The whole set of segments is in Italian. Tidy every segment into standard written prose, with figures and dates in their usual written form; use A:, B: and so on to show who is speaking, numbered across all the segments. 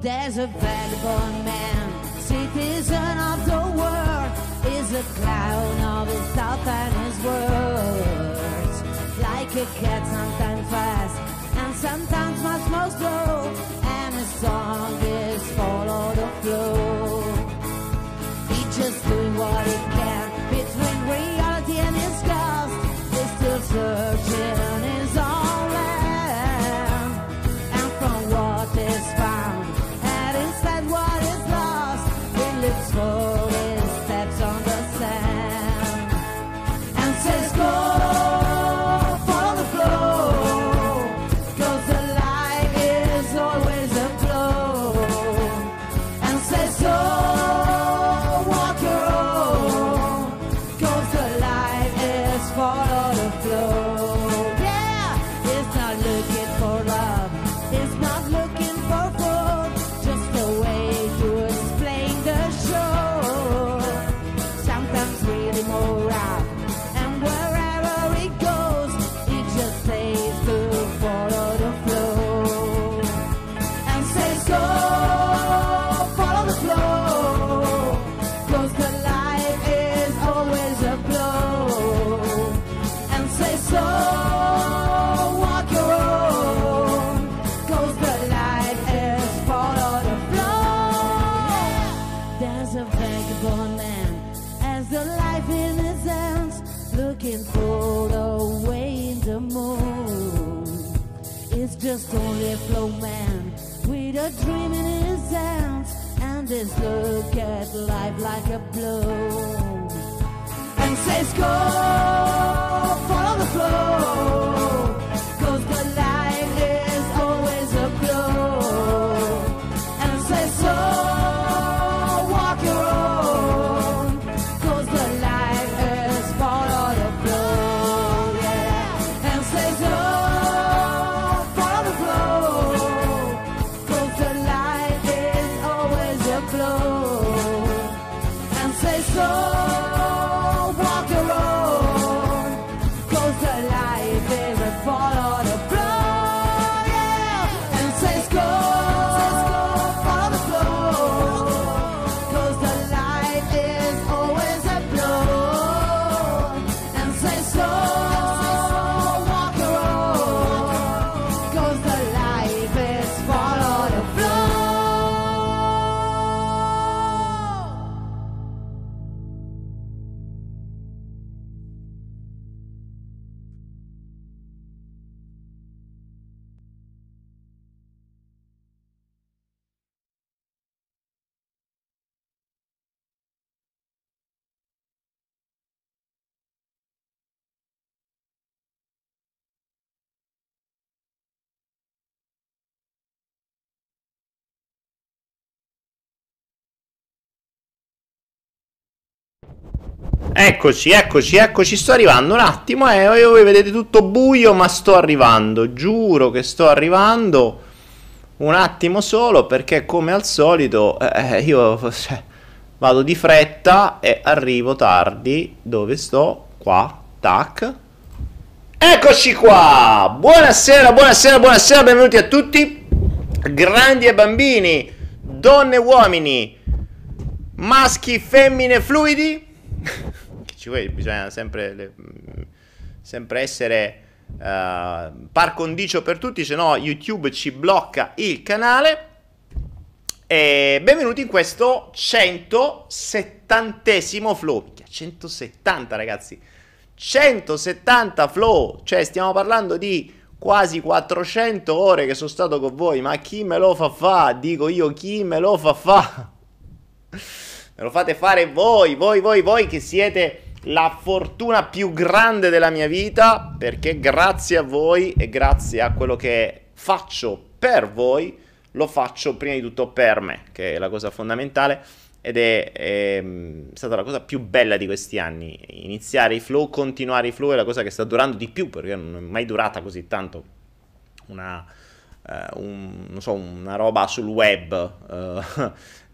A: There's a vagabond man, citizen of the world, is a clown of his thoughts and his words. Like a cat, sometimes fast and sometimes much more slow, and his song is follow the flow. He's just doing what he can between reality and his ghost. He's still searching in his own land, and from what is found and instead what is lost, he looks for his steps on the sand and says go, follow the flow, 'cause the light is always a flow, and says so, walk your own, 'cause the light is follow the flow. Yeah, it's not looking for love, it's not looking for food, just a way to explain the show. Sometimes really more out, and wherever it goes, it just says to follow the flow, and says go, follow the flow, 'cause the light is always a flow, and says so, walk your own, 'cause the light is follow the flow. There's a vagabond man, has the life in his hands, looking for the way in the moon. It's just only a flow man with a dream in his hands, and this look at life like a blow, and says go, follow the flow, 'cause the light is always a flow, and says so, walk your own, 'cause the light is follow the flow. Yeah, and says oh, follow the flow, 'cause the light is always a flow, and says so, walk your own, 'cause the light is a follow the flow. Yeah, and says go, follow the flow, 'cause the light is always a flow, and says so, walk your own, 'cause the light is follow the flow.
B: Eccoci, eccoci, eccoci, sto arrivando un attimo, voi vedete tutto buio, ma sto arrivando, giuro che sto arrivando, un attimo solo, perché come al solito io vado di fretta e arrivo tardi, dove sto? Qua, tac, eccoci qua, buonasera, buonasera, buonasera, benvenuti a tutti, grandi e bambini, donne e uomini, maschi, femmine, fluidi. Bisogna sempre essere par condicio per tutti, se no YouTube ci blocca il canale. E benvenuti in questo 170esimo flow. 170 ragazzi, 170 flow, cioè stiamo parlando di quasi 400 ore che sono stato con voi. Ma chi me lo fa? Dico io, chi me lo fa? Me lo fate fare voi che siete la fortuna più grande della mia vita, perché grazie a voi e grazie a quello che faccio per voi, lo faccio prima di tutto per me, che è la cosa fondamentale, ed è stata la cosa più bella di questi anni. Iniziare i flow, continuare i flow è la cosa che sta durando di più, perché non è mai durata così tanto non so, una roba sul web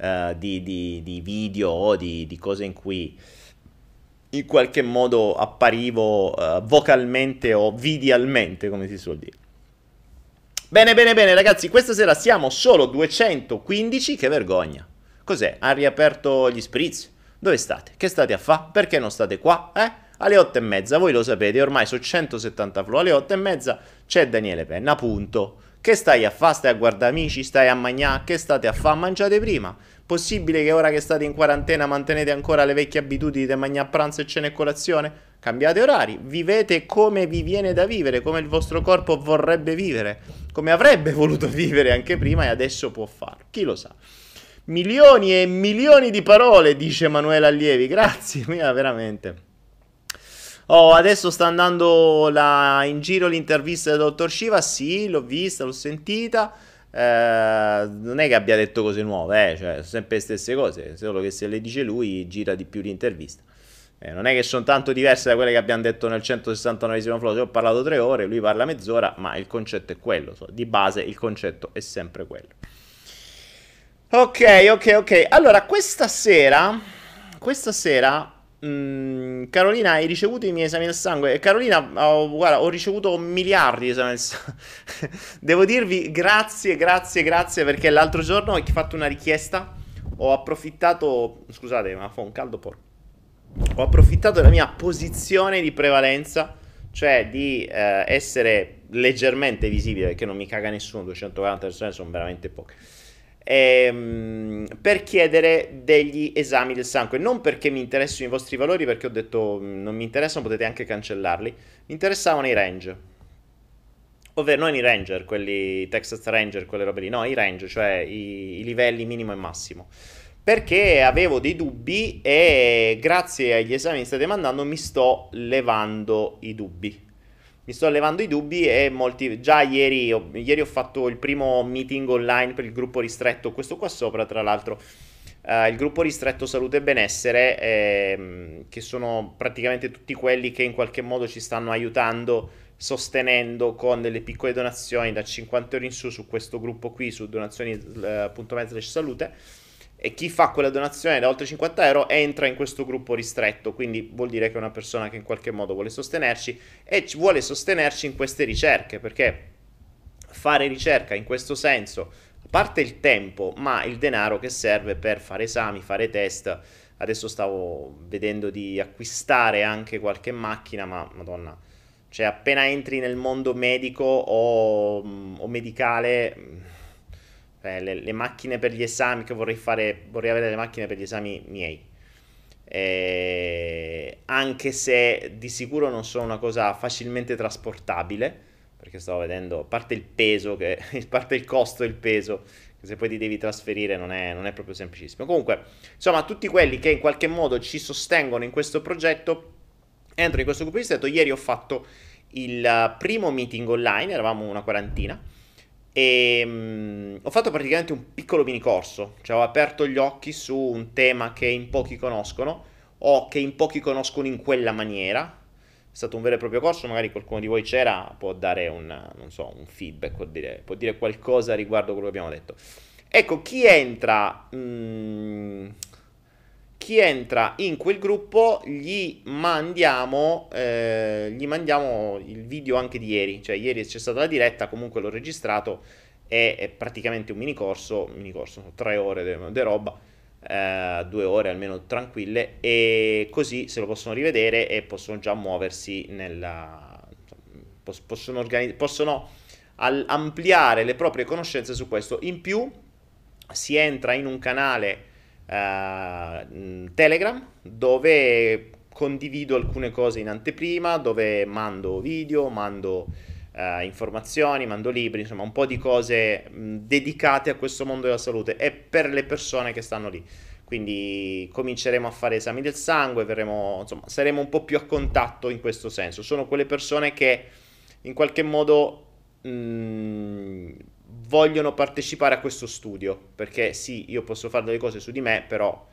B: di video o di cose in cui in qualche modo apparivo vocalmente o videalmente, come si suol dire. Bene, bene, bene, ragazzi, questa sera siamo solo 215, che vergogna. Cos'è? Ha riaperto gli spritz? Dove state? Che state a fa? Perché non state qua? Alle 8:30, voi lo sapete, ormai sono 170 flow, alle 8:30 c'è Daniele Penna, punto. Che stai a fa? Stai a guardare amici? Stai a mangiare? Che state a fa? Mangiate prima. Possibile che ora che state in quarantena mantenete ancora le vecchie abitudini di mangiare a pranzo e cena e colazione? Cambiate orari, vivete come vi viene da vivere, come il vostro corpo vorrebbe vivere, come avrebbe voluto vivere anche prima e adesso può farlo. Chi lo sa? Milioni e milioni di parole, dice Emanuele Allievi. Grazie, mia, veramente. Oh, adesso sta andando in giro l'intervista del dottor Shiva. Sì, l'ho vista, l'ho sentita. Non è che abbia detto cose nuove, cioè, sempre le stesse cose. Solo che se le dice lui, gira di più l'intervista. Non è che sono tanto diverse da quelle che abbiamo detto nel 169esimo flow. Io ho parlato 3 ore, lui parla mezz'ora, ma il concetto è quello. Di base il concetto è sempre quello. Ok. Allora, questa sera, Carolina, hai ricevuto i miei esami del sangue? Carolina, guarda, ho ricevuto miliardi di esami del sangue. Devo dirvi grazie, perché l'altro giorno ho fatto una richiesta, ho approfittato, scusate, ma fa un caldo porco. Ho approfittato della mia posizione di prevalenza, cioè di essere leggermente visibile, perché non mi caga nessuno, 240 persone sono veramente poche, per chiedere degli esami del sangue. Non perché mi interessino i vostri valori, perché ho detto non mi interessano, potete anche cancellarli. Mi interessavano i range, ovvero non i ranger, quelli Texas Ranger, quelle robe lì, no, i range, cioè i livelli minimo e massimo, perché avevo dei dubbi e grazie agli esami che state mandando mi sto levando i dubbi. E molti... Già ieri ho fatto il primo meeting online per il gruppo ristretto, questo qua sopra tra l'altro, il gruppo ristretto salute e benessere, che sono praticamente tutti quelli che in qualche modo ci stanno aiutando, sostenendo con delle piccole donazioni da 50 euro in su questo gruppo qui, su donazioni.me/salute. E chi fa quella donazione da oltre 50 euro entra in questo gruppo ristretto, quindi vuol dire che è una persona che in qualche modo vuole sostenerci e vuole sostenerci in queste ricerche, perché fare ricerca in questo senso, a parte il tempo, ma il denaro che serve per fare esami, fare test. Adesso stavo vedendo di acquistare anche qualche macchina, ma madonna, cioè appena entri nel mondo medico o medicale... Le macchine per gli esami che vorrei avere le macchine per gli esami miei. Anche se di sicuro non sono una cosa facilmente trasportabile, perché stavo vedendo, a parte il peso, a parte il costo e il peso, che se poi ti devi trasferire non è proprio semplicissimo. Comunque, insomma, tutti quelli che in qualche modo ci sostengono in questo progetto, entro in questo gruppo di stretto. Ieri ho fatto il primo meeting online, eravamo una quarantina, e ho fatto praticamente un piccolo mini corso, cioè ho aperto gli occhi su un tema che in pochi conoscono o che in pochi conoscono in quella maniera. È stato un vero e proprio corso, magari qualcuno di voi c'era, può dare non so, un feedback, può dire qualcosa riguardo quello che abbiamo detto. Ecco, chi entra in quel gruppo gli mandiamo il video anche di ieri, cioè ieri c'è stata la diretta, comunque l'ho registrato, è praticamente un mini corso, 3 ore di roba, 2 ore almeno tranquille, e così se lo possono rivedere e possono già muoversi possono ampliare le proprie conoscenze su questo. In più si entra in un canale Telegram, dove condivido alcune cose in anteprima, dove mando video, mando informazioni, mando libri, insomma un po' di cose dedicate a questo mondo della salute e per le persone che stanno lì. Quindi cominceremo a fare esami del sangue, saremo un po' più a contatto in questo senso. Sono quelle persone che in qualche modo vogliono partecipare a questo studio, perché sì, io posso fare delle cose su di me, però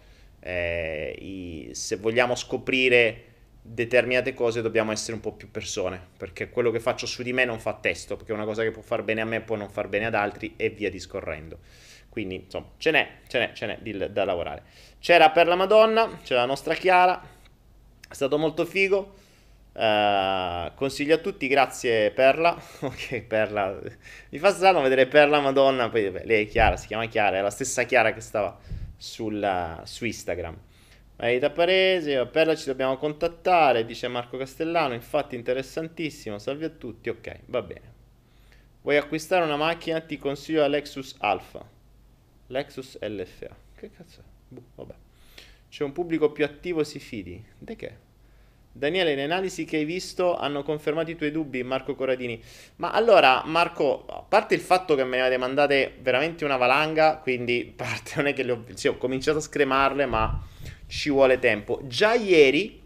B: se vogliamo scoprire determinate cose dobbiamo essere un po' più persone, perché quello che faccio su di me non fa testo, perché una cosa che può far bene a me può non far bene ad altri e via discorrendo. Quindi insomma ce n'è da lavorare. C'era per la Madonna, c'era la nostra Chiara, è stato molto figo. Consiglio a tutti, grazie Perla. Ok, Perla. Mi fa strano vedere Perla Madonna. Poi vabbè, lei è Chiara, si chiama Chiara, è la stessa Chiara che stava su Instagram. Marita Paresi, Perla ci dobbiamo contattare, dice Marco Castellano. Infatti, interessantissimo. Salve a tutti. Ok, va bene. Vuoi acquistare una macchina? Ti consiglio la Lexus Alfa. Lexus LFA. Che cazzo è? Boh, vabbè. C'è un pubblico più attivo, si fidi. De che? Daniele, le analisi che hai visto hanno confermato i tuoi dubbi, Marco Corradini. Ma allora, Marco, a parte il fatto che me ne avete mandate veramente una valanga, quindi a parte non è che sì, ho cominciato a scremarle, ma ci vuole tempo. Già ieri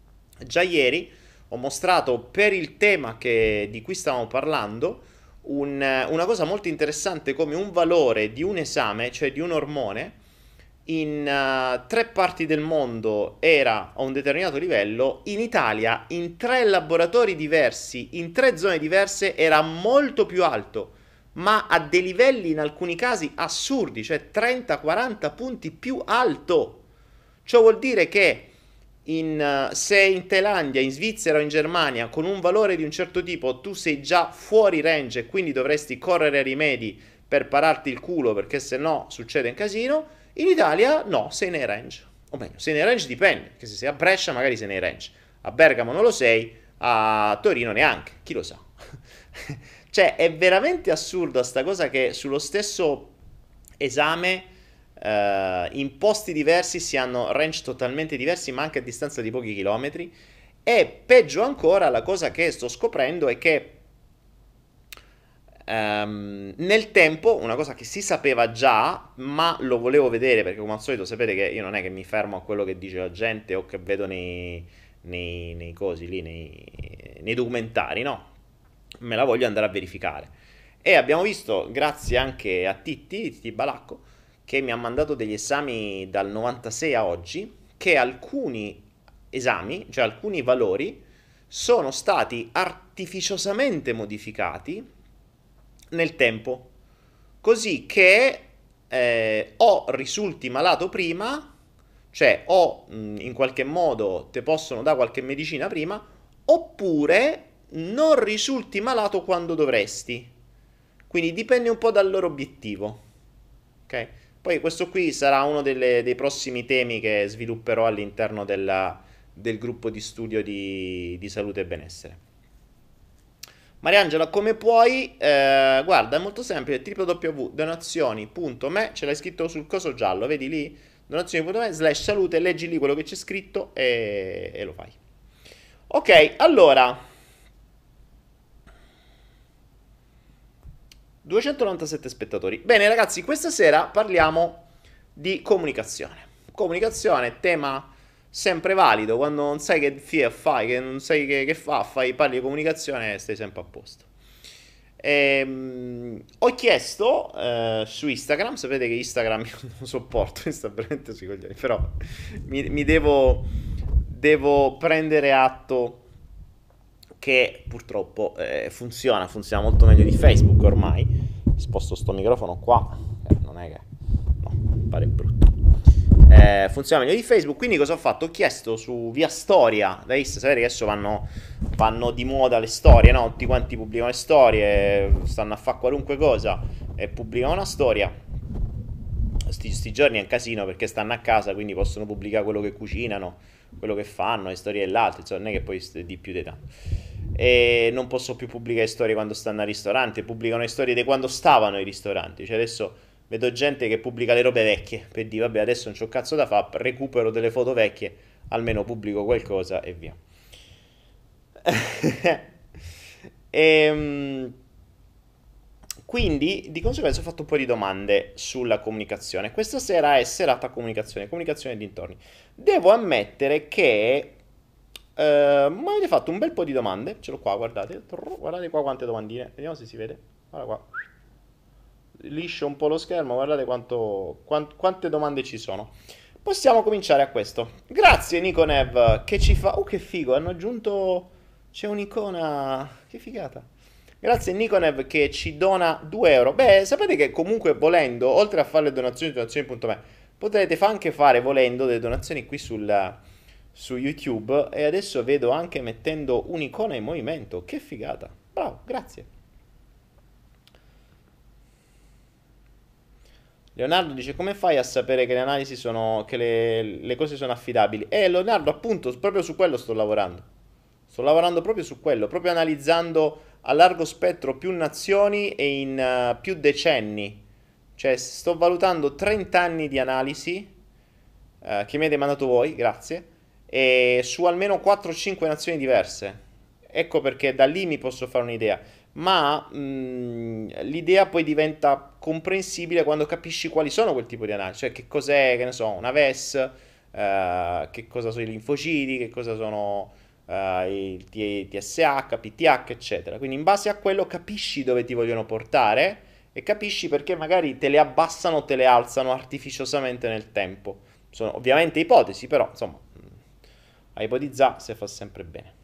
B: ho mostrato per il tema di cui stavamo parlando una cosa molto interessante come un valore di un esame, cioè di un ormone in tre parti del mondo era a un determinato livello, in Italia, in tre laboratori diversi, in tre zone diverse, era molto più alto, ma a dei livelli in alcuni casi assurdi, cioè 30-40 punti più alto. Ciò vuol dire che se in Thailandia, in Svizzera o in Germania con un valore di un certo tipo tu sei già fuori range e quindi dovresti correre ai rimedi per pararti il culo perché se no succede un casino. In Italia no, sei nei range. O meglio, sei nei range dipende, che se sei a Brescia magari sei nei range. A Bergamo non lo sei, a Torino neanche, chi lo sa. Cioè, è veramente assurda sta cosa che sullo stesso esame in posti diversi si hanno range totalmente diversi, ma anche a distanza di pochi chilometri. E peggio ancora, la cosa che sto scoprendo è che nel tempo, una cosa che si sapeva già, ma lo volevo vedere perché come al solito sapete che io non è che mi fermo a quello che dice la gente o che vedo nei cosi lì, nei documentari, no? Me la voglio andare a verificare. E abbiamo visto, grazie anche a Titti Balacco, che mi ha mandato degli esami dal 96 a oggi, che alcuni esami, cioè alcuni valori, sono stati artificiosamente modificati nel tempo, così che o risulti malato prima, cioè o in qualche modo ti possono dare qualche medicina prima, oppure non risulti malato quando dovresti. Quindi dipende un po' dal loro obiettivo. Ok? Poi questo qui sarà uno dei prossimi temi che svilupperò all'interno del gruppo di studio di salute e benessere. Mariangela, come puoi? Guarda, è molto semplice, www.donazioni.me, ce l'hai scritto sul coso giallo, vedi lì? Donazioni.me/salute, leggi lì quello che c'è scritto e lo fai. Ok, allora, 297 spettatori. Bene ragazzi, questa sera parliamo di comunicazione. Comunicazione, tema sempre valido, quando non sai che fai, che non sai che parli di comunicazione, stai sempre a posto. Ho chiesto su Instagram, sapete che Instagram io non sopporto, sta veramente sui coglioni, però mi devo prendere atto che purtroppo funziona molto meglio di Facebook ormai. Sposto sto microfono qua, non è che no, pare brutto. Funziona meglio di Facebook, quindi cosa ho fatto? Ho chiesto via storia da Insta, sapete che adesso vanno di moda le storie, no? Tutti quanti pubblicano le storie, stanno a fare qualunque cosa e pubblicano una storia. Sti giorni è un casino perché stanno a casa, quindi possono pubblicare quello che cucinano, quello che fanno, le storie dell'altro, insomma, non è che poi di più di tanto. E non posso più pubblicare storie quando stanno al ristorante, pubblicano le storie di quando stavano ai ristoranti, cioè adesso vedo gente che pubblica le robe vecchie per dire vabbè adesso non c'ho cazzo da fare, recupero delle foto vecchie, almeno pubblico qualcosa e via. Quindi di conseguenza ho fatto un po' di domande sulla comunicazione. Questa sera è serata comunicazione e dintorni. Devo ammettere che mi avete fatto un bel po' di domande, ce l'ho qua, guardate qua quante domandine, vediamo se si vede, guarda qua. Liscio un po' lo schermo, guardate quante domande ci sono. Possiamo cominciare a questo. Grazie Nikonev che ci fa... Oh che figo, hanno aggiunto... C'è un'icona... Che figata. Grazie Nikonev che ci dona 2 euro. Beh, sapete che comunque volendo, oltre a fare le donazioni su donazioni.me, potrete anche fare volendo delle donazioni qui sul su YouTube e adesso vedo anche mettendo un'icona in movimento. Che figata. Bravo, grazie. Leonardo dice: come fai a sapere che le analisi sono, che le cose sono affidabili? Leonardo, appunto, proprio su quello sto lavorando. Sto lavorando proprio su quello, proprio analizzando a largo spettro più nazioni e in più decenni. Cioè, sto valutando 30 anni di analisi che mi avete mandato voi, grazie, e su almeno 4-5 nazioni diverse. Ecco perché da lì mi posso fare un'idea. Ma l'idea poi diventa comprensibile quando capisci quali sono quel tipo di analisi, cioè che cos'è, che ne so, una VES, che cosa sono i linfociti, che cosa sono il TSH, PTH, eccetera. Quindi in base a quello capisci dove ti vogliono portare e capisci perché magari te le abbassano o te le alzano artificiosamente nel tempo. Sono ovviamente ipotesi, però insomma, a ipotizzare se fa sempre bene.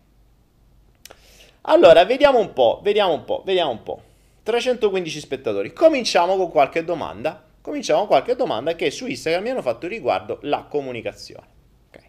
B: Allora, vediamo un po', vediamo un po', vediamo un po'. 315 spettatori. Cominciamo con qualche domanda. Cominciamo con qualche domanda che su Instagram mi hanno fatto riguardo la comunicazione. Ok.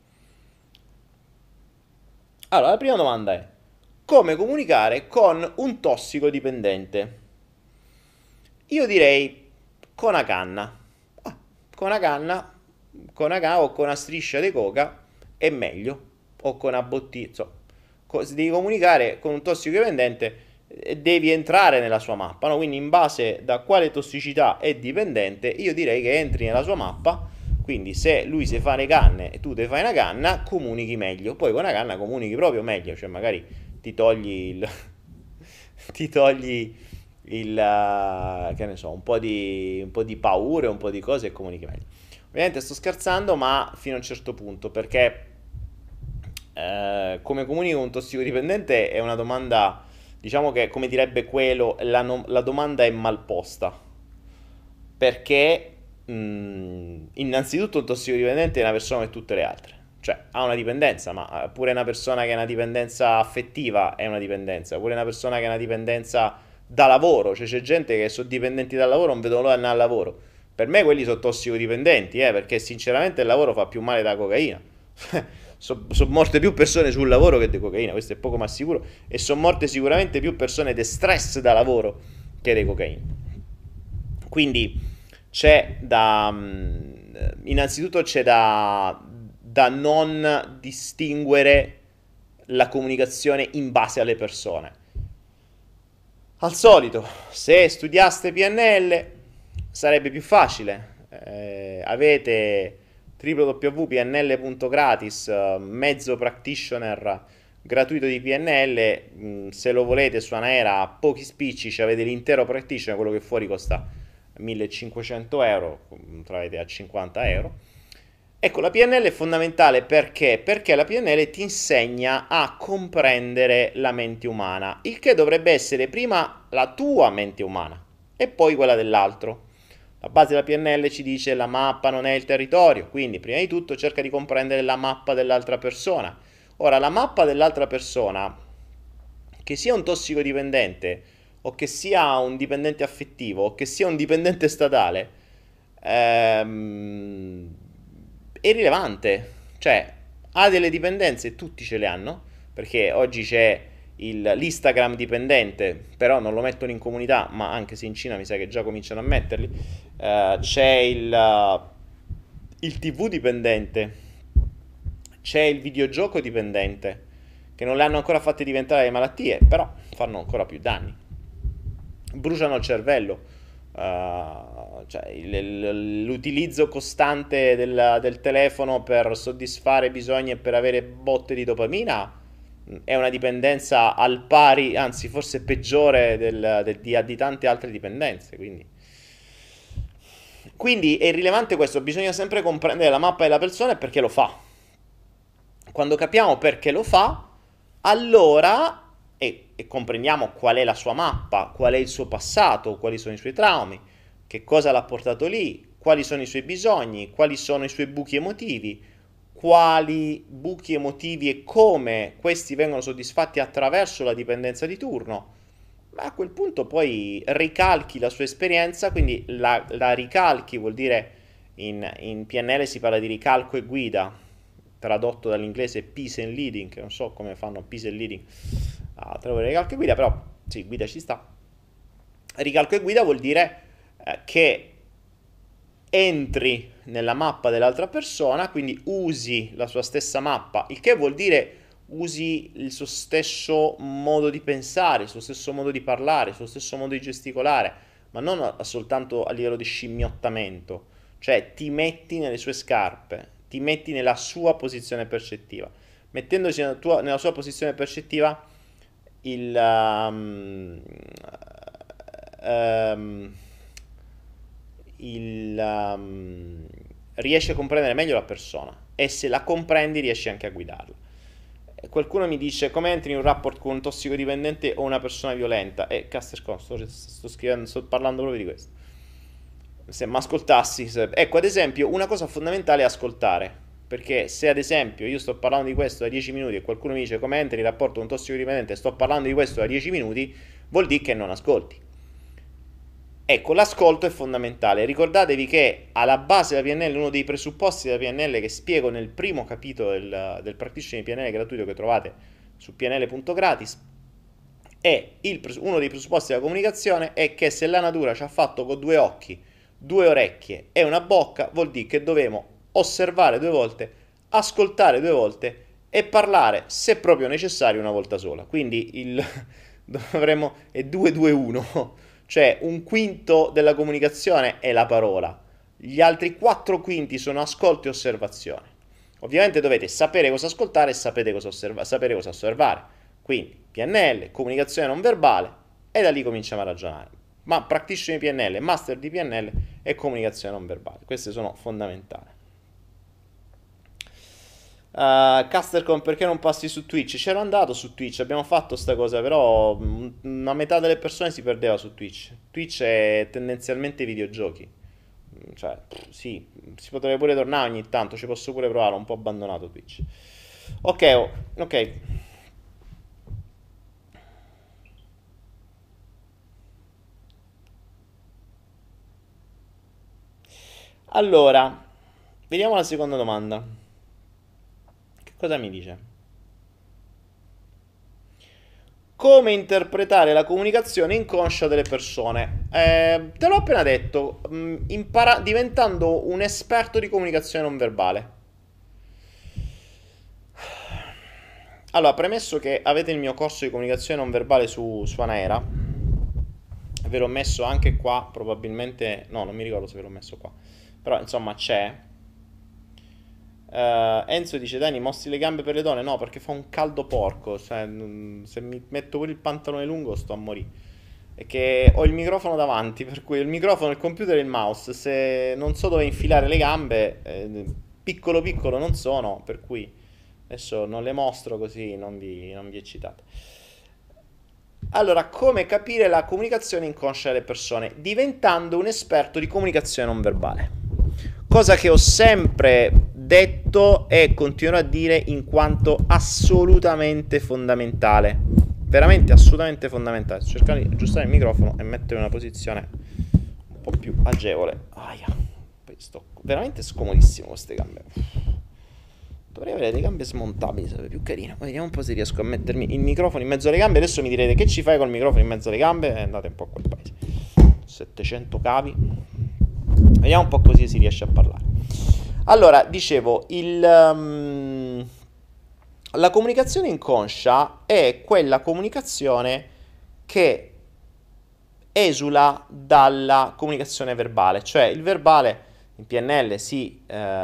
B: Allora, la prima domanda è: come comunicare con un tossicodipendente? Io direi con una canna. Con una canna, o con una striscia di coca è meglio. O con una bottiglia, insomma. Se devi comunicare con un tossicodipendente devi entrare nella sua mappa, no? Quindi in base da quale tossicità è dipendente io direi che entri nella sua mappa. Quindi se lui si fa le canne e tu te fai una canna, comunichi meglio. Poi con una canna comunichi proprio meglio, cioè magari ti togli il ti togli che ne so, un po' di paure, un po' di cose e comunichi meglio. Ovviamente sto scherzando, ma fino a un certo punto, perché come comunico un tossicodipendente è una domanda, diciamo che come direbbe quello, la domanda è mal posta, perché innanzitutto un tossicodipendente è una persona come tutte le altre, cioè ha una dipendenza, ma pure una persona che ha una dipendenza affettiva è una dipendenza, pure una persona che ha una dipendenza da lavoro, cioè c'è gente che sono dipendenti dal lavoro, non vedono l'ora di andare al lavoro. Per me quelli sono tossicodipendenti, perché sinceramente il lavoro fa più male della cocaina. Sono morte più persone sul lavoro che di cocaina, questo è poco ma sicuro, e sono morte sicuramente più persone di stress da lavoro che di cocaina. Quindi c'è innanzitutto c'è da non distinguere la comunicazione in base alle persone. Al solito, se studiaste PNL sarebbe più facile. Avete www.pnl.gratis, mezzo practitioner gratuito di PNL. Se lo volete su Anaera a pochi spicci avete l'intero practitioner, quello che fuori costa 1500 euro, trovate a 50 euro. Ecco, la PNL è fondamentale perché? Perché la PNL ti insegna a comprendere la mente umana, il che dovrebbe essere prima la tua mente umana e poi quella dell'altro. La base della PNL ci dice la mappa non è il territorio, quindi prima di tutto cerca di comprendere la mappa dell'altra persona. Ora, la mappa dell'altra persona, che sia un tossicodipendente o che sia un dipendente affettivo o che sia un dipendente statale, è rilevante. Cioè, ha delle dipendenze, tutti ce le hanno, perché oggi c'è l'Instagram dipendente, però non lo mettono in comunità, ma anche se in Cina mi sa che già cominciano a metterli. C'è il TV dipendente, c'è il videogioco dipendente, che non le hanno ancora fatte diventare le malattie, però fanno ancora più danni, bruciano il cervello. Cioè, l'utilizzo costante del telefono per soddisfare bisogni e per avere botte di dopamina è una dipendenza al pari, anzi forse peggiore di tante altre dipendenze. Quindi è rilevante questo, bisogna sempre comprendere la mappa della persona e perché lo fa. Quando capiamo perché lo fa, allora e comprendiamo qual è la sua mappa, qual è il suo passato, quali sono i suoi traumi, che cosa l'ha portato lì, quali sono i suoi bisogni, quali sono i suoi buchi emotivi, quali buchi emotivi e come questi vengono soddisfatti attraverso la dipendenza di turno. Ma a quel punto poi ricalchi la sua esperienza, quindi la ricalchi vuol dire in PNL si parla di ricalco e guida. tradotto dall'inglese peace and leading, che non so come fanno peace and leading a tradurre ricalco e guida, però sì, guida ci sta. Ricalco e guida vuol dire che entri nella mappa dell'altra persona, quindi usi la sua stessa mappa, il che vuol dire usi il suo stesso modo di pensare, il suo stesso modo di parlare, il suo stesso modo di gesticolare, ma non soltanto a livello di scimmiottamento, cioè ti metti nelle sue scarpe, ti metti nella sua posizione percettiva. Mettendosi nella sua posizione percettiva, il, riesci a comprendere meglio la persona e se la comprendi riesci anche a guidarla. Qualcuno mi dice come entri in un rapport con un tossicodipendente o una persona violenta e Castercon, sto scrivendo, sto parlando proprio di questo. Se mi ascoltassi, ecco, ad esempio, una cosa fondamentale è ascoltare, perché se ad esempio io sto parlando di questo da 10 minuti e qualcuno mi dice come entri in rapporto con un tossicodipendente e sto parlando di questo da 10 minuti, vuol dire che non ascolti. Ecco, l'ascolto è fondamentale. Ricordatevi che alla base della PNL, uno dei presupposti della PNL che spiego nel primo capitolo del Practitioner di PNL gratuito che trovate su pnl.gratis, è uno dei presupposti della comunicazione è che se la natura ci ha fatto con 2 occhi, 2 orecchie e una bocca, vuol dire che dobbiamo osservare 2 volte, ascoltare 2 volte e parlare, se proprio necessario, una volta sola. Quindi dovremmo è 2-2-1. Cioè un quinto della comunicazione è la parola, gli altri 4 quinti sono ascolto e osservazione. Ovviamente dovete sapere cosa ascoltare e sapere cosa osservare. Quindi PNL, comunicazione non verbale e da lì cominciamo a ragionare. Ma practitioner di PNL, master di PNL e comunicazione non verbale. Queste sono fondamentali. Castercom, perché non passi su Twitch? C'ero andato su Twitch, abbiamo fatto sta cosa, però una metà delle persone si perdeva su Twitch. Twitch è tendenzialmente videogiochi. Cioè, sì, si potrebbe pure tornare ogni tanto, ci posso pure provare, ho un po' abbandonato Twitch. Ok. Allora, vediamo la seconda domanda. Cosa mi dice? Come interpretare la comunicazione inconscia delle persone? Te l'ho appena detto, diventando un esperto di comunicazione non verbale. Allora, premesso che avete il mio corso di comunicazione non verbale su Anaera, ve l'ho messo anche qua, probabilmente, no, non mi ricordo se ve l'ho messo qua, però insomma c'è. Enzo dice Dani, mostri le gambe per le donne? No, perché fa un caldo porco, cioè, se mi metto pure il pantalone lungo sto a morire. È che ho il microfono davanti, per cui il microfono, il computer e il mouse, se non so dove infilare le gambe, piccolo non sono, per cui adesso non le mostro così non vi eccitate. Allora, come capire la comunicazione inconscia delle persone? Diventando un esperto di comunicazione non verbale. Cosa che ho sempre detto e continuo a dire in quanto assolutamente fondamentale. Veramente assolutamente fondamentale. Sto cercando di aggiustare il microfono e mettere in una posizione un po' più agevole. Poi sto veramente scomodissimo con queste gambe. Dovrei avere le gambe smontabili, sarebbe più carino. Vediamo un po' se riesco a mettermi il microfono in mezzo alle gambe. Adesso mi direte che ci fai col microfono in mezzo alle gambe? Andate un po' a quel paese. 700 cavi. Vediamo un po' così si riesce a parlare. Allora, dicevo, la comunicazione inconscia è quella comunicazione che esula dalla comunicazione verbale. Cioè, il verbale in PNL si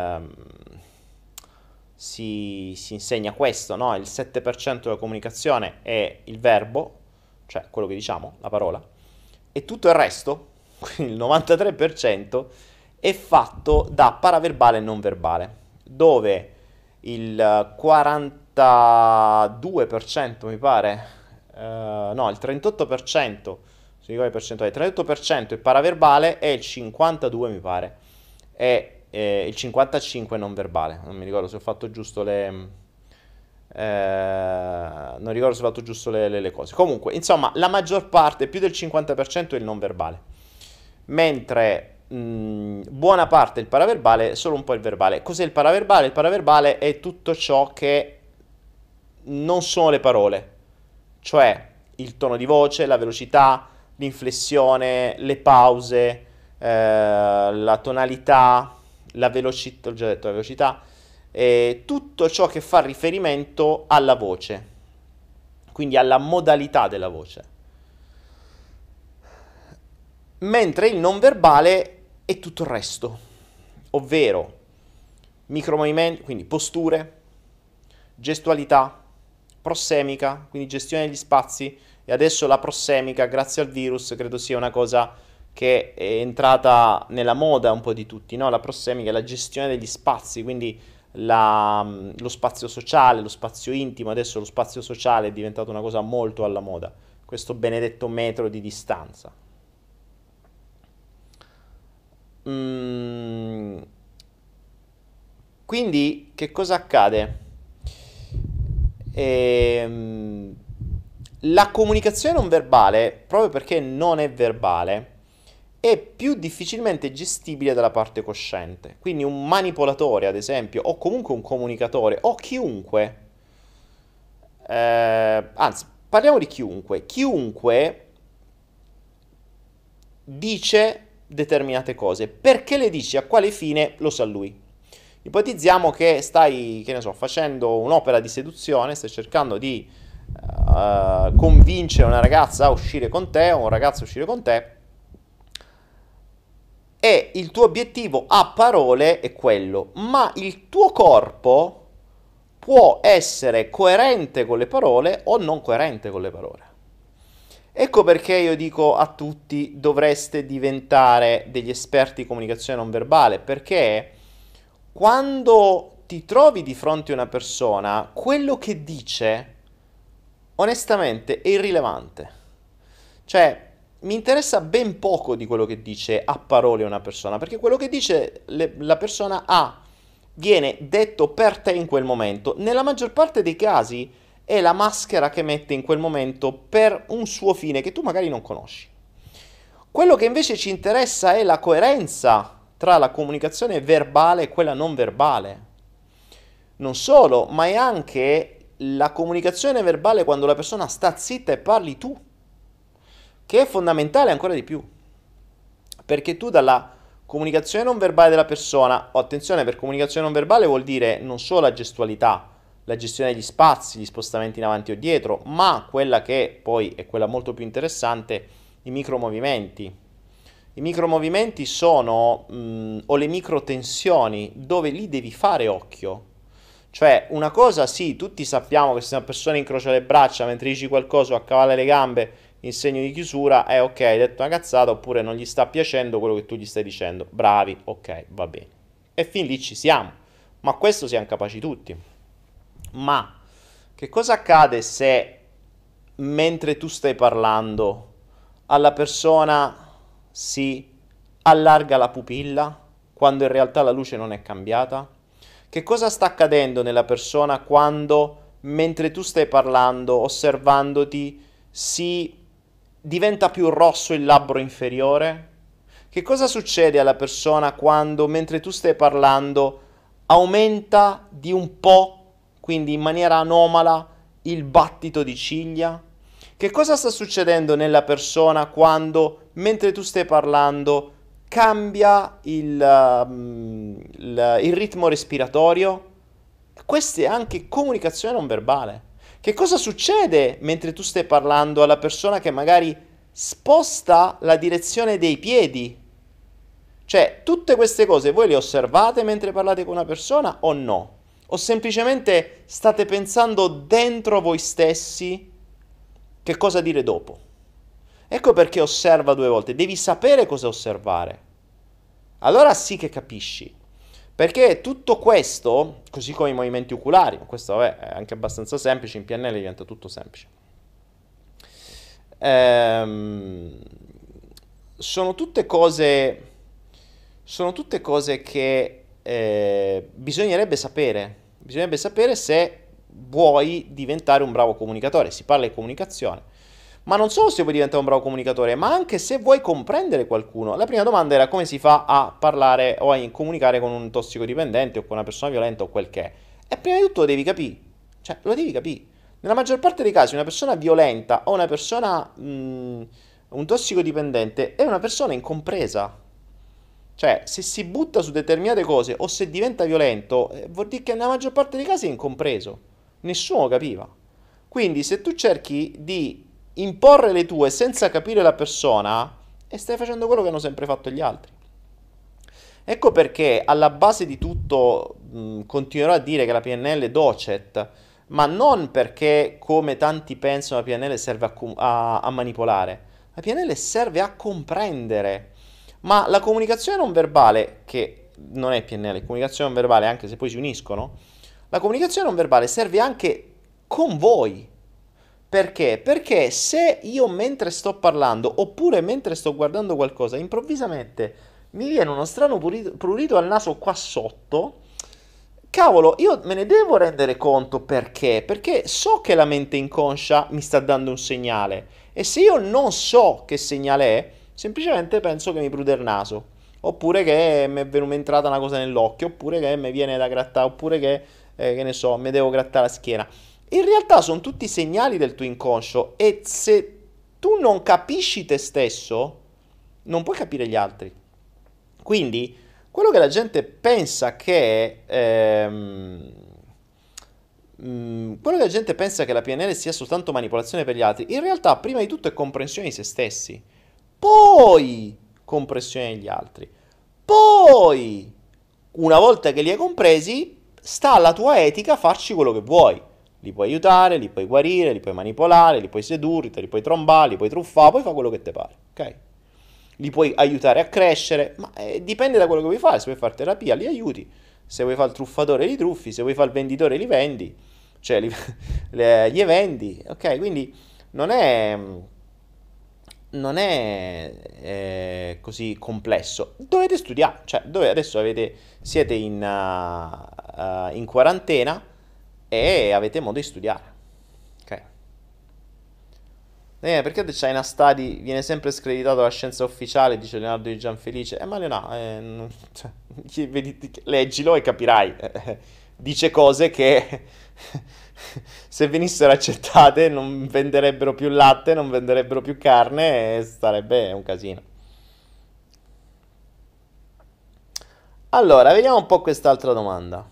B: insegna questo, no? Il 7% della comunicazione è il verbo, cioè quello che diciamo, la parola, e tutto il resto, quindi il 93%, è fatto da paraverbale e non verbale, dove il 42% mi pare, no, il 38%, se ricordo il percentuale, il 38% è paraverbale e il 52% mi pare è il 55% non verbale. Non mi ricordo se ho fatto giusto non ricordo se ho fatto giusto le cose. Comunque, insomma, la maggior parte, più del 50% è il non verbale. Mentre buona parte il paraverbale, solo un po' il verbale. Cos'è il paraverbale? Il paraverbale è tutto ciò che non sono le parole, cioè il tono di voce, la velocità, l'inflessione, le pause, la tonalità, la velocità, ho già detto la velocità, tutto ciò che fa riferimento alla voce, quindi alla modalità della voce. Mentre il non verbale è tutto il resto, ovvero micromovimenti, quindi posture, gestualità, prossemica, quindi gestione degli spazi, e adesso la prossemica, grazie al virus, credo sia una cosa che è entrata nella moda un po' di tutti, no? La prossemica è la gestione degli spazi, quindi lo spazio sociale, lo spazio intimo, adesso lo spazio sociale è diventato una cosa molto alla moda, questo benedetto metro di distanza. Quindi che cosa accade? La comunicazione non verbale, proprio perché non è verbale, è più difficilmente gestibile dalla parte cosciente. Quindi un manipolatore, ad esempio, o comunque un comunicatore, o chiunque, anzi, parliamo di chiunque. Chiunque dice determinate cose. Perché le dici? A quale fine? Lo sa lui. Ipotizziamo che stai, che ne so, facendo un'opera di seduzione, stai cercando di convincere una ragazza a uscire con te o un ragazzo a uscire con te, e il tuo obiettivo a parole è quello, ma il tuo corpo può essere coerente con le parole o non coerente con le parole. Ecco perché io dico a tutti: dovreste diventare degli esperti di comunicazione non verbale, perché quando ti trovi di fronte a una persona, quello che dice, onestamente, è irrilevante. Cioè, mi interessa ben poco di quello che dice a parole una persona, perché quello che dice la persona viene detto per te in quel momento. Nella maggior parte dei casi è la maschera che mette in quel momento per un suo fine che tu magari non conosci. Quello che invece ci interessa è la coerenza tra la comunicazione verbale e quella non verbale. Non solo, ma è anche la comunicazione verbale quando la persona sta zitta e parli tu, che è fondamentale ancora di più. Perché tu dalla comunicazione non verbale della persona, attenzione, per comunicazione non verbale vuol dire non solo la gestualità, la gestione degli spazi, gli spostamenti in avanti o dietro, ma quella che poi è quella molto più interessante, i micromovimenti. I micromovimenti sono, o le microtensioni, dove lì devi fare occhio. Cioè, una cosa sì, tutti sappiamo che se una persona incrocia le braccia mentre dici qualcosa o accavalla le gambe in segno di chiusura, ok, hai detto una cazzata, oppure non gli sta piacendo quello che tu gli stai dicendo. Bravi, ok, va bene. E fin lì ci siamo. Ma questo siamo capaci tutti. Ma che cosa accade se mentre tu stai parlando alla persona si allarga la pupilla quando in realtà la luce non è cambiata? Che cosa sta accadendo nella persona quando mentre tu stai parlando, osservandoti, si diventa più rosso il labbro inferiore? Che cosa succede alla persona quando mentre tu stai parlando aumenta di un po', quindi in maniera anomala, il battito di ciglia? Che cosa sta succedendo nella persona quando mentre tu stai parlando cambia il ritmo respiratorio? Questa è anche comunicazione non verbale. Che cosa succede mentre tu stai parlando alla persona che magari sposta la direzione dei piedi? Cioè, tutte queste cose voi le osservate mentre parlate con una persona o no? O semplicemente state pensando dentro voi stessi che cosa dire dopo? Ecco perché osserva due volte, devi sapere cosa osservare. Allora sì che capisci. Perché tutto questo, così come i movimenti oculari, questo vabbè, è anche abbastanza semplice, in PNL diventa tutto semplice. Sono tutte cose che bisognerebbe sapere se vuoi diventare un bravo comunicatore. Si parla di comunicazione. Ma non solo se vuoi diventare un bravo comunicatore, ma anche se vuoi comprendere qualcuno. La prima domanda era come si fa a parlare o a comunicare con un tossicodipendente o con una persona violenta o quel che è. E prima di tutto lo devi capire. Cioè, lo devi capire. Nella maggior parte dei casi una persona violenta o una persona, un tossicodipendente è una persona incompresa. Cioè, se si butta su determinate cose o se diventa violento, vuol dire che nella maggior parte dei casi è incompreso. Nessuno lo capiva. Quindi, se tu cerchi di imporre le tue senza capire la persona, e stai facendo quello che hanno sempre fatto gli altri. Ecco perché alla base di tutto continuerò a dire che la PNL è docet, ma non perché come tanti pensano la PNL serve a manipolare. La PNL serve a comprendere. Ma la comunicazione non verbale, che non è PNL, è comunicazione non verbale, anche se poi si uniscono, la comunicazione non verbale serve anche con voi. Perché? Perché se io mentre sto parlando, oppure mentre sto guardando qualcosa, improvvisamente mi viene uno strano prurito al naso qua sotto, cavolo, io me ne devo rendere conto perché? Perché so che la mente inconscia mi sta dando un segnale. E se io non so che segnale è, semplicemente penso che mi prude il naso, oppure che mi è entrata una cosa nell'occhio, oppure che mi viene da grattare, oppure che ne so, mi devo grattare la schiena. In realtà sono tutti segnali del tuo inconscio e se tu non capisci te stesso, non puoi capire gli altri. Quindi, quello che la gente pensa che quello che la gente pensa che la PNL sia soltanto manipolazione per gli altri, in realtà prima di tutto è comprensione di se stessi, poi comprensione degli altri, poi una volta che li hai compresi, sta alla tua etica farci quello che vuoi. Li puoi aiutare, li puoi guarire, li puoi manipolare, li puoi sedurre, li puoi trombare, li puoi truffare, puoi fare quello che ti pare, ok? Li puoi aiutare a crescere, ma dipende da quello che vuoi fare. Se vuoi fare terapia, li aiuti. Se vuoi fare il truffatore, li truffi. Se vuoi fare il venditore, li vendi. Cioè, gli vendi, ok? Quindi non è, non è così complesso. Dovete studiare, cioè, adesso siete in quarantena e avete modo di studiare. Ok. Perché c'hai una study, viene sempre screditato la scienza ufficiale, dice Leonardo di Gianfelice. Ma Leonardo, cioè, leggilo e capirai. Dice cose che se venissero accettate non venderebbero più latte, non venderebbero più carne e sarebbe un casino. Allora, vediamo un po' quest'altra domanda.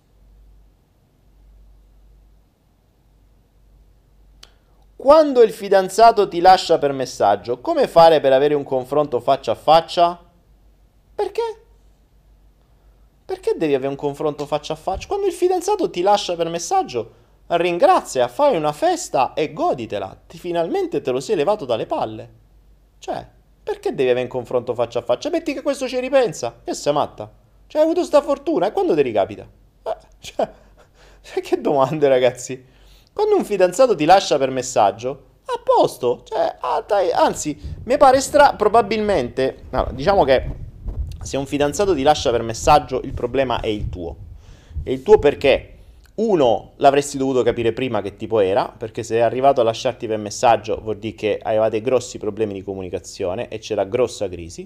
B: Quando il fidanzato ti lascia per messaggio, come fare per avere un confronto faccia a faccia? Perché? Perché devi avere un confronto faccia a faccia? Quando il fidanzato ti lascia per messaggio, ringrazia, fai una festa e goditela. Finalmente te lo sei levato dalle palle. Cioè, perché devi avere un confronto faccia a faccia? Metti che questo ci ripensa. Che sei matta? Cioè, hai avuto sta fortuna e quando ti ricapita? Cioè, che domande, ragazzi? Quando un fidanzato ti lascia per messaggio, a posto. Cioè, anzi, mi pare probabilmente. No, diciamo che se un fidanzato ti lascia per messaggio, il problema è il tuo. E il tuo perché? Uno, l'avresti dovuto capire prima che tipo era, perché se è arrivato a lasciarti per messaggio vuol dire che avevate grossi problemi di comunicazione e c'era grossa crisi.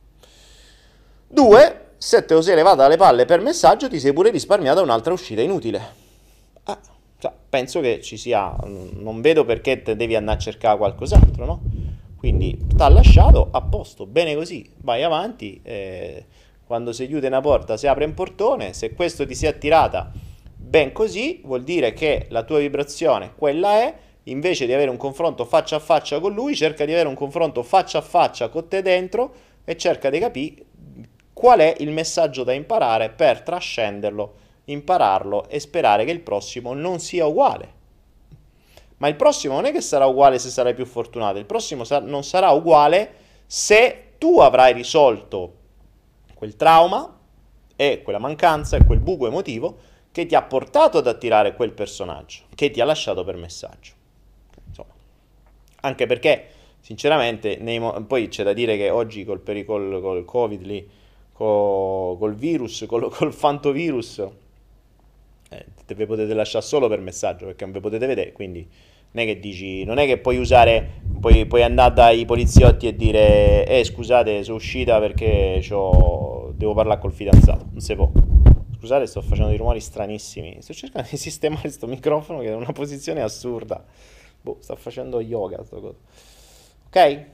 B: Due, se te lo sei levato dalle palle per messaggio, ti sei pure risparmiata un'altra uscita inutile. Cioè, penso che ci sia, non vedo perché te devi andare a cercare qualcos'altro, no? Quindi t'ha lasciato, a posto, bene così, vai avanti, quando si chiude una porta si apre un portone, se questo ti si è attirata ben così, vuol dire che la tua vibrazione quella è, invece di avere un confronto faccia a faccia con lui, cerca di avere un confronto faccia a faccia con te dentro e cerca di capire qual è il messaggio da imparare per trascenderlo, impararlo e sperare che il prossimo non sia uguale. Ma il prossimo non è che sarà uguale se sarai più fortunato, il prossimo non sarà uguale se tu avrai risolto quel trauma e quella mancanza e quel buco emotivo che ti ha portato ad attirare quel personaggio, che ti ha lasciato per messaggio. Insomma, anche perché, sinceramente, poi c'è da dire che oggi col Covid lì, col virus, col fantovirus, vi potete lasciare solo per messaggio perché non vi potete vedere, quindi Non è che dici, non è che puoi usare, puoi andare dai poliziotti e dire, scusate, sono uscita perché devo parlare col fidanzato. Non si può. Scusate, sto facendo dei rumori stranissimi. Sto cercando di sistemare questo microfono che è in una posizione assurda. Boh, sto facendo yoga, sto cosa. Ok?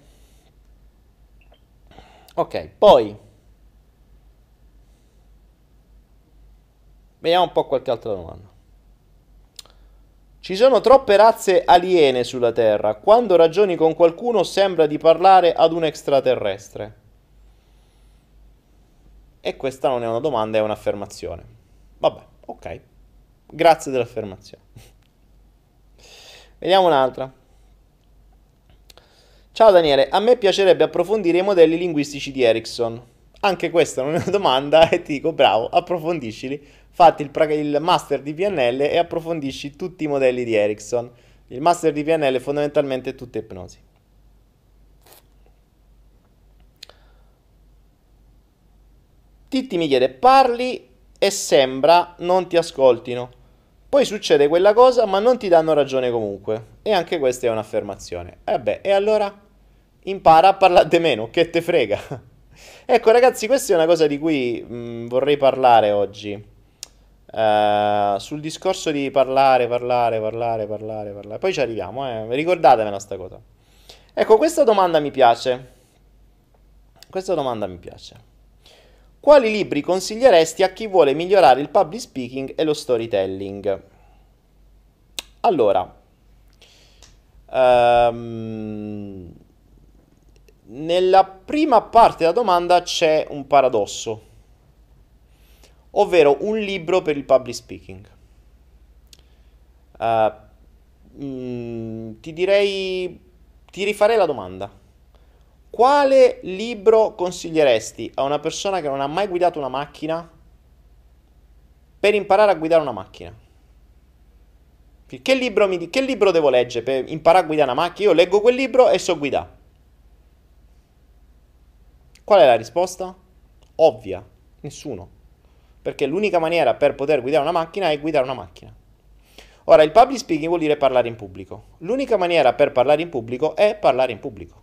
B: Ok, poi vediamo un po' qualche altra domanda. Ci sono troppe razze aliene sulla Terra. Quando ragioni con qualcuno sembra di parlare ad un extraterrestre. E questa non è una domanda, è un'affermazione. Vabbè, ok. Grazie dell'affermazione. Vediamo un'altra. Ciao Daniele, a me piacerebbe approfondire i modelli linguistici di Erickson. Anche questa non è una domanda e ti dico bravo, approfondiscili. Fatti il master di PNL e approfondisci tutti i modelli di Erickson. Il master di PNL fondamentalmente è tutta ipnosi. Titti mi chiede, parli e sembra non ti ascoltino. Poi succede quella cosa, ma non ti danno ragione comunque. E anche questa è un'affermazione. E allora? Impara a parlare di meno, che te frega. Ecco ragazzi, questa è una cosa di cui vorrei parlare oggi. Sul discorso di parlare. Poi ci arriviamo, ricordatevela sta cosa. Ecco, questa domanda mi piace. Questa domanda mi piace. Quali libri consiglieresti a chi vuole migliorare il public speaking e lo storytelling? Allora, nella prima parte della domanda c'è un paradosso, ovvero un libro per il public speaking. Ti rifarei la domanda. Quale libro consiglieresti a una persona che non ha mai guidato una macchina per imparare a guidare una macchina? Che libro devo leggere per imparare a guidare una macchina? Io leggo quel libro e so guidare. Qual è la risposta? Ovvia, nessuno. Perché l'unica maniera per poter guidare una macchina è guidare una macchina. Ora, il public speaking vuol dire parlare in pubblico. L'unica maniera per parlare in pubblico è parlare in pubblico.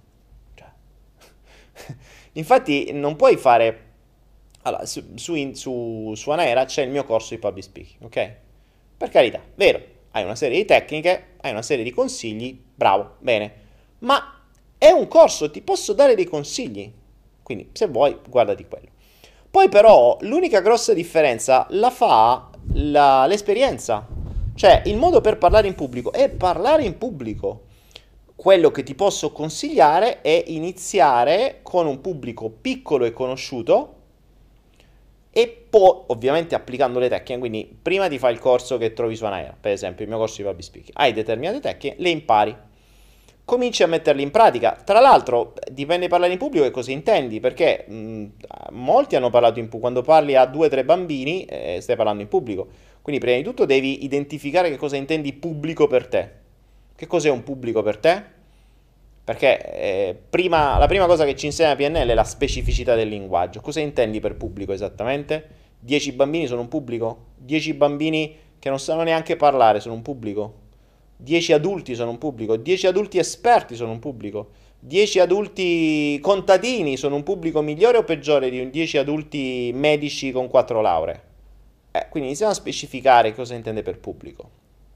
B: Infatti non puoi fare. Allora, su Anaera c'è il mio corso di public speaking, ok? Per carità, vero, hai una serie di tecniche, hai una serie di consigli, bravo, bene. Ma è un corso, ti posso dare dei consigli. Quindi, se vuoi, guardati quello. Poi però, l'unica grossa differenza la fa l'esperienza. Cioè, il modo per parlare in pubblico è parlare in pubblico. Quello che ti posso consigliare è iniziare con un pubblico piccolo e conosciuto e poi, ovviamente, applicando le tecniche. Quindi, prima ti fai il corso che trovi su Anaera, per esempio, il mio corso di public speaking. Hai determinate tecniche, le impari. Cominci a metterle in pratica. Tra l'altro, dipende di parlare in pubblico che cosa intendi, perché molti hanno parlato in pubblico. Quando parli a 2 o 3 bambini, stai parlando in pubblico. Quindi, prima di tutto, devi identificare che cosa intendi pubblico per te. Che cos'è un pubblico per te? Perché la prima cosa che ci insegna PNL è la specificità del linguaggio. Cosa intendi per pubblico esattamente? 10 bambini sono un pubblico? 10 bambini che non sanno neanche parlare sono un pubblico? 10 adulti sono un pubblico? 10 adulti esperti sono un pubblico? 10 adulti contadini sono un pubblico migliore o peggiore di 10 adulti medici con 4 lauree? Quindi iniziamo a specificare cosa intende per pubblico.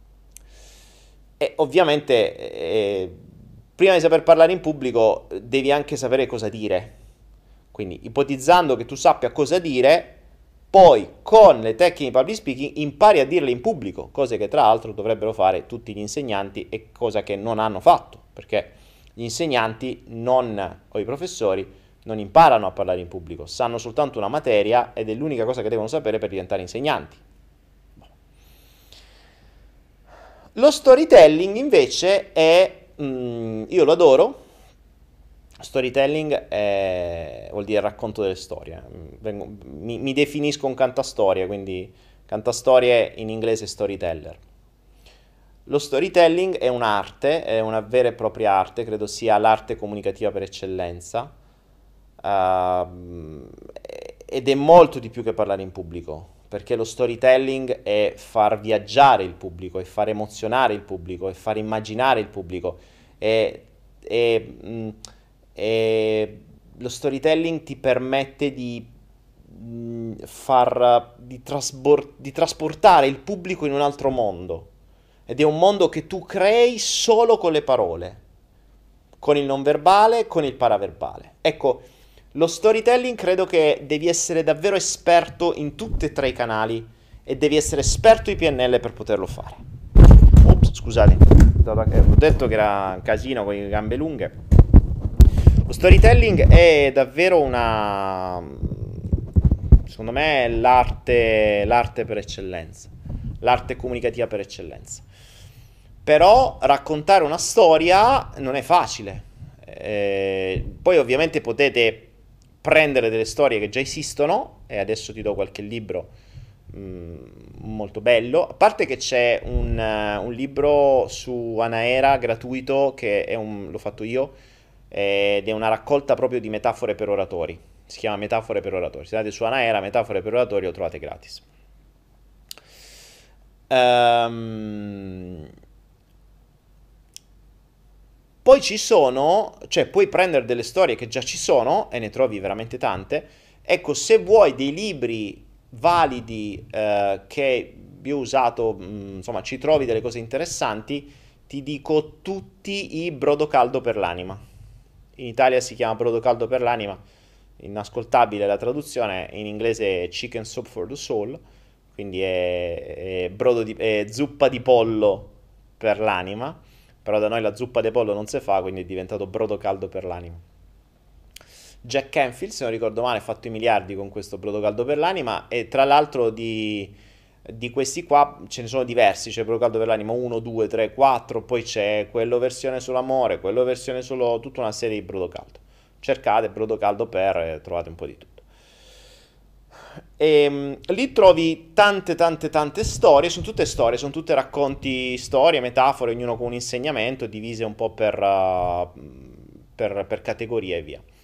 B: E ovviamente, prima di saper parlare in pubblico, devi anche sapere cosa dire. Quindi, ipotizzando che tu sappia cosa dire, poi con le tecniche di public speaking impari a dirle in pubblico, cose che tra l'altro dovrebbero fare tutti gli insegnanti e cosa che non hanno fatto, perché gli insegnanti o i professori non imparano a parlare in pubblico, sanno soltanto una materia ed è l'unica cosa che devono sapere per diventare insegnanti. Lo storytelling invece io lo adoro. Storytelling vuol dire racconto delle storie. Mi definisco un cantastorie, quindi cantastorie in inglese storyteller. Lo storytelling è un'arte, è una vera e propria arte, credo sia l'arte comunicativa per eccellenza, ed è molto di più che parlare in pubblico. perché lo storytelling è far viaggiare il pubblico, è far emozionare il pubblico, è far immaginare il pubblico, è, è, lo storytelling ti permette di trasportare il pubblico in un altro mondo, ed è un mondo che tu crei solo con le parole, con il non verbale, con il paraverbale. Ecco, lo storytelling credo che devi essere davvero esperto in tutti e tre i canali e devi essere esperto in PNL per poterlo fare. Ops, scusate, ho detto che era un casino con le gambe lunghe. Lo storytelling è davvero secondo me, l'arte per eccellenza, l'arte comunicativa per eccellenza. Però raccontare una storia non è facile. Poi ovviamente potete prendere delle storie che già esistono, e adesso ti do qualche libro molto bello, a parte che c'è un libro su Anaera gratuito che l'ho fatto io, ed è una raccolta proprio di metafore per oratori, si chiama Metafore per oratori. Se andate su Anaera, Metafore per oratori, lo trovate gratis. Poi ci sono, cioè puoi prendere delle storie che già ci sono e ne trovi veramente tante. Ecco, se vuoi dei libri validi che io ho usato, insomma, ci trovi delle cose interessanti, ti dico tutti i Brodo Caldo per l'anima. In Italia si chiama Brodo Caldo per l'anima, inascoltabile la traduzione, in inglese è Chicken Soup for the Soul, quindi è zuppa di pollo per l'anima. Però da noi la zuppa di pollo non si fa, quindi è diventato brodo caldo per l'anima. Jack Canfield, se non ricordo male, ha fatto i miliardi con questo brodo caldo per l'anima, e tra l'altro di questi qua ce ne sono diversi, c'è brodo caldo per l'anima 1, 2, 3, 4, poi c'è quello versione sull'amore, quello versione solo, tutta una serie di brodo caldo. Cercate brodo caldo per, trovate un po' di tutto. E lì trovi tante storie, sono tutte racconti, storie, metafore, ognuno con un insegnamento, divise un po' per categorie e via.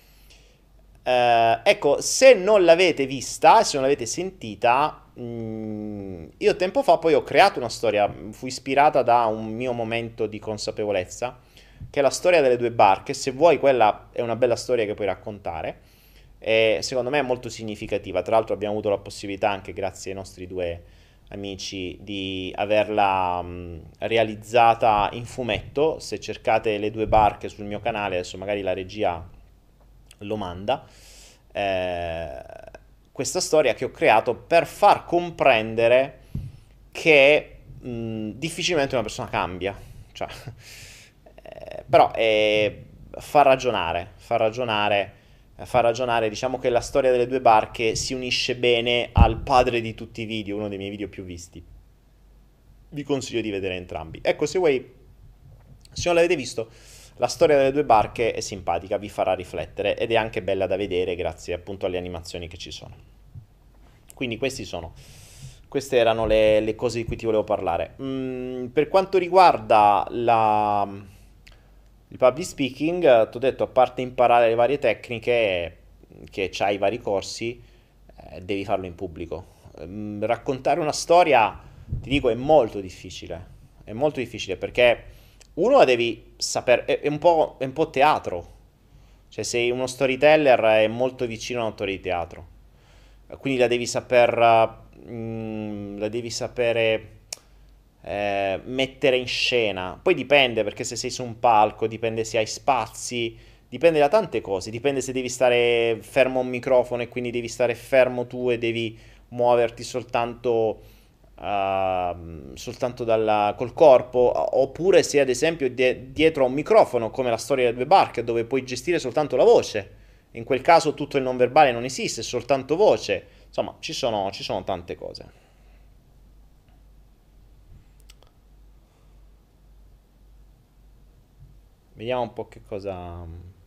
B: Ecco, se non l'avete vista, se non l'avete sentita, io tempo fa poi ho creato una storia, fui ispirata da un mio momento di consapevolezza, che è la storia delle due barche. Se vuoi, quella è una bella storia che puoi raccontare. E secondo me è molto significativa. Tra l'altro abbiamo avuto la possibilità, anche grazie ai nostri due amici, di averla realizzata in fumetto. Se cercate le due barche sul mio canale, adesso magari la regia lo manda, questa storia che ho creato per far comprendere che difficilmente una persona cambia, cioè, però fa ragionare, diciamo che la storia delle due barche si unisce bene al padre di tutti i video, uno dei miei video più visti. Vi consiglio di vedere entrambi. Ecco, se non l'avete visto, la storia delle due barche è simpatica, vi farà riflettere ed è anche bella da vedere grazie appunto alle animazioni che ci sono. Quindi queste erano le cose di cui ti volevo parlare. Per quanto riguarda il public speaking, ti ho detto, a parte imparare le varie tecniche che c'hai i vari corsi, devi farlo in pubblico. Raccontare una storia, ti dico, è molto difficile perché uno la devi sapere, è un po' teatro, cioè sei uno storyteller è molto vicino a un attore di teatro, quindi la devi sapere mettere in scena. Poi dipende, perché se sei su un palco, dipende se hai spazi, dipende da tante cose, dipende se devi stare fermo a un microfono e quindi devi stare fermo tu e devi muoverti soltanto col corpo, oppure se ad esempio dietro a un microfono, come la storia delle due barche, dove puoi gestire soltanto la voce. In quel caso tutto il non verbale non esiste, è soltanto voce. Insomma, ci sono tante cose. Vediamo un po' che cosa.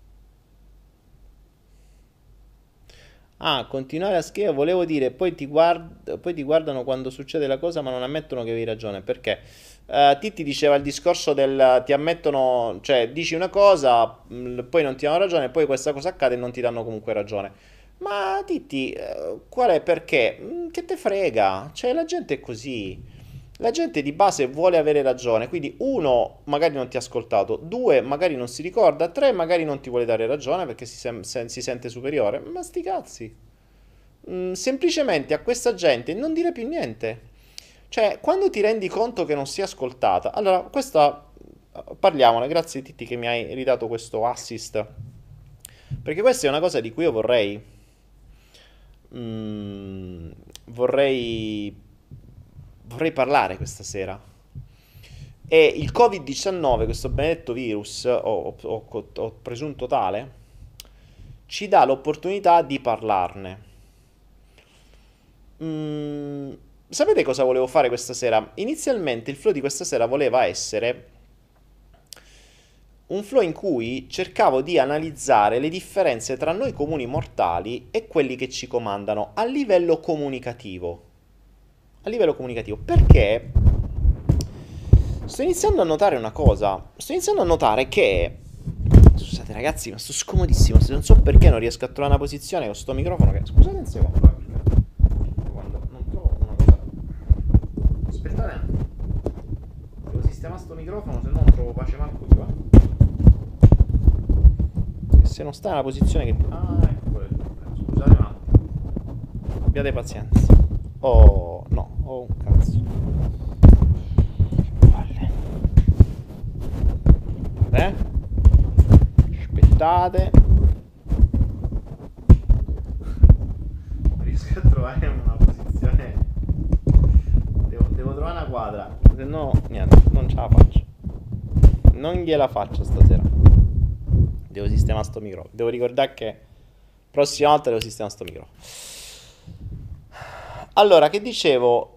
B: Ah, continuare a scrivere, volevo dire, poi ti guardano quando succede la cosa, ma non ammettono che avevi ragione. Perché? Titti diceva il discorso del ti ammettono, cioè dici una cosa, poi non ti danno ragione, poi questa cosa accade e non ti danno comunque ragione. Ma Titti, qual è perché? Che te frega? Cioè, la gente è così. La gente di base vuole avere ragione, quindi uno, magari non ti ha ascoltato, due, magari non si ricorda, tre, magari non ti vuole dare ragione perché si sente superiore. Ma sti cazzi. Semplicemente a questa gente non dire più niente. Cioè, quando ti rendi conto che non si è ascoltata, allora, questa parliamone, grazie Titti che mi hai ridato questo assist, perché questa è una cosa di cui io mm, vorrei, vorrei parlare questa sera. E il Covid-19, questo benedetto virus, o presunto tale, ci dà l'opportunità di parlarne. Mm, sapete cosa volevo fare questa sera? Inizialmente il flow di questa sera voleva essere un flow in cui cercavo di analizzare le differenze tra noi comuni mortali e quelli che ci comandano a livello comunicativo. A livello comunicativo, perché sto iniziando a notare una cosa. Sto iniziando a notare che... Scusate ragazzi, ma sto scomodissimo. Non so perché non riesco a trovare una posizione con sto microfono che... Scusate un secondo. Quando non trovo una cosa... Aspettate un attimo. Devo sistemare sto microfono, se no non trovo pace manco io, E se non sta nella posizione che... Ah, ecco quello è il problema. Scusate un attimo. Abbiate pazienza. Oh, no. Oh, un cazzo. Palle. Aspettate. Non riesco a trovare una posizione. Devo trovare una quadra. Se no, niente, non ce la faccio. Non gliela faccio stasera. Devo sistemare sto microfono. Devo ricordare che prossima volta devo sistemare sto microfono. Allora, che dicevo?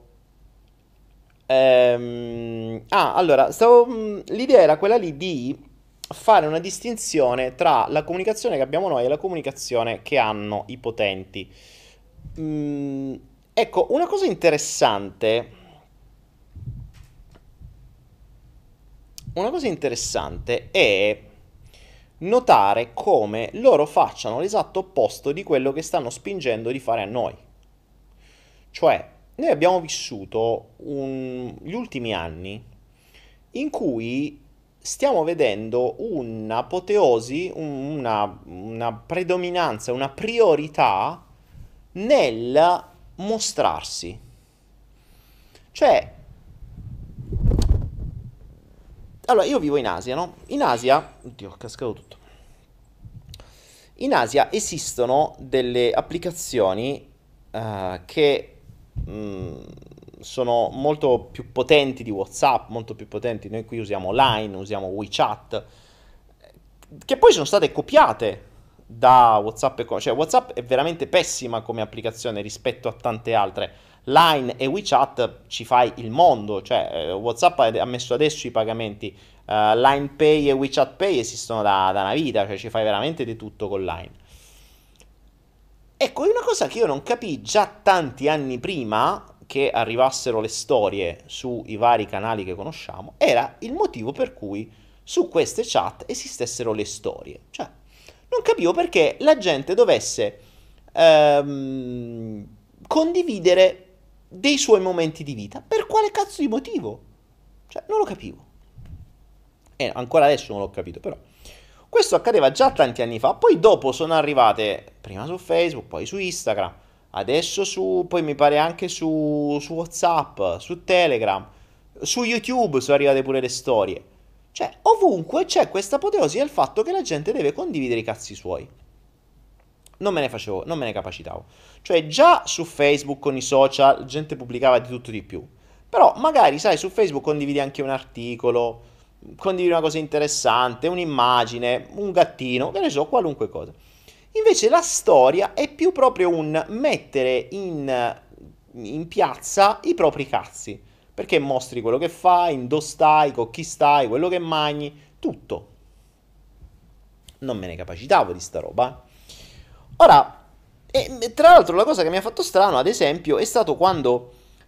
B: Allora, l'idea era quella lì di fare una distinzione tra la comunicazione che abbiamo noi e la comunicazione che hanno i potenti. Ecco, una cosa interessante. Una cosa interessante è notare come loro facciano l'esatto opposto di quello che stanno spingendo di fare a noi. Cioè, noi abbiamo vissuto gli ultimi anni in cui stiamo vedendo un'apoteosi, una predominanza, una priorità nel mostrarsi. Cioè, allora io vivo in Asia, no? In Asia, oddio, è cascato tutto. In Asia esistono delle applicazioni che sono molto più potenti di WhatsApp, molto più potenti. Noi qui usiamo Line, usiamo WeChat, che poi sono state copiate da WhatsApp. Cioè WhatsApp è veramente pessima come applicazione rispetto a tante altre. Line e WeChat ci fai il mondo, cioè WhatsApp ha messo adesso i pagamenti, Line Pay e WeChat Pay esistono da una vita, cioè ci fai veramente di tutto con Line. Ecco, una cosa che io non capii già tanti anni prima che arrivassero le storie sui vari canali che conosciamo, era il motivo per cui su queste chat esistessero le storie. Cioè, non capivo perché la gente dovesse condividere dei suoi momenti di vita. Per quale cazzo di motivo? Cioè, non lo capivo. E ancora adesso non l'ho capito, però. Questo accadeva già tanti anni fa, poi dopo sono arrivate prima su Facebook, poi su Instagram, adesso poi mi pare anche su WhatsApp, su Telegram, su YouTube sono arrivate pure le storie. Cioè, ovunque c'è questa apoteosi del fatto che la gente deve condividere i cazzi suoi. Non me ne capacitavo. Cioè, già su Facebook con i social, la gente pubblicava di tutto di più. Però, magari, sai, su Facebook condividi anche un articolo, condividi una cosa interessante, un'immagine, un gattino, che ne so, qualunque cosa. Invece la storia è più proprio un mettere in piazza i propri cazzi, perché mostri quello che fai, dove stai, con chi stai, quello che mangi, tutto. Non me ne capacitavo di sta roba. Ora, tra l'altro la cosa che mi ha fatto strano, ad esempio, è stato quando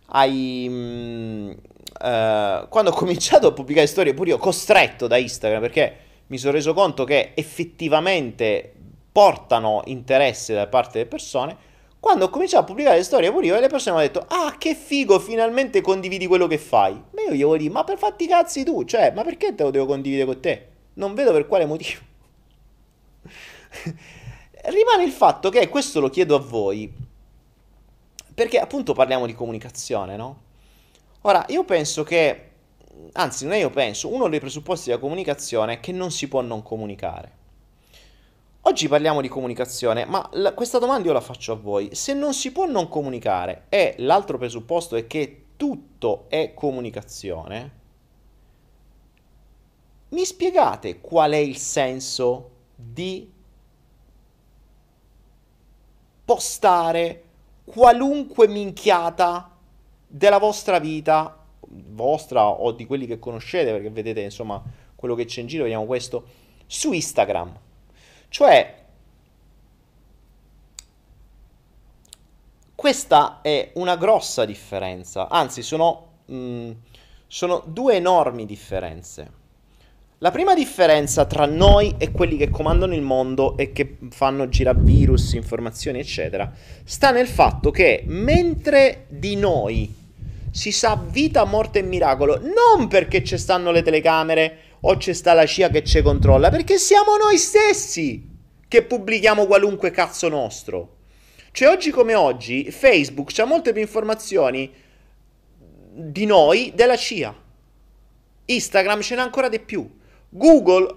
B: quando ho cominciato a pubblicare storie, pure io costretto da Instagram, perché mi sono reso conto che effettivamente portano interesse da parte delle persone. Quando ho cominciato a pubblicare le storie evolutive, le persone mi hanno detto: ah, che figo, finalmente condividi quello che fai. Ma io gli volevo dire: ma per fatti i cazzi tu, cioè, ma perché te lo devo condividere con te? Non vedo per quale motivo. Rimane il fatto che, questo lo chiedo a voi, perché appunto parliamo di comunicazione, no? Ora, io penso che, anzi, non è io penso, uno dei presupposti della comunicazione è che non si può non comunicare. Oggi parliamo di comunicazione, ma questa domanda io la faccio a voi. Se non si può non comunicare e l'altro presupposto è che tutto è comunicazione, mi spiegate qual è il senso di postare qualunque minchiata della vostra vita, vostra o di quelli che conoscete, perché vedete insomma quello che c'è in giro, vediamo questo, su Instagram. Cioè, questa è una grossa differenza, anzi sono due enormi differenze. La prima differenza tra noi e quelli che comandano il mondo e che fanno girare virus, informazioni, eccetera, sta nel fatto che mentre di noi si sa vita, morte e miracolo, non perché ci stanno le telecamere o c'è sta la CIA che ci controlla, perché siamo noi stessi che pubblichiamo qualunque cazzo nostro. Cioè oggi come oggi Facebook c'ha molte più informazioni di noi della CIA. Instagram ce n'ha ancora di più. Google,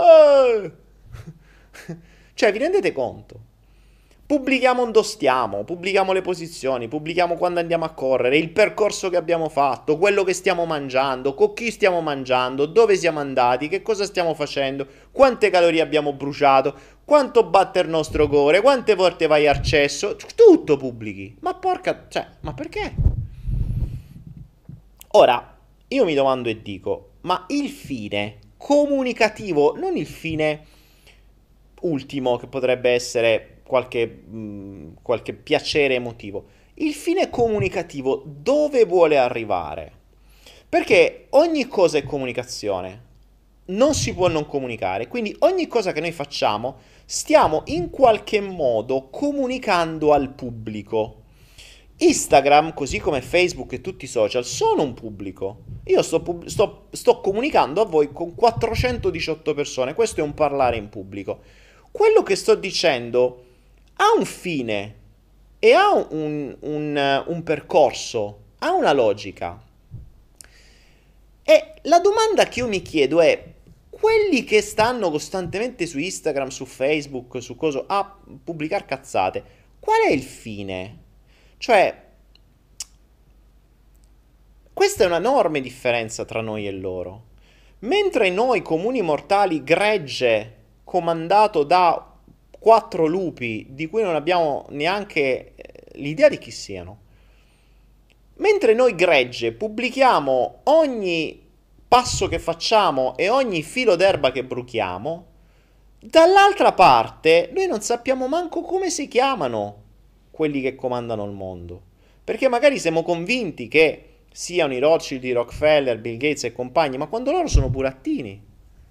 B: cioè vi rendete conto? Pubblichiamo dove stiamo, pubblichiamo le posizioni, pubblichiamo quando andiamo a correre, il percorso che abbiamo fatto, quello che stiamo mangiando, con chi stiamo mangiando, dove siamo andati, che cosa stiamo facendo, quante calorie abbiamo bruciato, quanto batte il nostro cuore, quante volte vai al cesso, tutto pubblichi. Ma porca, cioè, ma perché? Ora, io mi domando e dico, ma il fine comunicativo, non il fine ultimo che potrebbe essere qualche piacere emotivo, il fine comunicativo dove vuole arrivare? Perché ogni cosa è comunicazione, non si può non comunicare, quindi ogni cosa che noi facciamo stiamo in qualche modo comunicando al pubblico. Instagram, così come Facebook e tutti i social, sono un pubblico. Io sto comunicando a voi con 418 persone. Questo è un parlare in pubblico. Quello che sto dicendo ha un fine e ha un percorso, ha una logica. E la domanda che io mi chiedo è: quelli che stanno costantemente su Instagram, su Facebook, su cosa, a pubblicare cazzate, qual è il fine? Cioè, questa è un'enorme differenza tra noi e loro. Mentre noi comuni mortali, gregge comandato da 4 lupi di cui non abbiamo neanche l'idea di chi siano, mentre noi gregge pubblichiamo ogni passo che facciamo e ogni filo d'erba che bruchiamo, dall'altra parte noi non sappiamo manco come si chiamano quelli che comandano il mondo, perché magari siamo convinti che siano i Rothschild, i Rockefeller, Bill Gates e compagni, ma quando loro sono burattini,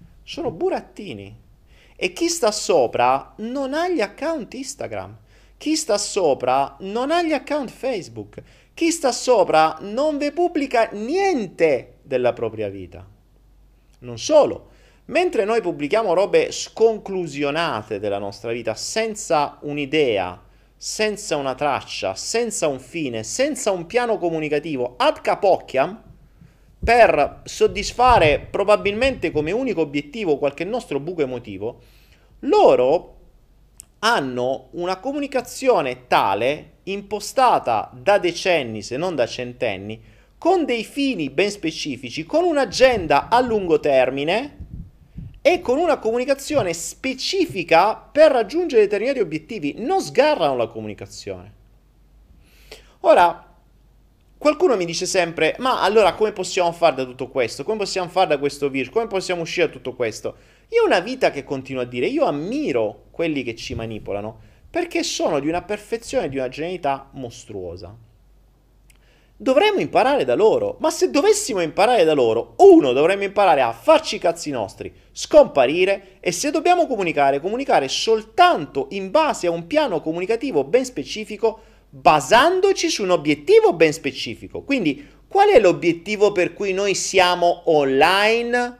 B: e chi sta sopra non ha gli account Instagram, chi sta sopra non ha gli account Facebook, chi sta sopra non vi pubblica niente della propria vita. Non solo, mentre noi pubblichiamo robe sconclusionate della nostra vita, senza un'idea, senza una traccia, senza un fine, senza un piano comunicativo ad capocchiam, per soddisfare probabilmente come unico obiettivo qualche nostro buco emotivo, loro hanno una comunicazione tale, impostata da decenni se non da centenni, con dei fini ben specifici, con un'agenda a lungo termine e con una comunicazione specifica per raggiungere determinati obiettivi. Non sgarrano la comunicazione. Ora, qualcuno mi dice sempre: ma allora come possiamo fare da tutto questo? Come possiamo fare da questo virus? Come possiamo uscire da tutto questo? Io ho una vita che continuo a dire, io ammiro quelli che ci manipolano, perché sono di una perfezione, di una genialità mostruosa. dovremmo imparare da loro. Ma se dovessimo imparare da loro, uno, dovremmo imparare a farci i cazzi nostri, scomparire, e se dobbiamo comunicare, comunicare soltanto in base a un piano comunicativo ben specifico, basandoci su un obiettivo ben specifico. Quindi, qual è l'obiettivo per cui noi siamo online?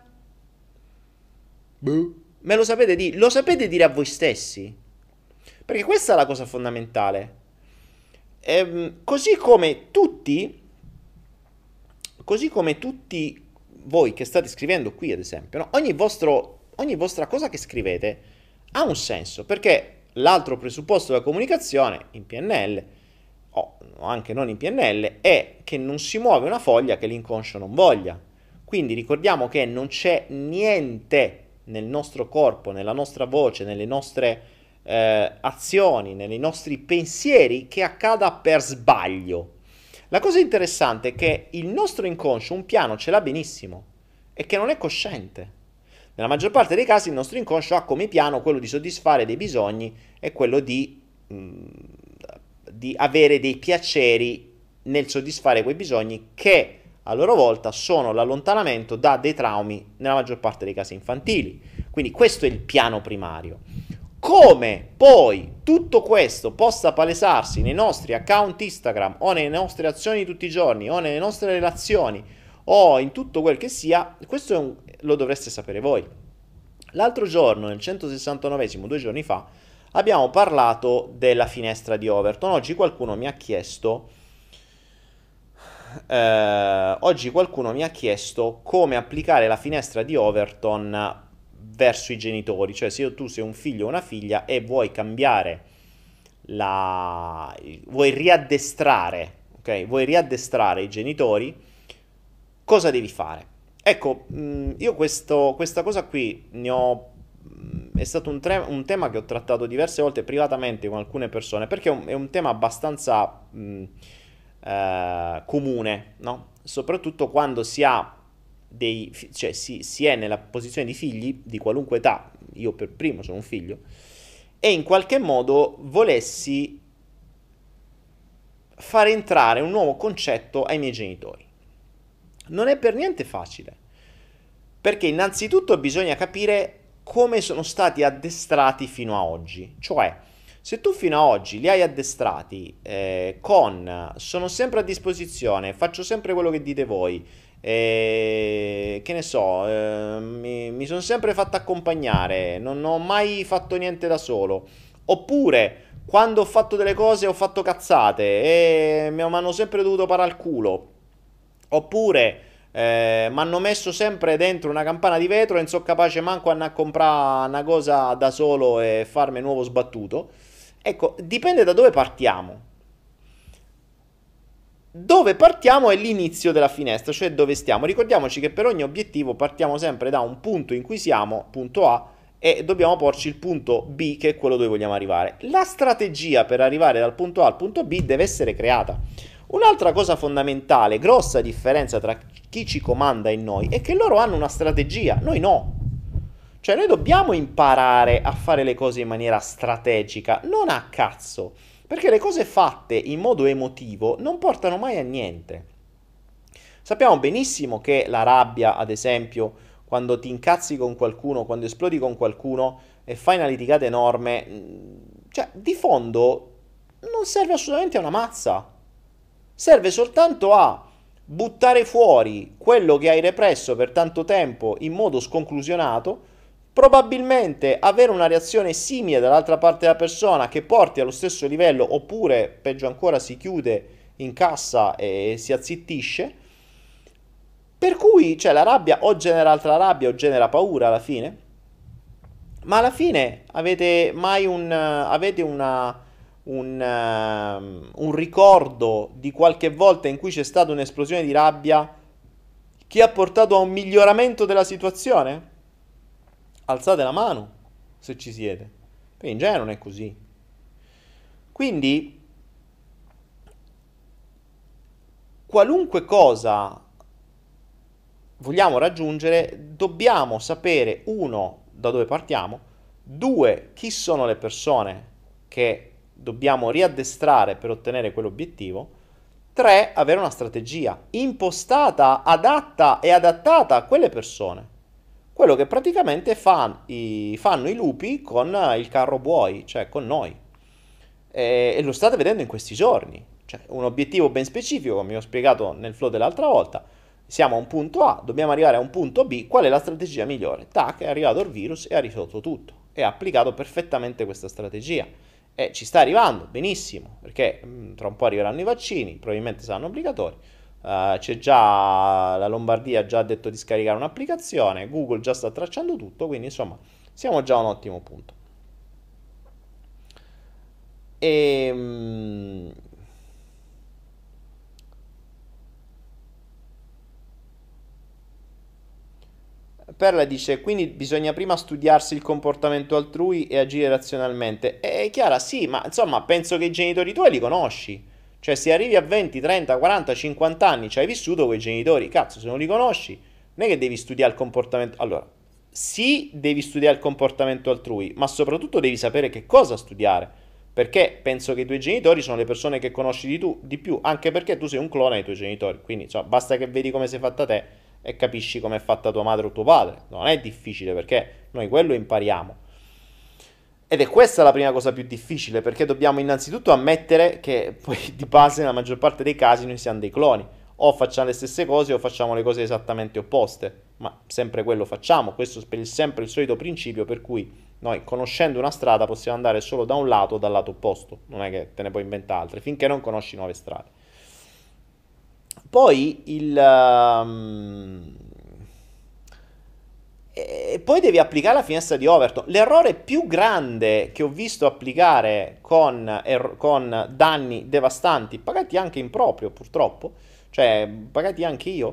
B: Me lo sapete dire? Lo sapete dire a voi stessi? Perché questa è la cosa fondamentale. Così come tutti voi che state scrivendo qui, ad esempio, no? Ogni vostra cosa che scrivete ha un senso, perché l'altro presupposto della comunicazione in PNL, o anche non in PNL, è che non si muove una foglia che l'inconscio non voglia. Quindi ricordiamo che non c'è niente nel nostro corpo, nella nostra voce, nelle nostre azioni, nei nostri pensieri che accada per sbaglio. La cosa interessante è che il nostro inconscio un piano ce l'ha benissimo e che non è cosciente. Nella maggior parte dei casi il nostro inconscio ha come piano quello di soddisfare dei bisogni e quello di avere dei piaceri nel soddisfare quei bisogni, che a loro volta sono l'allontanamento da dei traumi, nella maggior parte dei casi infantili. Quindi questo è il piano primario. Come poi tutto questo possa palesarsi nei nostri account Instagram o nelle nostre azioni di tutti i giorni o nelle nostre relazioni o in tutto quel che sia, questo lo dovreste sapere voi. L'altro giorno, nel 169esimo, 2 giorni fa, abbiamo parlato della finestra di Overton. Oggi qualcuno mi ha chiesto come applicare la finestra di Overton verso i genitori, cioè se tu sei un figlio o una figlia e vuoi cambiare vuoi riaddestrare, ok? Vuoi riaddestrare i genitori, cosa devi fare? Ecco, io questa cosa qui è stato un tema che ho trattato diverse volte privatamente con alcune persone, perché è un tema abbastanza comune, no? Soprattutto quando si è nella posizione di figli di qualunque età. Io per primo sono un figlio e in qualche modo volessi far entrare un nuovo concetto ai miei genitori. Non è per niente facile, perché innanzitutto bisogna capire come sono stati addestrati fino a oggi. Cioè, se tu fino a oggi li hai addestrati sono sempre a disposizione, faccio sempre quello che dite voi, che ne so, mi sono sempre fatto accompagnare, non ho mai fatto niente da solo, oppure quando ho fatto delle cose ho fatto cazzate e mi hanno sempre dovuto parare il culo, oppure mi hanno messo sempre dentro una campana di vetro e non sono capace manco a comprare una cosa da solo e farmi nuovo sbattuto. Ecco, dipende da dove partiamo. Dove partiamo è l'inizio della finestra, cioè dove stiamo. Ricordiamoci che per ogni obiettivo partiamo sempre da un punto in cui siamo, punto A, e dobbiamo porci il punto B, che è quello dove vogliamo arrivare. La strategia per arrivare dal punto A al punto B deve essere creata. Un'altra cosa fondamentale, grossa differenza tra chi ci comanda e noi, è che loro hanno una strategia, noi no. Cioè noi dobbiamo imparare a fare le cose in maniera strategica, non a cazzo. Perché le cose fatte in modo emotivo non portano mai a niente. Sappiamo benissimo che la rabbia, ad esempio, quando ti incazzi con qualcuno, quando esplodi con qualcuno e fai una litigata enorme, cioè di fondo non serve assolutamente a una mazza. Serve soltanto a buttare fuori quello che hai represso per tanto tempo in modo sconclusionato, probabilmente avere una reazione simile dall'altra parte della persona che porti allo stesso livello, oppure peggio ancora si chiude in cassa e si azzittisce, per cui cioè, la rabbia o genera altra rabbia o genera paura alla fine. Ma alla fine avete mai un ricordo di qualche volta in cui c'è stata un'esplosione di rabbia che ha portato a un miglioramento della situazione? Alzate la mano se ci siete, perché in genere non è così. Quindi qualunque cosa vogliamo raggiungere, dobbiamo sapere, uno, da dove partiamo, due, chi sono le persone che dobbiamo riaddestrare per ottenere quell'obiettivo, 3, avere una strategia impostata, adatta e adattata a quelle persone. Quello che praticamente fanno i lupi con il carro buoi, cioè con noi. E lo state vedendo in questi giorni. Cioè, un obiettivo ben specifico, come vi ho spiegato nel flow dell'altra volta. Siamo a un punto A, dobbiamo arrivare a un punto B. Qual è la strategia migliore? Tac, è arrivato il virus e ha risolto tutto. E ha applicato perfettamente questa strategia. E ci sta arrivando, benissimo, perché tra un po' arriveranno i vaccini, probabilmente saranno obbligatori. C'è già la Lombardia ha già detto di scaricare un'applicazione, Google già sta tracciando tutto, quindi insomma siamo già a un ottimo punto. E, Perla dice, quindi bisogna prima studiarsi il comportamento altrui e agire razionalmente. E Chiara, sì, ma insomma, penso che i genitori tuoi li conosci. Cioè, se arrivi a 20, 30, 40, 50 anni, ci hai vissuto con i genitori, cazzo, se non li conosci, non è che devi studiare il comportamento. Allora, sì, devi studiare il comportamento altrui, ma soprattutto devi sapere che cosa studiare. Perché penso che i tuoi genitori sono le persone che conosci di più, anche perché tu sei un clone dei tuoi genitori. Quindi, insomma, basta che vedi come sei fatta te e capisci come è fatta tua madre o tuo padre. Non è difficile perché noi quello impariamo. Ed è questa la prima cosa più difficile perché dobbiamo innanzitutto ammettere che poi di base nella maggior parte dei casi noi siamo dei cloni. O facciamo le stesse cose o facciamo le cose esattamente opposte. Ma sempre quello facciamo. Questo è sempre il solito principio per cui noi conoscendo una strada possiamo andare solo da un lato o dal lato opposto. Non è che te ne puoi inventare altre finché non conosci nuove strade. Poi e poi devi applicare la finestra di Overton. L'errore più grande che ho visto applicare con danni devastanti, pagati anche in proprio purtroppo, cioè pagati anche io,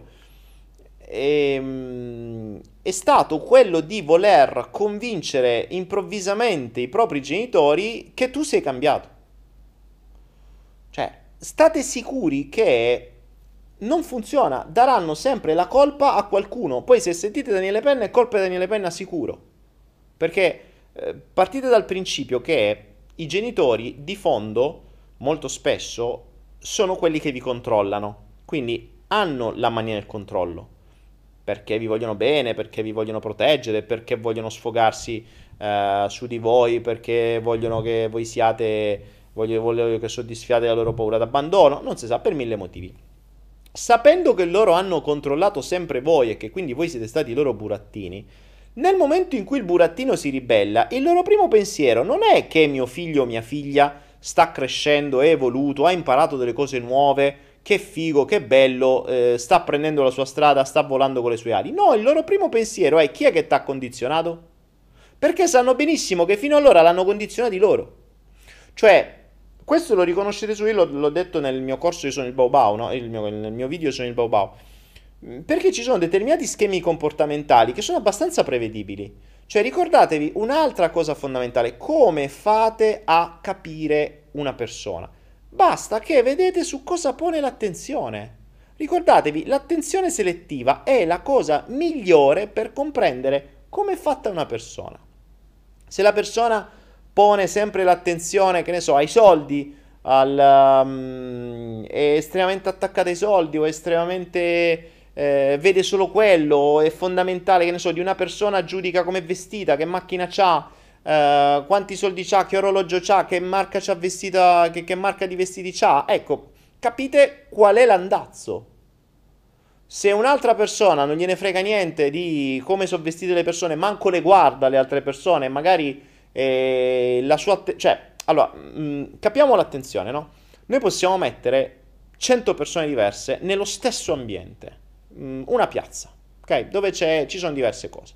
B: è stato quello di voler convincere improvvisamente i propri genitori che tu sei cambiato. Cioè, state sicuri che non funziona, daranno sempre la colpa a qualcuno. Poi se sentite Daniele Penna è colpa di Daniele Penna sicuro. Perché partite dal principio che i genitori di fondo molto spesso sono quelli che vi controllano. Quindi hanno la mania del controllo. Perché vi vogliono bene, perché vi vogliono proteggere, perché vogliono sfogarsi su di voi, perché vogliono che voi siate, vogliono che soddisfiate la loro paura d'abbandono, non si sa, per mille motivi. Sapendo che loro hanno controllato sempre voi e che quindi voi siete stati i loro burattini, nel momento in cui il burattino si ribella, il loro primo pensiero non è che mio figlio o mia figlia sta crescendo, è evoluto, ha imparato delle cose nuove, che figo, che bello, sta prendendo la sua strada, sta volando con le sue ali. No, il loro primo pensiero è chi è che t'ha condizionato? Perché sanno benissimo che fino allora l'hanno condizionati loro. Cioè, questo lo riconoscete su, io l'ho detto nel mio corso, io sono il Baobao, no? Nel mio video sono il Baobao. Perché ci sono determinati schemi comportamentali che sono abbastanza prevedibili. Cioè, ricordatevi un'altra cosa fondamentale, come fate a capire una persona? Basta che vedete su cosa pone l'attenzione. Ricordatevi, l'attenzione selettiva è la cosa migliore per comprendere come è fatta una persona. Se la persona pone sempre l'attenzione, che ne so, ai soldi, è estremamente attaccata ai soldi o è estremamente vede solo quello, o è fondamentale, che ne so, di una persona giudica come è vestita, che macchina c'ha, quanti soldi c'ha, che orologio c'ha, che marca c'ha vestita, che marca di vestiti c'ha. Ecco, capite qual è l'andazzo. Se un'altra persona non gliene frega niente di come sono vestite le persone, manco le guarda le altre persone, magari la sua cioè, allora, capiamo l'attenzione, no? Noi possiamo mettere 100 persone diverse nello stesso ambiente, una piazza, ok? Dove ci sono diverse cose.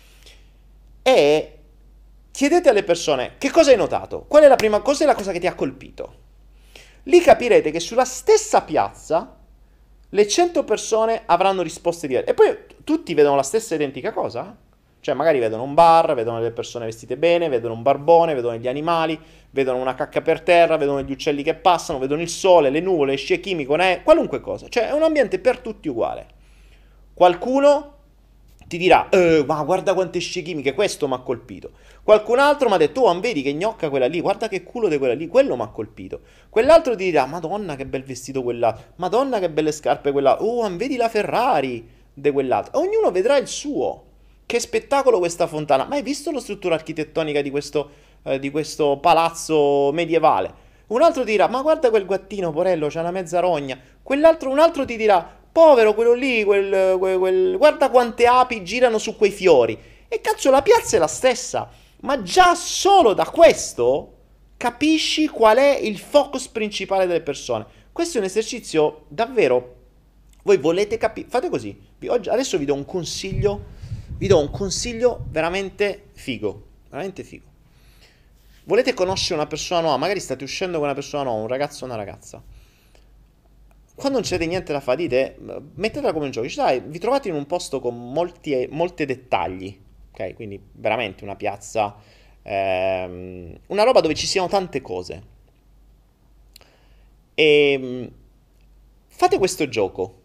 B: E chiedete alle persone che cosa hai notato, qual è la prima cosa e la cosa che ti ha colpito. Lì capirete che sulla stessa piazza le 100 persone avranno risposte diverse. E poi tutti vedono la stessa identica cosa? Cioè magari vedono un bar, vedono le persone vestite bene, vedono un barbone, vedono gli animali, vedono una cacca per terra, vedono gli uccelli che passano, vedono il sole, le nuvole, le scie chimiche, qualunque cosa. Cioè è un ambiente per tutti uguale. Qualcuno ti dirà, ma guarda quante scie chimiche, questo mi ha colpito. Qualcun altro mi ha detto, oh, vedi che gnocca quella lì, guarda che culo di quella lì, quello mi ha colpito. Quell'altro ti dirà, Madonna che bel vestito quell'altro, Madonna che belle scarpe quell'altro, oh, vedi la Ferrari di quell'altro. Ognuno vedrà il suo. Che spettacolo questa fontana. Ma hai visto la struttura architettonica di questo palazzo medievale? Un altro ti dirà, ma guarda quel gattino, porello, c'ha una mezza rogna. Un altro ti dirà, povero quello lì, guarda quante api girano su quei fiori. E cazzo, la piazza è la stessa. Ma già solo da questo capisci qual è il focus principale delle persone. Questo è un esercizio davvero. Voi volete capire? Fate così. Adesso vi do un consiglio veramente figo. Veramente figo. Volete conoscere una persona nuova? Magari state uscendo con una persona nuova, un ragazzo o una ragazza. Quando non c'è niente da fare, dite, mettetela come un gioco. Dice, dai, vi trovate in un posto con molti dettagli. Ok? Quindi veramente una piazza, una roba dove ci siano tante cose. E fate questo gioco.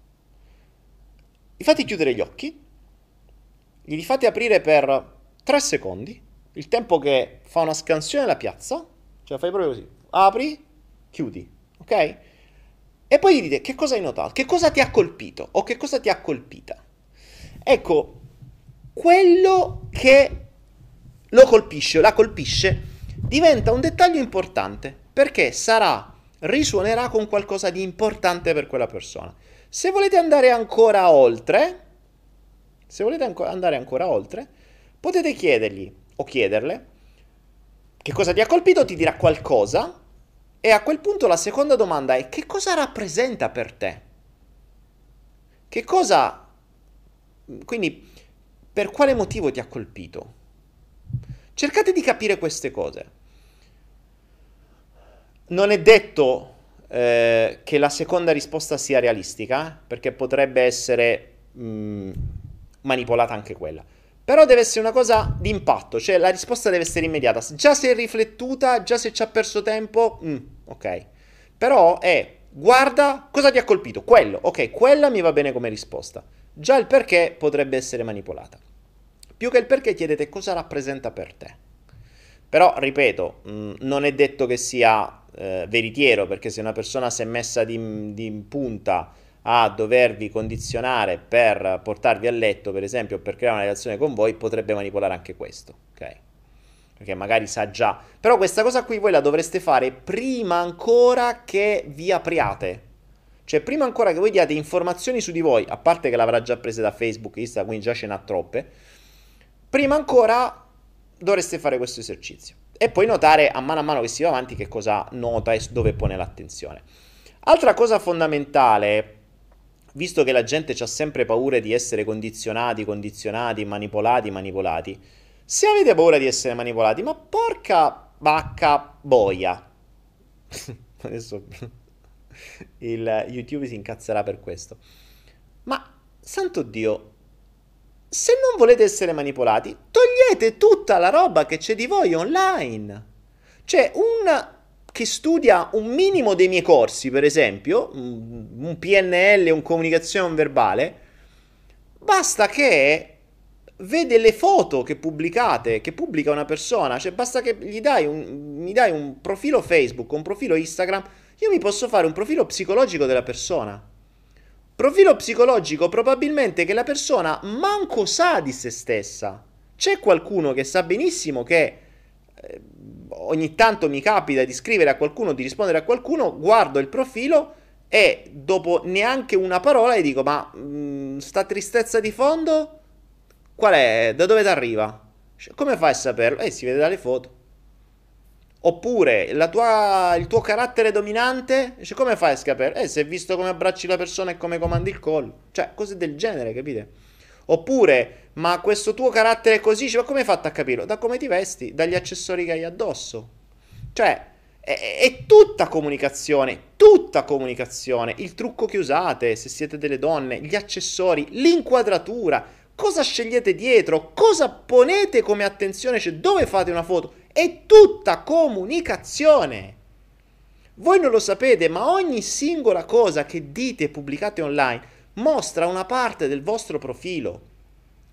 B: Vi fate chiudere gli occhi. Gli fate aprire per 3 secondi. Il tempo che fa una scansione della piazza. Cioè fai proprio così. Apri, chiudi. Ok? E poi gli dite che cosa hai notato, che cosa ti ha colpito o che cosa ti ha colpita. Ecco, quello che lo colpisce o la colpisce diventa un dettaglio importante perché risuonerà con qualcosa di importante per quella persona. Se volete andare ancora oltre, potete chiedergli o chiederle che cosa ti ha colpito, ti dirà qualcosa. E a quel punto la seconda domanda è che cosa rappresenta per te? Che cosa... Quindi, per quale motivo ti ha colpito? Cercate di capire queste cose. Non è detto che la seconda risposta sia realistica, perché potrebbe essere manipolata anche quella. Però deve essere una cosa di impatto, cioè la risposta deve essere immediata. Già se è riflettuta, già se ci ha perso tempo, ok. Però guarda cosa ti ha colpito, quello, ok, quella mi va bene come risposta. Già il perché potrebbe essere manipolata. Più che il perché chiedete cosa rappresenta per te. Però, ripeto, non è detto che sia veritiero, perché se una persona si è messa di punta a dovervi condizionare per portarvi a letto, per esempio, o per creare una relazione con voi, potrebbe manipolare anche questo, ok? Perché magari sa già. Però questa cosa qui voi la dovreste fare prima ancora che vi apriate. Cioè, prima ancora che voi diate informazioni su di voi, a parte che l'avrà già prese da Facebook, Instagram, quindi già ce n'ha troppe, prima ancora dovreste fare questo esercizio. E poi notare a mano che si va avanti che cosa nota e dove pone l'attenzione. Altra cosa fondamentale, visto che la gente ha sempre paura di essere condizionati, manipolati, se avete paura di essere manipolati, ma porca vacca boia. Adesso il YouTube si incazzerà per questo. Ma, santo Dio, se non volete essere manipolati, togliete tutta la roba che c'è di voi online. Cioè, che studia un minimo dei miei corsi, per esempio, un PNL, un comunicazione non verbale, basta che vede le foto che pubblicate, che pubblica una persona, cioè basta che mi dai un profilo Facebook, un profilo Instagram, io mi posso fare un profilo psicologico della persona. Profilo psicologico probabilmente che la persona manco sa di se stessa. C'è qualcuno che sa benissimo che ogni tanto mi capita di scrivere a qualcuno, di rispondere a qualcuno, guardo il profilo e dopo neanche una parola gli dico ma sta tristezza di fondo qual è? Da dove ti arriva? Come fai a saperlo? Si vede dalle foto. Oppure il tuo carattere dominante, come fai a sapere? Se hai visto come abbracci la persona e come comandi il collo. Cioè, cose del genere, capite? Oppure, ma questo tuo carattere è così, ma come hai fatto a capirlo? Da come ti vesti, dagli accessori che hai addosso. Cioè, è tutta comunicazione, il trucco che usate, se siete delle donne, gli accessori, l'inquadratura, cosa scegliete dietro, cosa ponete come attenzione, cioè dove fate una foto, è tutta comunicazione. Voi non lo sapete, ma ogni singola cosa che dite e pubblicate online mostra una parte del vostro profilo.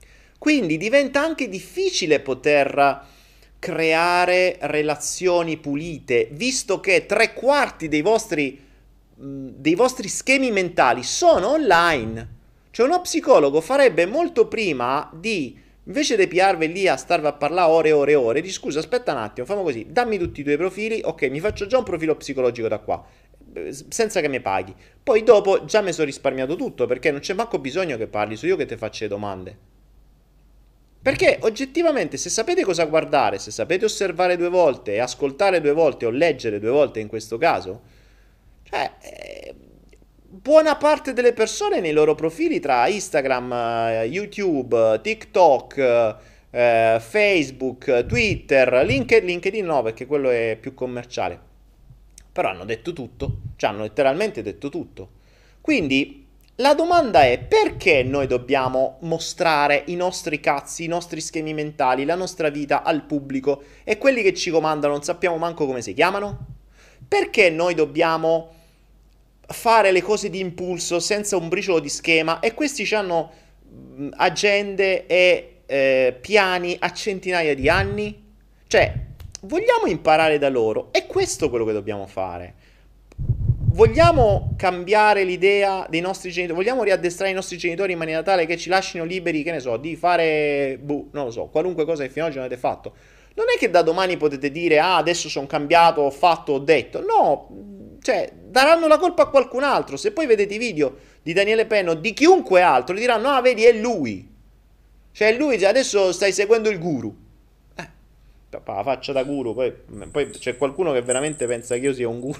B: Quindi diventa anche difficile poter creare relazioni pulite, visto che 3/4 dei vostri schemi mentali sono online. Cioè uno psicologo farebbe molto prima di, invece di piarvi lì a starvi a parlare ore e ore e ore, di scusa, aspetta un attimo, fammi così, dammi tutti i tuoi profili, ok, mi faccio già un profilo psicologico da qua, senza che mi paghi. Poi dopo già mi sono risparmiato tutto, perché non c'è manco bisogno che parli, sono io che ti faccio le domande. Perché oggettivamente se sapete cosa guardare, se sapete osservare 2 volte e ascoltare 2 volte o leggere 2 volte in questo caso, cioè buona parte delle persone nei loro profili tra Instagram, YouTube, TikTok, Facebook, Twitter, LinkedIn no perché quello è più commerciale, però hanno detto tutto, cioè hanno letteralmente detto tutto. Quindi la domanda è perché noi dobbiamo mostrare i nostri cazzi, i nostri schemi mentali, la nostra vita al pubblico e quelli che ci comandano non sappiamo manco come si chiamano? Perché noi dobbiamo fare le cose di impulso senza un briciolo di schema e questi hanno agende e piani a centinaia di anni? Cioè, vogliamo imparare da loro? È questo quello che dobbiamo fare. Vogliamo cambiare l'idea dei nostri genitori? Vogliamo riaddestrare i nostri genitori in maniera tale che ci lasciano liberi, che ne so, di fare, non lo so, qualunque cosa che fino ad oggi non avete fatto? Non è che da domani potete dire, ah, adesso sono cambiato, ho fatto, ho detto. No, cioè, daranno la colpa a qualcun altro. Se poi vedete i video di Daniele Penno o di chiunque altro, gli diranno, ah, vedi, è lui. Cioè, lui, cioè, adesso stai seguendo il guru. La faccia da guru, poi c'è qualcuno che veramente pensa che io sia un guru.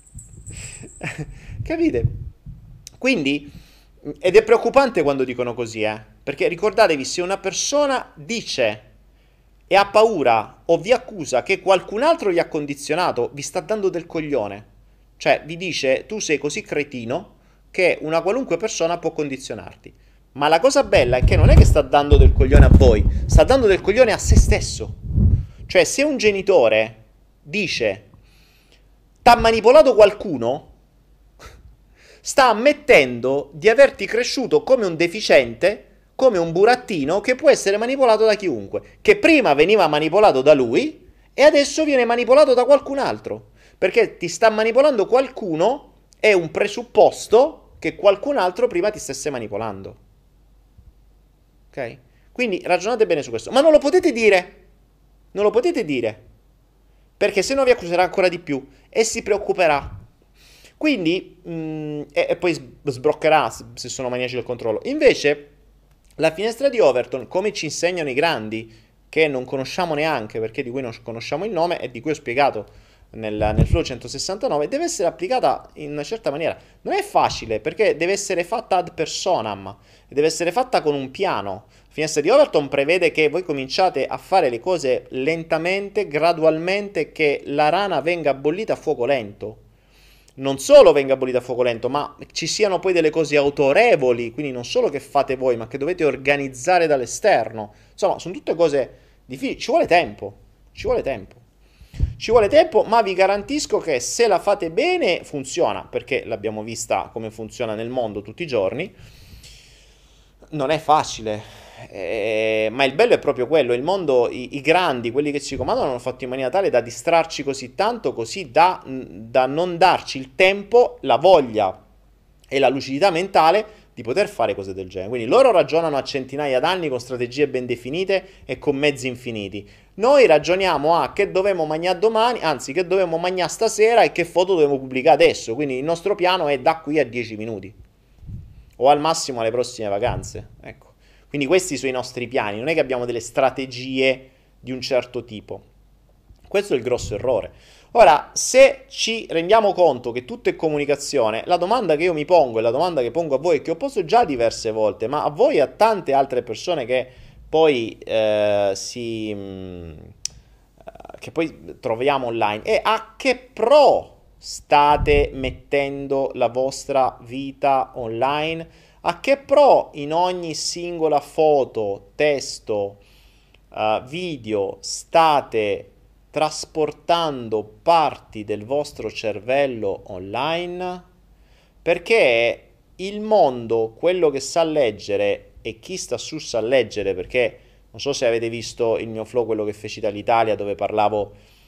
B: Capite? Quindi, ed è preoccupante quando dicono così, perché ricordatevi, se una persona dice e ha paura o vi accusa che qualcun altro gli ha condizionato, vi sta dando del coglione. Cioè, vi dice, tu sei così cretino che una qualunque persona può condizionarti. Ma la cosa bella è che non è che sta dando del coglione a voi, sta dando del coglione a se stesso. Cioè, se un genitore dice t'ha manipolato qualcuno, sta ammettendo di averti cresciuto come un deficiente, come un burattino che può essere manipolato da chiunque, che prima veniva manipolato da lui e adesso viene manipolato da qualcun altro, perché ti sta manipolando qualcuno è un presupposto che qualcun altro prima ti stesse manipolando. Ok? Quindi ragionate bene su questo, ma non lo potete dire. Non lo potete dire, perché se no vi accuserà ancora di più e si preoccuperà. Quindi, e poi sbroccherà se sono maniaci del controllo. Invece, la finestra di Overton, come ci insegnano i grandi, che non conosciamo neanche, perché di cui non conosciamo il nome e di cui ho spiegato nel Flow 169, deve essere applicata in una certa maniera. Non è facile, perché deve essere fatta ad personam, deve essere fatta con un piano. Finestra di Overton prevede che voi cominciate a fare le cose lentamente, gradualmente, che la rana venga bollita a fuoco lento. Non solo venga bollita a fuoco lento, ma ci siano poi delle cose autorevoli, quindi non solo che fate voi, ma che dovete organizzare dall'esterno. Insomma, sono tutte cose difficili, ci vuole tempo, ci vuole tempo. Ci vuole tempo, ma vi garantisco che se la fate bene funziona, perché l'abbiamo vista come funziona nel mondo tutti i giorni. Non è facile. Ma il bello è proprio quello, il mondo, i grandi, quelli che ci comandano hanno fatto in maniera tale da distrarci così tanto, così da non darci il tempo, la voglia e la lucidità mentale di poter fare cose del genere. Quindi loro ragionano a centinaia d'anni con strategie ben definite e con mezzi infiniti. Noi ragioniamo a che dovevamo mangiare domani, anzi che dovevamo mangiare stasera e che foto dobbiamo pubblicare adesso. Quindi il nostro piano è da qui a 10 minuti o al massimo alle prossime vacanze, ecco. Quindi questi sono i nostri piani, non è che abbiamo delle strategie di un certo tipo. Questo è il grosso errore. Ora, se ci rendiamo conto che tutto è comunicazione, la domanda che io mi pongo e la domanda che pongo a voi, che ho posto già diverse volte, ma a voi e a tante altre persone che poi che poi troviamo online, è a che pro state mettendo la vostra vita online? A che pro in ogni singola foto, testo, video state trasportando parti del vostro cervello online? Perché il mondo, quello che sa leggere, e chi sta su sa leggere, perché non so se avete visto il mio flow, quello che feci dall'Italia, dove parlavo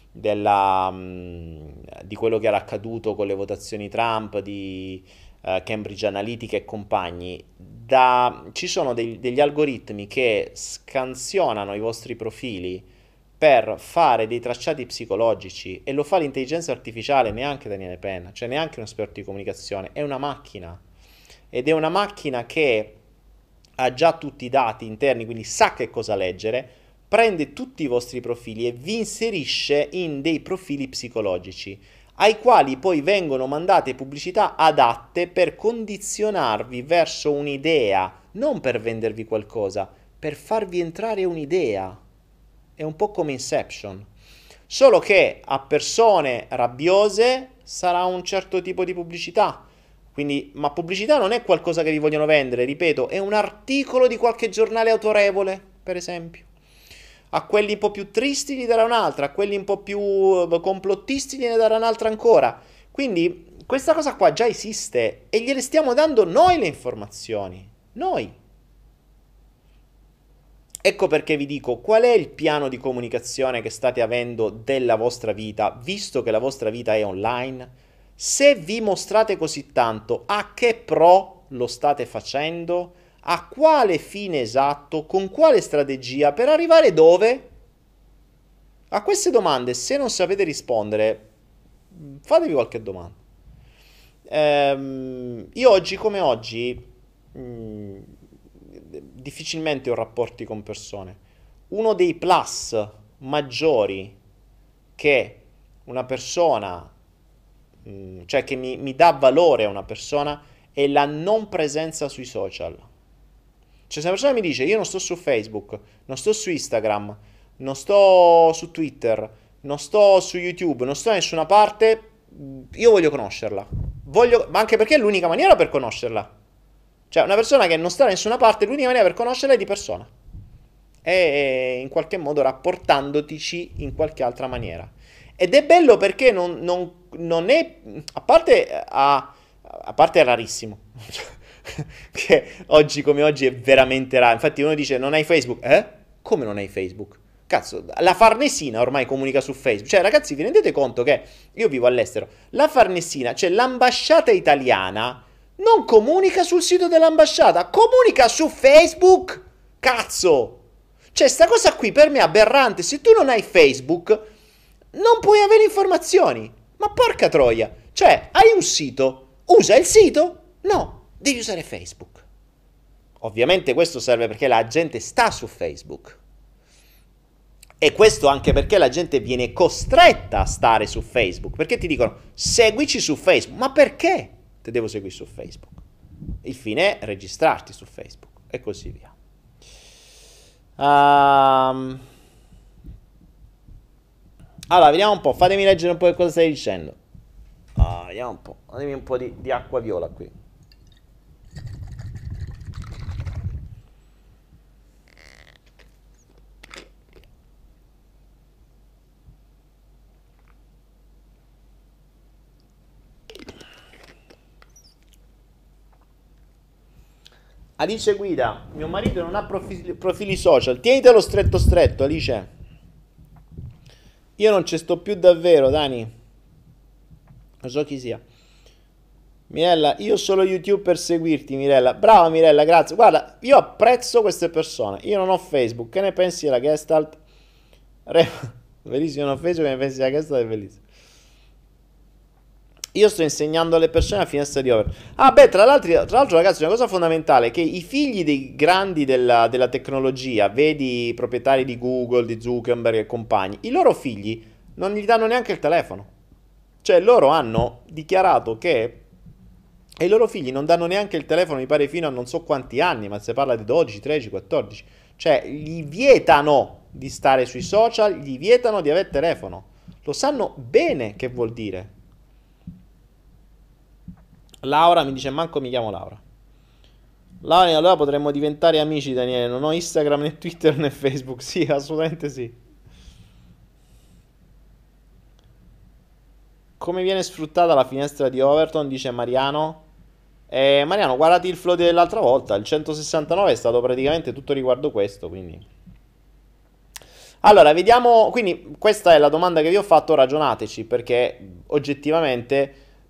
B: di quello che era accaduto con le votazioni Trump, di Cambridge Analytica e compagni. Ci sono degli algoritmi che scansionano i vostri profili per fare dei tracciati psicologici, e lo fa l'intelligenza artificiale, neanche Daniele Penna, cioè neanche un esperto di comunicazione, è una macchina. Ed è una macchina che ha già tutti i dati interni, quindi sa che cosa leggere, prende tutti i vostri profili e vi inserisce in dei profili psicologici, ai quali poi vengono mandate pubblicità adatte per condizionarvi verso un'idea, non per vendervi qualcosa, per farvi entrare un'idea. È un po' come Inception. Solo che a persone rabbiose sarà un certo tipo di pubblicità. Quindi, ma pubblicità non è qualcosa che vi vogliono vendere, ripeto, è un articolo di qualche giornale autorevole, per esempio. A quelli un po' più tristi gli darà un'altra, a quelli un po' più complottisti gliene darà un'altra ancora. Quindi questa cosa qua già esiste e gliele stiamo dando noi le informazioni. Noi. Ecco perché vi dico, qual è il piano di comunicazione che state avendo della vostra vita, visto che la vostra vita è online? Se vi mostrate così tanto, a che pro lo state facendo? A quale fine esatto? Con quale strategia? Per arrivare dove? A queste domande, se non sapete rispondere, fatevi qualche domanda. Io oggi come oggi difficilmente ho rapporti con persone. Uno dei plus maggiori che una persona, cioè che mi dà valore a una persona, è la non presenza sui social. Cioè, se una persona mi dice io non sto su Facebook, non sto su Instagram, non sto su Twitter, non sto su YouTube, non sto da nessuna parte, io voglio conoscerla. Ma anche perché è l'unica maniera per conoscerla. Cioè, una persona che non sta da nessuna parte, l'unica maniera per conoscerla è di persona. E in qualche modo rapportandotici in qualche altra maniera. Ed è bello perché non è... A parte è rarissimo. Che oggi come oggi è veramente raro. Infatti uno dice non hai Facebook? Come non hai Facebook? Cazzo, la Farnesina ormai comunica su Facebook. Cioè ragazzi, vi rendete conto che io vivo all'estero, la Farnesina, cioè l'ambasciata italiana, non comunica sul sito dell'ambasciata, comunica su Facebook. Cazzo, cioè sta cosa qui per me è aberrante. Se tu non hai Facebook non puoi avere informazioni. Ma porca troia, cioè hai un sito, usa il sito? No, devi usare Facebook. Ovviamente questo serve perché la gente sta su Facebook. E questo anche perché la gente viene costretta a stare su Facebook. Perché ti dicono seguici su Facebook. Ma perché te devo seguire su Facebook? Il fine è registrarti su Facebook e così via. Allora, vediamo un po'. Fatemi leggere un po' che cosa stai dicendo. Vediamo un po'. Datemi un po' di acqua viola qui. Alice Guida, mio marito non ha profili social. Tienitelo stretto stretto, Alice. Io non ci sto più davvero, Dani. Non so chi sia. Mirella, io ho solo YouTube per seguirti, Mirella. Brava Mirella, grazie. Guarda, io apprezzo queste persone. Io non ho Facebook. Che ne pensi della Gestalt? Bellissimo, non ho Facebook. Che ne pensi della Gestalt? È bellissimo. Io sto insegnando alle persone la finestra di Over. Tra l'altro ragazzi, una cosa fondamentale è che i figli dei grandi della tecnologia, vedi i proprietari di Google, di Zuckerberg e compagni, i loro figli non gli danno neanche il telefono. Cioè loro hanno dichiarato che ai loro figli non danno neanche il telefono, mi pare fino a non so quanti anni, ma si parla di 12, 13, 14. Cioè gli vietano di stare sui social, gli vietano di avere telefono. Lo sanno bene che vuol dire. Laura mi dice manco mi chiamo Laura. Laura, allora potremmo diventare amici, Daniele. Non ho Instagram né Twitter né Facebook. Sì, assolutamente sì. Come viene sfruttata la finestra di Overton, dice Mariano. Mariano, guardati il flow dell'altra volta, il 169 è stato praticamente tutto riguardo questo, quindi... Allora, vediamo, quindi questa è la domanda che vi ho fatto, ragionateci, perché oggettivamente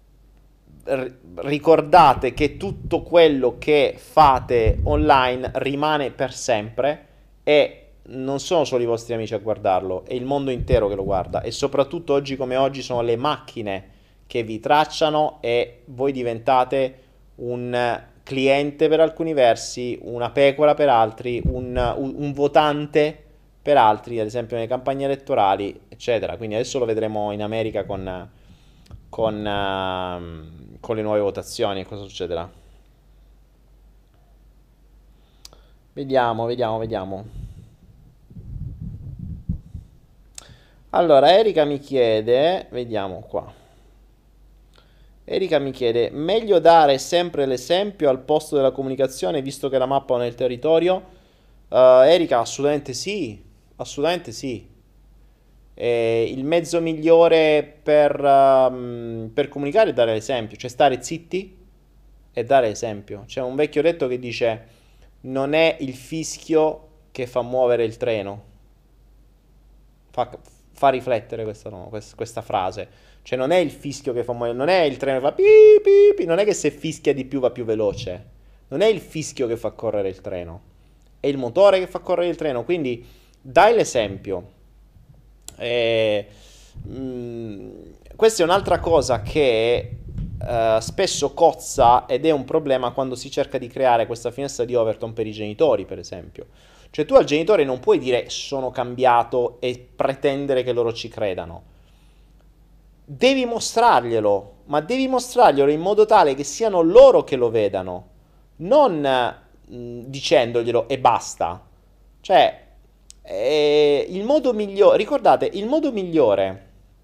B: ricordate che tutto quello che fate online rimane per sempre e non sono solo i vostri amici a guardarlo, è il mondo intero che lo guarda e soprattutto oggi come oggi sono le macchine che vi tracciano e voi diventate un cliente per alcuni versi, una pecora per altri, un votante per altri, ad esempio nelle campagne elettorali, eccetera. Quindi adesso lo vedremo in America con le nuove votazioni, cosa succederà. Vediamo, vediamo, vediamo. Allora, Erika mi chiede, vediamo qua. Erika mi chiede, meglio dare sempre l'esempio al posto della comunicazione visto che la mappano nel territorio? Erika, assolutamente sì, assolutamente sì. Il mezzo migliore per comunicare è dare l'esempio, cioè stare zitti e dare esempio. C'è un vecchio detto che dice, non è il fischio che fa muovere il treno. Fa, fa riflettere questa, no, questa frase. Cioè non è il fischio che fa muovere, non è il treno che fa pi pi pi, non è che se fischia di più va più veloce. Non è il fischio che fa correre il treno, è il motore che fa correre il treno. Quindi dai l'esempio. E, questa è un'altra cosa che spesso cozza ed è un problema quando si cerca di creare questa finestra di Overton per i genitori, per esempio. Cioè tu al genitore non puoi dire sono cambiato e pretendere che loro ci credano. Devi mostrarglielo, ma devi mostrarglielo in modo tale che siano loro che lo vedano, non dicendoglielo e basta. Cioè, il modo migliore, ricordate, il modo migliore,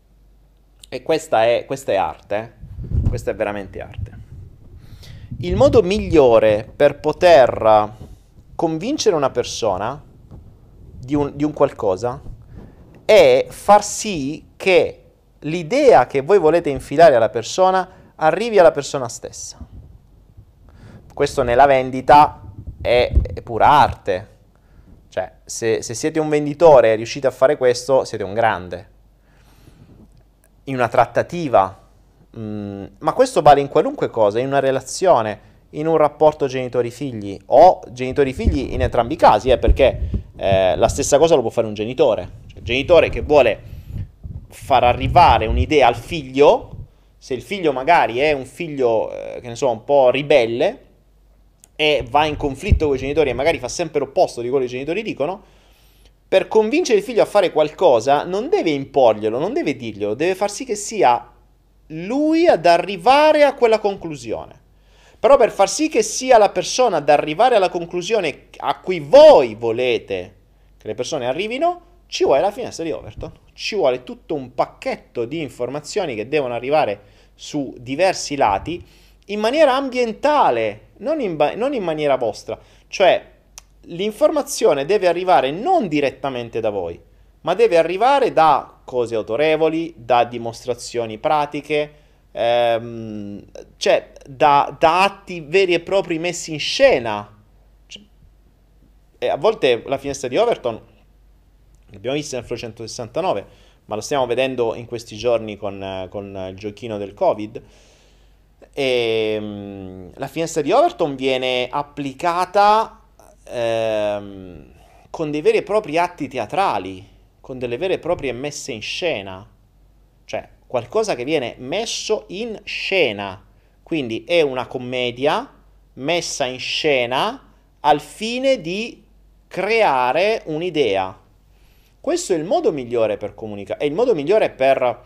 B: e questa è arte, questa è veramente arte. Il modo migliore per poter convincere una persona di un qualcosa è far sì che l'idea che voi volete infilare alla persona arrivi alla persona stessa. Questo nella vendita è pura arte. Cioè, se siete un venditore e riuscite a fare questo, siete un grande. In una trattativa, ma questo vale in qualunque cosa, in una relazione, in un rapporto genitori-figli o genitori-figli in entrambi i casi, perché la stessa cosa lo può fare un genitore. Cioè, il genitore che vuole far arrivare un'idea al figlio, se il figlio magari è un figlio, che ne so, un po' ribelle, e va in conflitto con i genitori e magari fa sempre l'opposto di quello che i genitori dicono, per convincere il figlio a fare qualcosa non deve imporglielo, non deve dirglielo, deve far sì che sia lui ad arrivare a quella conclusione. Però per far sì che sia la persona ad arrivare alla conclusione a cui voi volete che le persone arrivino, ci vuole la finestra di Overton, ci vuole tutto un pacchetto di informazioni che devono arrivare su diversi lati in maniera ambientale, non in maniera vostra. Cioè, l'informazione deve arrivare non direttamente da voi, ma deve arrivare da cose autorevoli, da dimostrazioni pratiche, cioè da atti veri e propri messi in scena. E a volte la finestra di Overton l'abbiamo vista nel Flow 169, ma lo stiamo vedendo in questi giorni con il giochino del Covid. E la finestra di Overton viene applicata con dei veri e propri atti teatrali, con delle vere e proprie messe in scena, cioè qualcosa che viene messo in scena, quindi è una commedia messa in scena al fine di creare un'idea. Questo è il modo migliore per comunicare, è il modo migliore per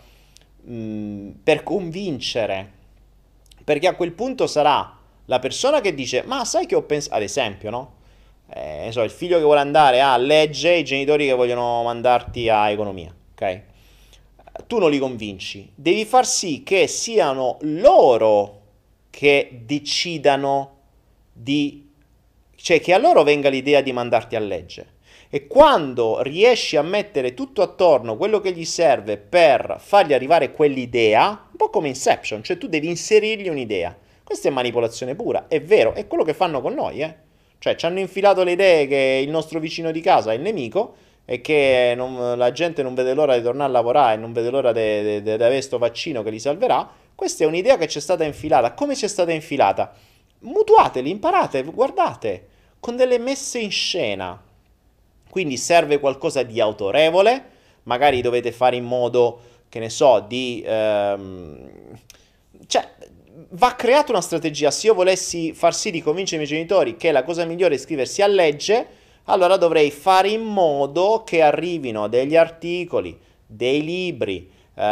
B: convincere, perché a quel punto sarà la persona che dice, ma sai che ho pensato, ad esempio, no? So, il figlio che vuole andare a legge, i genitori che vogliono mandarti a economia, ok? Tu non li convinci, devi far sì che siano loro che decidano cioè che a loro venga l'idea di mandarti a legge. E quando riesci a mettere tutto attorno quello che gli serve per fargli arrivare quell'idea, un po' come Inception, cioè tu devi inserirgli un'idea. Questa è manipolazione pura, è vero, è quello che fanno con noi, eh. Cioè, ci hanno infilato le idee che il nostro vicino di casa è il nemico e che la gente non vede l'ora di tornare a lavorare e non vede l'ora di avere questo vaccino che li salverà. Questa è un'idea che ci è stata infilata. Come ci è stata infilata? Mutuateli, imparate, guardate, con delle messe in scena. Quindi serve qualcosa di autorevole, magari dovete fare in modo, che ne so, cioè, va creata una strategia. Se io volessi far sì di convincere i miei genitori che la cosa migliore è iscriversi a legge, allora dovrei fare in modo che arrivino degli articoli, dei libri,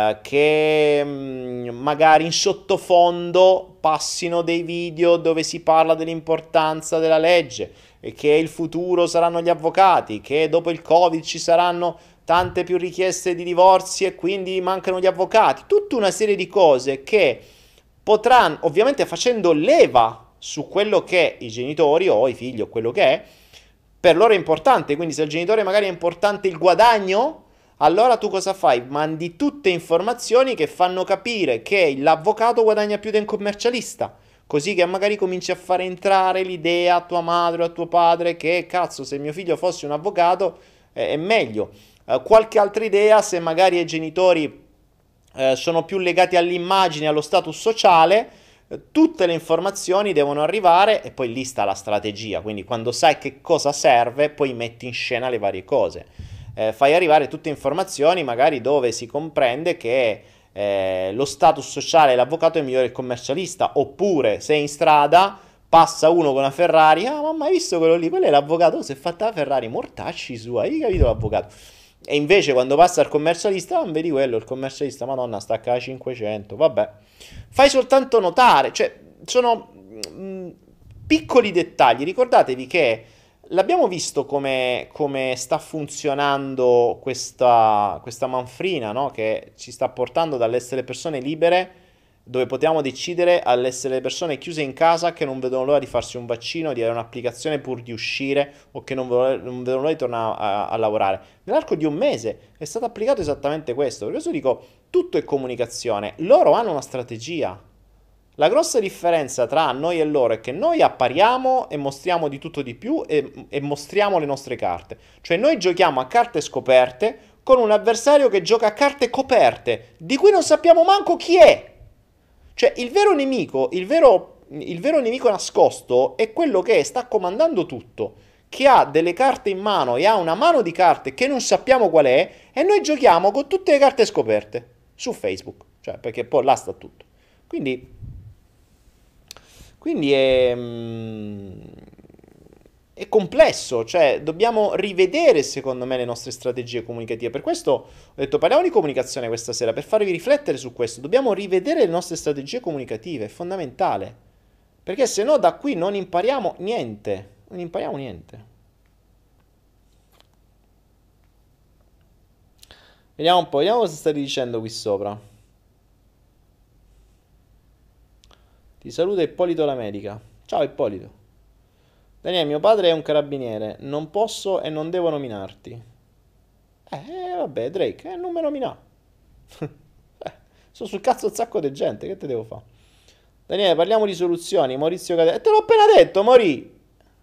B: che magari in sottofondo passino dei video dove si parla dell'importanza della legge e che il futuro saranno gli avvocati, che dopo il Covid ci saranno tante più richieste di divorzi e quindi mancano gli avvocati. Tutta una serie di cose che potranno, ovviamente facendo leva su quello che i genitori o i figli o quello che è, per loro è importante. Quindi se al genitore magari è importante il guadagno, allora tu cosa fai? Mandi tutte informazioni che fanno capire che l'avvocato guadagna più del commercialista, così che magari cominci a fare entrare l'idea a tua madre o a tuo padre che cazzo, se mio figlio fosse un avvocato è meglio. Qualche altra idea, se magari i genitori sono più legati all'immagine, allo status sociale, tutte le informazioni devono arrivare e poi lì sta la strategia. Quindi quando sai che cosa serve, poi metti in scena le varie cose. Fai arrivare tutte informazioni magari dove si comprende che lo status sociale l'avvocato è migliore del commercialista, oppure sei in strada, passa uno con una Ferrari, ah mamma hai visto quello lì, quello è l'avvocato, si è fatta la Ferrari, mortacci sua, hai capito l'avvocato? E invece quando passa al commercialista, non vedi quello, il commercialista, madonna, stacca a 500, vabbè. Fai soltanto notare, cioè, sono piccoli dettagli, ricordatevi che l'abbiamo visto come sta funzionando questa manfrina, no? Che ci sta portando dall'essere persone libere, dove potevamo decidere, all'essere persone chiuse in casa che non vedono l'ora di farsi un vaccino, di avere un'applicazione pur di uscire, o che non vedono l'ora di tornare a lavorare. Nell'arco di un mese è stato applicato esattamente questo. Per questo dico, tutto è comunicazione. Loro hanno una strategia. La grossa differenza tra noi e loro è che noi appariamo e mostriamo di tutto di più e mostriamo le nostre carte. Cioè noi giochiamo a carte scoperte con un avversario che gioca a carte coperte, di cui non sappiamo manco chi è. Cioè il vero nemico nascosto è quello che sta comandando tutto, che ha delle carte in mano e ha una mano di carte che non sappiamo qual è, e noi giochiamo con tutte le carte scoperte su Facebook, cioè perché poi là sta tutto. Quindi è complesso, cioè dobbiamo rivedere secondo me le nostre strategie comunicative. Per questo ho detto parliamo di comunicazione questa sera, per farvi riflettere su questo. Dobbiamo rivedere le nostre strategie comunicative, è fondamentale, perché se no da qui non impariamo niente, non impariamo niente. Vediamo un po', vediamo cosa stai dicendo qui sopra. Ti saluta Ippolito la medica. Ciao Ippolito. Daniele, mio padre è un carabiniere, non posso e non devo nominarti. Vabbè, Drake, non mi nomina. Sono sul cazzo un sacco di gente, che te devo fare? Daniele, parliamo di soluzioni, Maurizio Cadè. Te l'ho appena detto, Mori.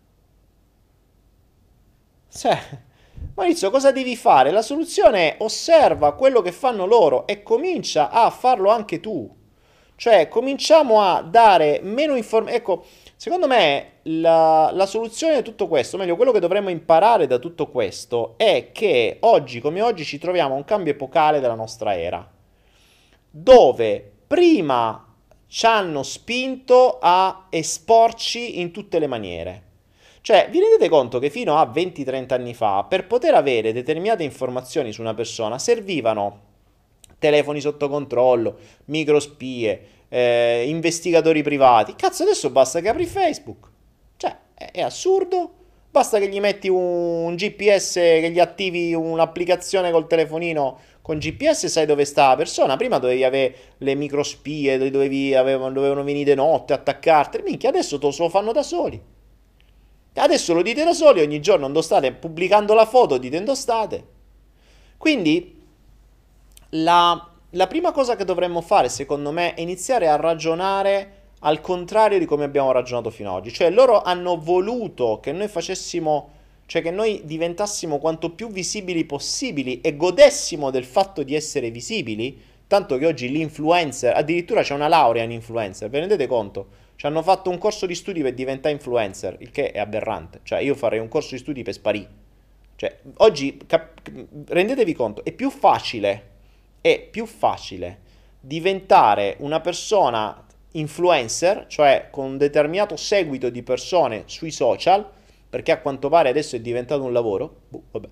B: Maurizio, cosa devi fare? La soluzione è osserva quello che fanno loro e comincia a farlo anche tu. Cioè, cominciamo a dare meno informazioni. Ecco, secondo me la soluzione di tutto questo, o meglio, quello che dovremmo imparare da tutto questo, è che oggi come oggi ci troviamo a un cambio epocale della nostra era, dove prima ci hanno spinto a esporci in tutte le maniere. Cioè, vi rendete conto che fino a 20-30 anni fa, per poter avere determinate informazioni su una persona, servivano telefoni sotto controllo, microspie, investigatori privati. Cazzo, adesso basta che apri Facebook. Cioè, è assurdo. Basta che gli metti un GPS, che gli attivi un'applicazione col telefonino con GPS, sai dove sta la persona. Prima dovevi avere le microspie, dovevano venire di notte, attaccarti. Minchia, adesso te lo fanno da soli. Adesso lo dite da soli, ogni giorno dove state, pubblicando la foto dite dove state. Quindi la prima cosa che dovremmo fare, secondo me, è iniziare a ragionare al contrario di come abbiamo ragionato fino ad oggi. Cioè loro hanno voluto che noi facessimo, cioè che noi diventassimo quanto più visibili possibili e godessimo del fatto di essere visibili, tanto che oggi l'influencer, addirittura c'è una laurea in influencer, vi rendete conto? Ci hanno fatto un corso di studi per diventare influencer, il che è aberrante. Cioè io farei un corso di studi per sparire. Cioè oggi, rendetevi conto, è più facile diventare una persona influencer, cioè con un determinato seguito di persone sui social, perché a quanto pare adesso è diventato un lavoro, vabbè.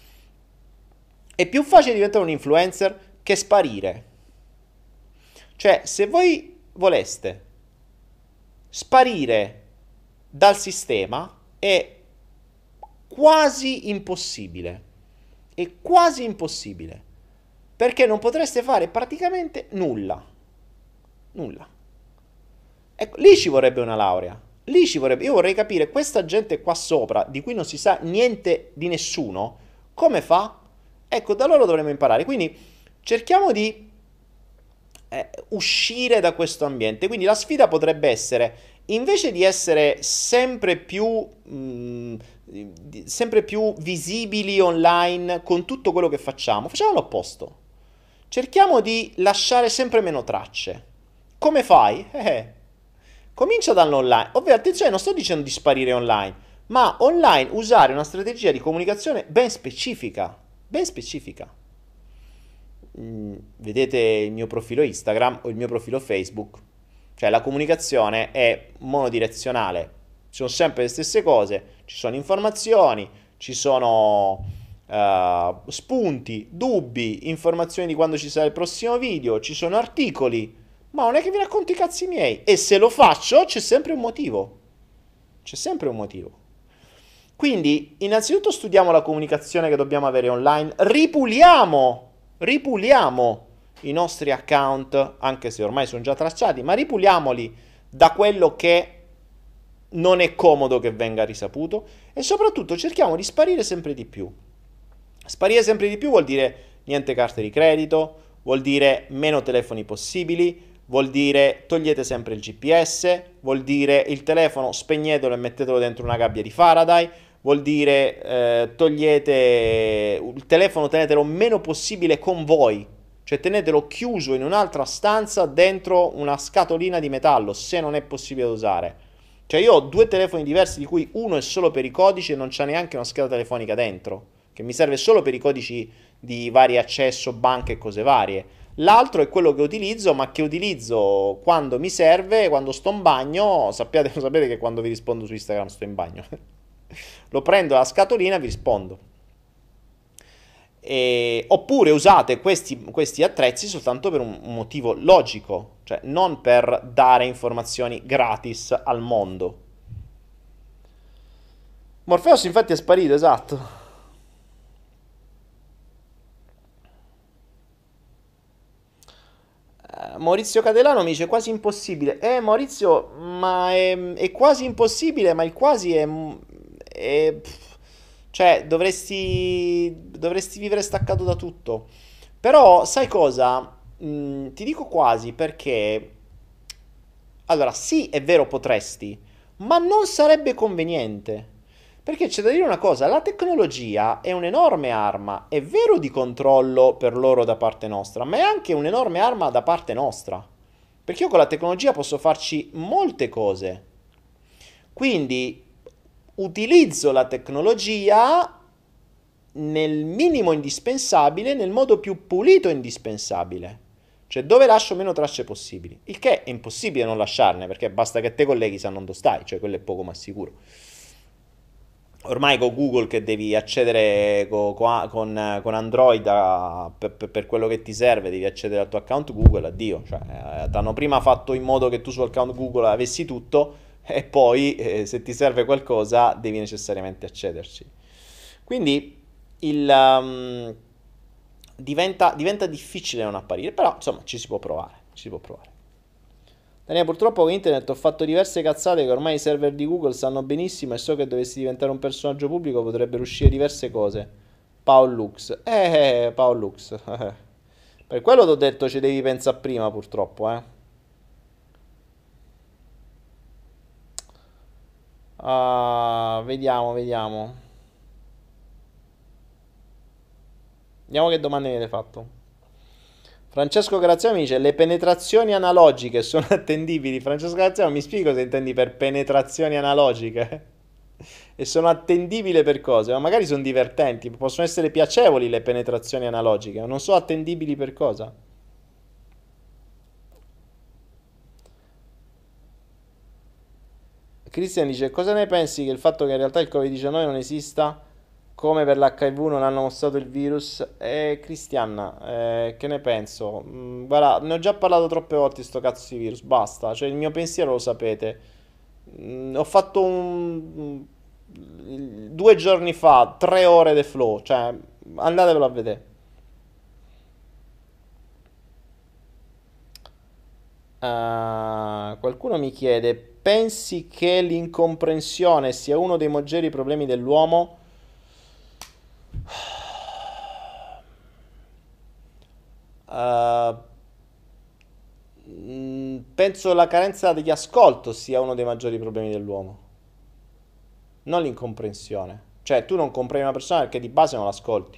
B: È più facile diventare un influencer che sparire. Cioè, se voi voleste sparire dal sistema è quasi impossibile. È quasi impossibile. Perché non potreste fare praticamente nulla. Nulla. Ecco, lì ci vorrebbe una laurea. Lì ci vorrebbe. Io vorrei capire questa gente qua sopra, di cui non si sa niente di nessuno, come fa? Ecco, da loro dovremmo imparare. Quindi cerchiamo di uscire da questo ambiente. Quindi la sfida potrebbe essere, invece di essere sempre più visibili online con tutto quello che facciamo l'opposto. Cerchiamo di lasciare sempre meno tracce. Come fai? Comincia dall'online. Ovvero, attenzione, non sto dicendo di sparire online, ma online usare una strategia di comunicazione ben specifica. Ben specifica. Vedete il mio profilo Instagram o il mio profilo Facebook? Cioè la comunicazione è monodirezionale. Ci sono sempre le stesse cose. Ci sono informazioni, ci sono spunti, dubbi, informazioni di quando ci sarà il prossimo video, ci sono articoli. Ma non è che vi racconto i cazzi miei. E se lo faccio c'è sempre un motivo. C'è sempre un motivo. Quindi, innanzitutto studiamo la comunicazione che dobbiamo avere online. Ripuliamo i nostri account, anche se ormai sono già tracciati, ma ripuliamoli da quello che non è comodo che venga risaputo. E soprattutto cerchiamo di sparire sempre di più. Sparire sempre di più vuol dire niente carte di credito, vuol dire meno telefoni possibili, vuol dire togliete sempre il GPS, vuol dire il telefono spegnetelo e mettetelo dentro una gabbia di Faraday, vuol dire togliete il telefono, tenetelo meno possibile con voi, cioè tenetelo chiuso in un'altra stanza dentro una scatolina di metallo, se non è possibile da usare. Cioè io ho due telefoni diversi di cui uno è solo per i codici e non c'è neanche una scheda telefonica dentro, che mi serve solo per i codici di vari accesso, banche e cose varie. L'altro è quello che utilizzo, ma che utilizzo quando mi serve, quando sto in bagno. Sapete che quando vi rispondo su Instagram sto in bagno. Lo prendo la scatolina e vi rispondo. Oppure usate questi attrezzi soltanto per un motivo logico, cioè non per dare informazioni gratis al mondo. Morpheus infatti è sparito, esatto. Maurizio Cadelano mi dice quasi impossibile. Maurizio, ma è quasi impossibile, ma il quasi cioè dovresti vivere staccato da tutto. Però sai cosa? Ti dico quasi perché allora sì, è vero, potresti, ma non sarebbe conveniente. Perché c'è da dire una cosa, la tecnologia è un'enorme arma, è vero di controllo per loro da parte nostra, ma è anche un'enorme arma da parte nostra. Perché io con la tecnologia posso farci molte cose. Quindi utilizzo la tecnologia nel minimo indispensabile, nel modo più pulito indispensabile. Cioè dove lascio meno tracce possibili. Il che è impossibile non lasciarne, perché basta che te colleghi sanno dove stai, cioè quello è poco ma sicuro. Ormai con Google che devi accedere con Android per quello che ti serve, devi accedere al tuo account Google, addio. Cioè, ti hanno prima fatto in modo che tu sul account Google avessi tutto e poi se ti serve qualcosa devi necessariamente accederci. Quindi diventa difficile non apparire, però insomma ci si può provare, Daniele, purtroppo con internet ho fatto diverse cazzate che ormai i server di Google sanno benissimo e so che dovessi diventare un personaggio pubblico potrebbero uscire diverse cose. Paolux. Paolux. Per quello ti ho detto ci devi pensare prima, purtroppo, Vediamo, vediamo. Vediamo che domande mi avete fatto. Francesco Graziano mi dice: le penetrazioni analogiche sono attendibili. Francesco Graziano, mi spiego se intendi per penetrazioni analogiche. E sono attendibili per cosa? Ma magari sono divertenti. Possono essere piacevoli le penetrazioni analogiche, ma non sono attendibili per cosa? Christian dice: cosa ne pensi che il fatto che in realtà il Covid-19 non esista, come per l'HIV non hanno mostrato il virus? Cristian, che ne penso? Guarda, ne ho già parlato troppe volte di sto cazzo di virus, basta. Cioè, il mio pensiero lo sapete. Ho fatto 2 giorni fa 3 ore di flow, cioè, andatevelo a vedere. Qualcuno mi chiede: pensi che l'incomprensione sia uno dei maggiori problemi dell'uomo? Eh, Penso la carenza di ascolto sia uno dei maggiori problemi dell'uomo, non l'incomprensione. Cioè, tu non comprendi una persona perché di base non l'ascolti.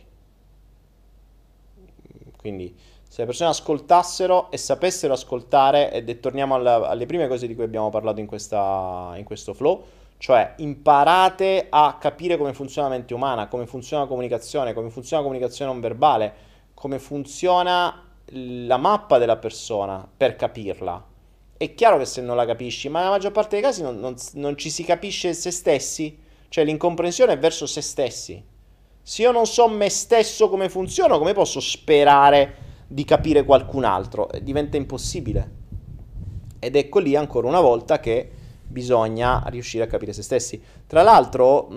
B: Quindi, se le persone ascoltassero e sapessero ascoltare, ed torniamo alle prime cose di cui abbiamo parlato in questo flow, cioè imparate a capire come funziona la mente umana, come funziona la comunicazione non verbale, come funziona la mappa della persona per capirla. È chiaro che se non la capisci, ma nella maggior parte dei casi non ci si capisce se stessi, cioè l'incomprensione è verso se stessi. Se io non so me stesso come funziono, come posso sperare di capire qualcun altro? Diventa impossibile. Ed ecco lì ancora una volta che bisogna riuscire a capire se stessi. Tra l'altro,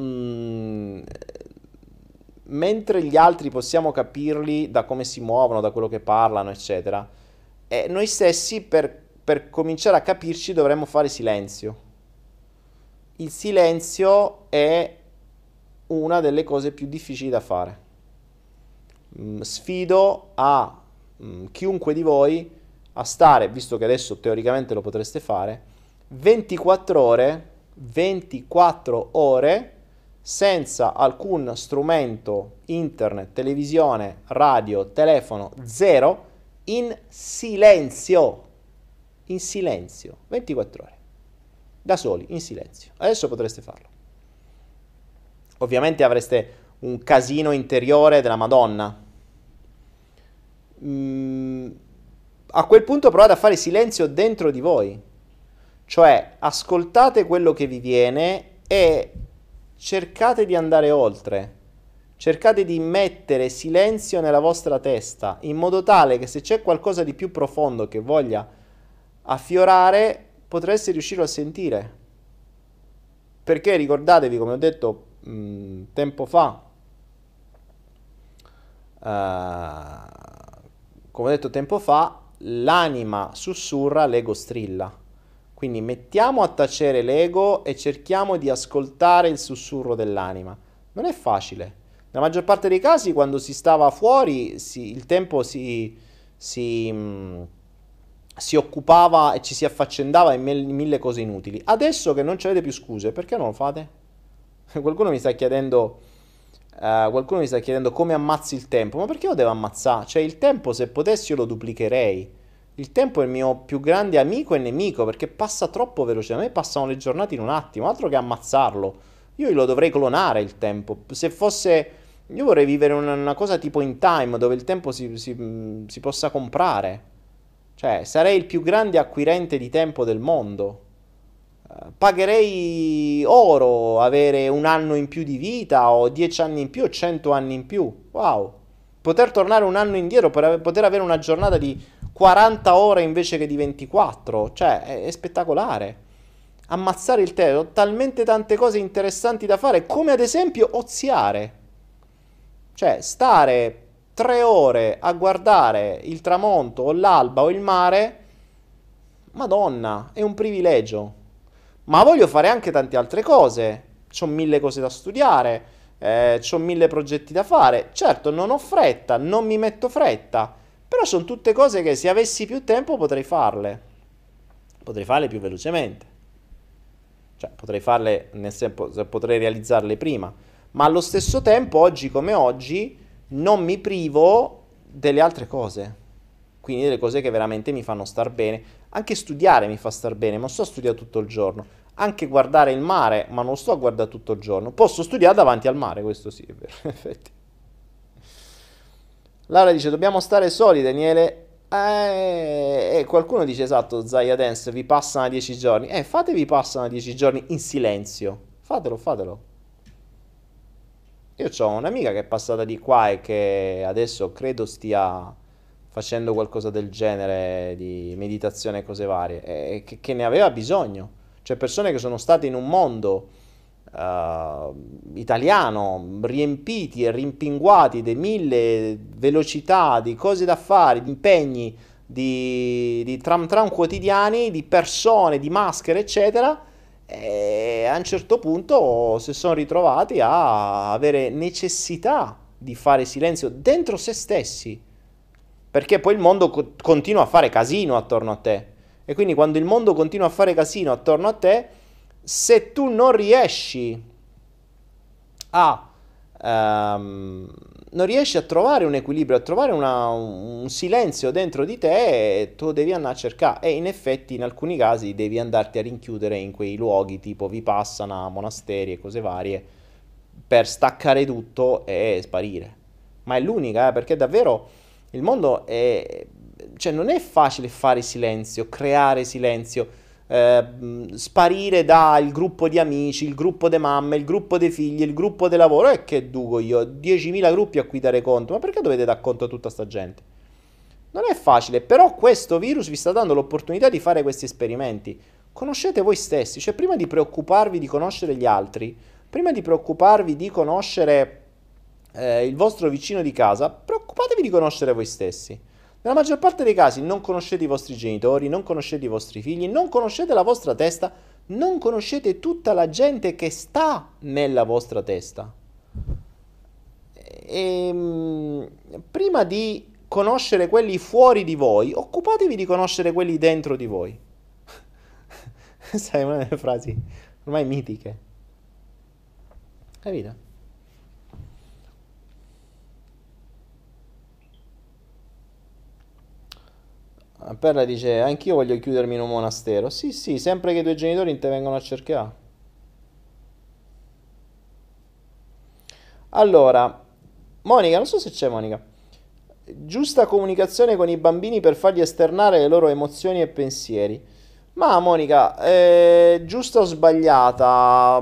B: mentre gli altri possiamo capirli da come si muovono, da quello che parlano, eccetera, noi stessi per cominciare a capirci dovremmo fare silenzio. Il silenzio è una delle cose più difficili da fare. Sfido a chiunque di voi a stare, visto che adesso teoricamente lo potreste fare, 24 ore senza alcun strumento, internet, televisione, radio, telefono, zero, in silenzio. In silenzio, 24 ore. Da soli, in silenzio. Adesso potreste farlo. Ovviamente avreste un casino interiore della Madonna. A quel punto provate a fare silenzio dentro di voi. Cioè, ascoltate quello che vi viene e cercate di andare oltre. Cercate di mettere silenzio nella vostra testa, in modo tale che se c'è qualcosa di più profondo che voglia affiorare, potreste riuscirlo a sentire. Perché ricordatevi, come ho detto tempo fa, l'anima sussurra, l'ego strilla. Quindi mettiamo a tacere l'ego e cerchiamo di ascoltare il sussurro dell'anima. Non è facile. Nella maggior parte dei casi, quando si stava fuori, il tempo si occupava e ci si affaccendava in mille cose inutili. Adesso che non avete più scuse, perché non lo fate? Qualcuno mi sta chiedendo come ammazzi il tempo. Ma perché lo devo ammazzare? Cioè, il tempo, se potessi, io lo duplicherei. Il tempo è il mio più grande amico e nemico, perché passa troppo veloce. A me passano le giornate in un attimo, altro che ammazzarlo. Io lo dovrei clonare il tempo. Se fosse... Io vorrei vivere una cosa tipo in time, dove il tempo si possa comprare. Cioè, sarei il più grande acquirente di tempo del mondo. Pagherei oro avere un anno in più di vita, o 10 anni in più, o 100 anni in più. Wow. Poter tornare un anno indietro per poter avere una giornata di 40 ore invece che di 24. Cioè, è spettacolare. Ammazzare il tempo. Ho talmente tante cose interessanti da fare, come ad esempio oziare. Cioè, stare 3 ore a guardare il tramonto o l'alba o il mare, Madonna, è un privilegio. Ma voglio fare anche tante altre cose. C'ho 1000 cose da studiare, c'ho 1000 progetti da fare. Certo, non ho fretta, non mi metto fretta, però sono tutte cose che se avessi più tempo potrei farle. Potrei farle più velocemente. Cioè, potrei farle, nel senso, potrei realizzarle prima, ma allo stesso tempo, oggi come oggi, non mi privo delle altre cose. Quindi delle cose che veramente mi fanno star bene. Anche studiare mi fa star bene, ma non sto a studiare tutto il giorno. Anche guardare il mare, ma non sto a guardare tutto il giorno. Posso studiare davanti al mare, questo sì, è vero, in effetti. Laura dice, dobbiamo stare soli, Daniele. Qualcuno dice, esatto, Zaya Dance, vi passano 10 giorni. Fatevi passano 10 giorni in silenzio. Fatelo, fatelo. Io ho un'amica che è passata di qua e che adesso credo stia facendo qualcosa del genere di meditazione e cose varie, e che ne aveva bisogno. Cioè persone che sono state in un mondo italiano riempiti e rimpinguati di mille velocità, di cose da fare, di impegni, di tram tram quotidiani, di persone, di maschere, eccetera. E a un certo punto si sono ritrovati a avere necessità di fare silenzio dentro se stessi, perché poi il mondo continua a fare casino attorno a te. E quindi quando il mondo continua a fare casino attorno a te, se tu non riesci a non riesci a trovare un equilibrio, a trovare un silenzio dentro di te, tu devi andare a cercare. E in effetti in alcuni casi devi andarti a rinchiudere in quei luoghi tipo Vipassana, monasteri e cose varie, per staccare tutto e sparire. Ma è l'unica, perché davvero il mondo è... Cioè non è facile fare silenzio, creare silenzio, sparire dal gruppo di amici, il gruppo di mamme, il gruppo dei figli, il gruppo di lavoro. E che duco io, 10.000 gruppi a cui dare conto. Ma perché dovete dar conto a tutta sta gente? Non è facile, però questo virus vi sta dando l'opportunità di fare questi esperimenti. Conoscete voi stessi, cioè prima di preoccuparvi di conoscere gli altri, prima di preoccuparvi di conoscere il vostro vicino di casa, preoccupatevi di conoscere voi stessi. Nella maggior parte dei casi non conoscete i vostri genitori, non conoscete i vostri figli, non conoscete la vostra testa, non conoscete tutta la gente che sta nella vostra testa. Prima di conoscere quelli fuori di voi, occupatevi di conoscere quelli dentro di voi. Sai, una delle frasi ormai mitiche. Capito? Perla dice, anch'io voglio chiudermi in un monastero. Sì, sì, sempre che i tuoi genitori te vengono a cercare. Allora, Monica, non so se c'è Monica. Giusta comunicazione con i bambini per fargli esternare le loro emozioni e pensieri. Ma Monica, giusta o sbagliata?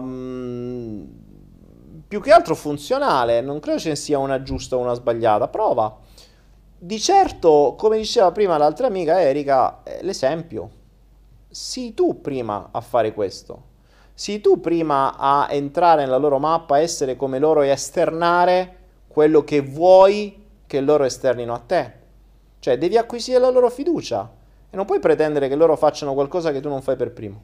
B: Più che altro funzionale. Non credo ce ne sia una giusta o una sbagliata. Prova. Di certo, come diceva prima l'altra amica Erika, l'esempio. Sii tu prima a fare questo. Sii tu prima a entrare nella loro mappa, essere come loro e esternare quello che vuoi che loro esternino a te. Cioè, devi acquisire la loro fiducia e non puoi pretendere che loro facciano qualcosa che tu non fai per primo.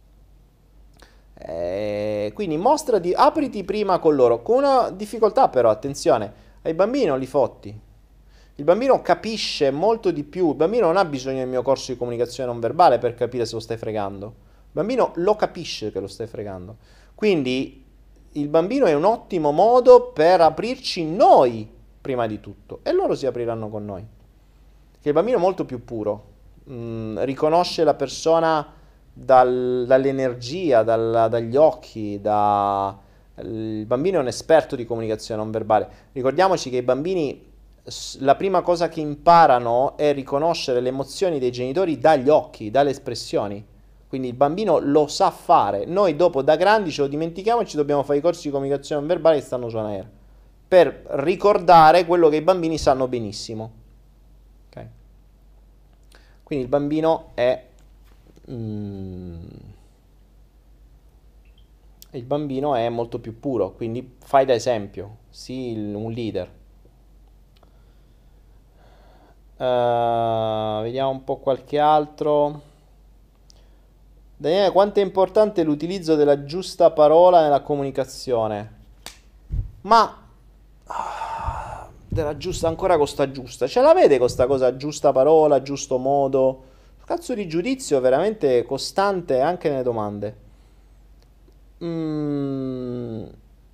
B: Quindi apriti prima con loro, con una difficoltà però, attenzione, ai bambini non li fotti. Il bambino capisce molto di più, il bambino non ha bisogno del mio corso di comunicazione non verbale per capire se lo stai fregando. Il bambino lo capisce che lo stai fregando. Quindi il bambino è un ottimo modo per aprirci noi prima di tutto e loro si apriranno con noi. Che il bambino è molto più puro, riconosce la persona dall'energia, dagli occhi, il bambino è un esperto di comunicazione non verbale. Ricordiamoci che i bambini, la prima cosa che imparano è riconoscere le emozioni dei genitori dagli occhi, dalle espressioni. Quindi il bambino lo sa fare. Noi dopo da grandi ce lo dimentichiamo e ci dobbiamo fare i corsi di comunicazione non verbale che stanno su Anaera per ricordare quello che i bambini sanno benissimo. Okay? Quindi il bambino è il bambino è molto più puro, quindi fai da esempio, sii un leader. Vediamo un po' qualche altro. Daniele, quanto è importante l'utilizzo della giusta parola nella comunicazione? Ma della giusta, ancora costa giusta. Ce la vede questa cosa, giusta parola, giusto modo? Cazzo di giudizio veramente costante anche nelle domande. Mm,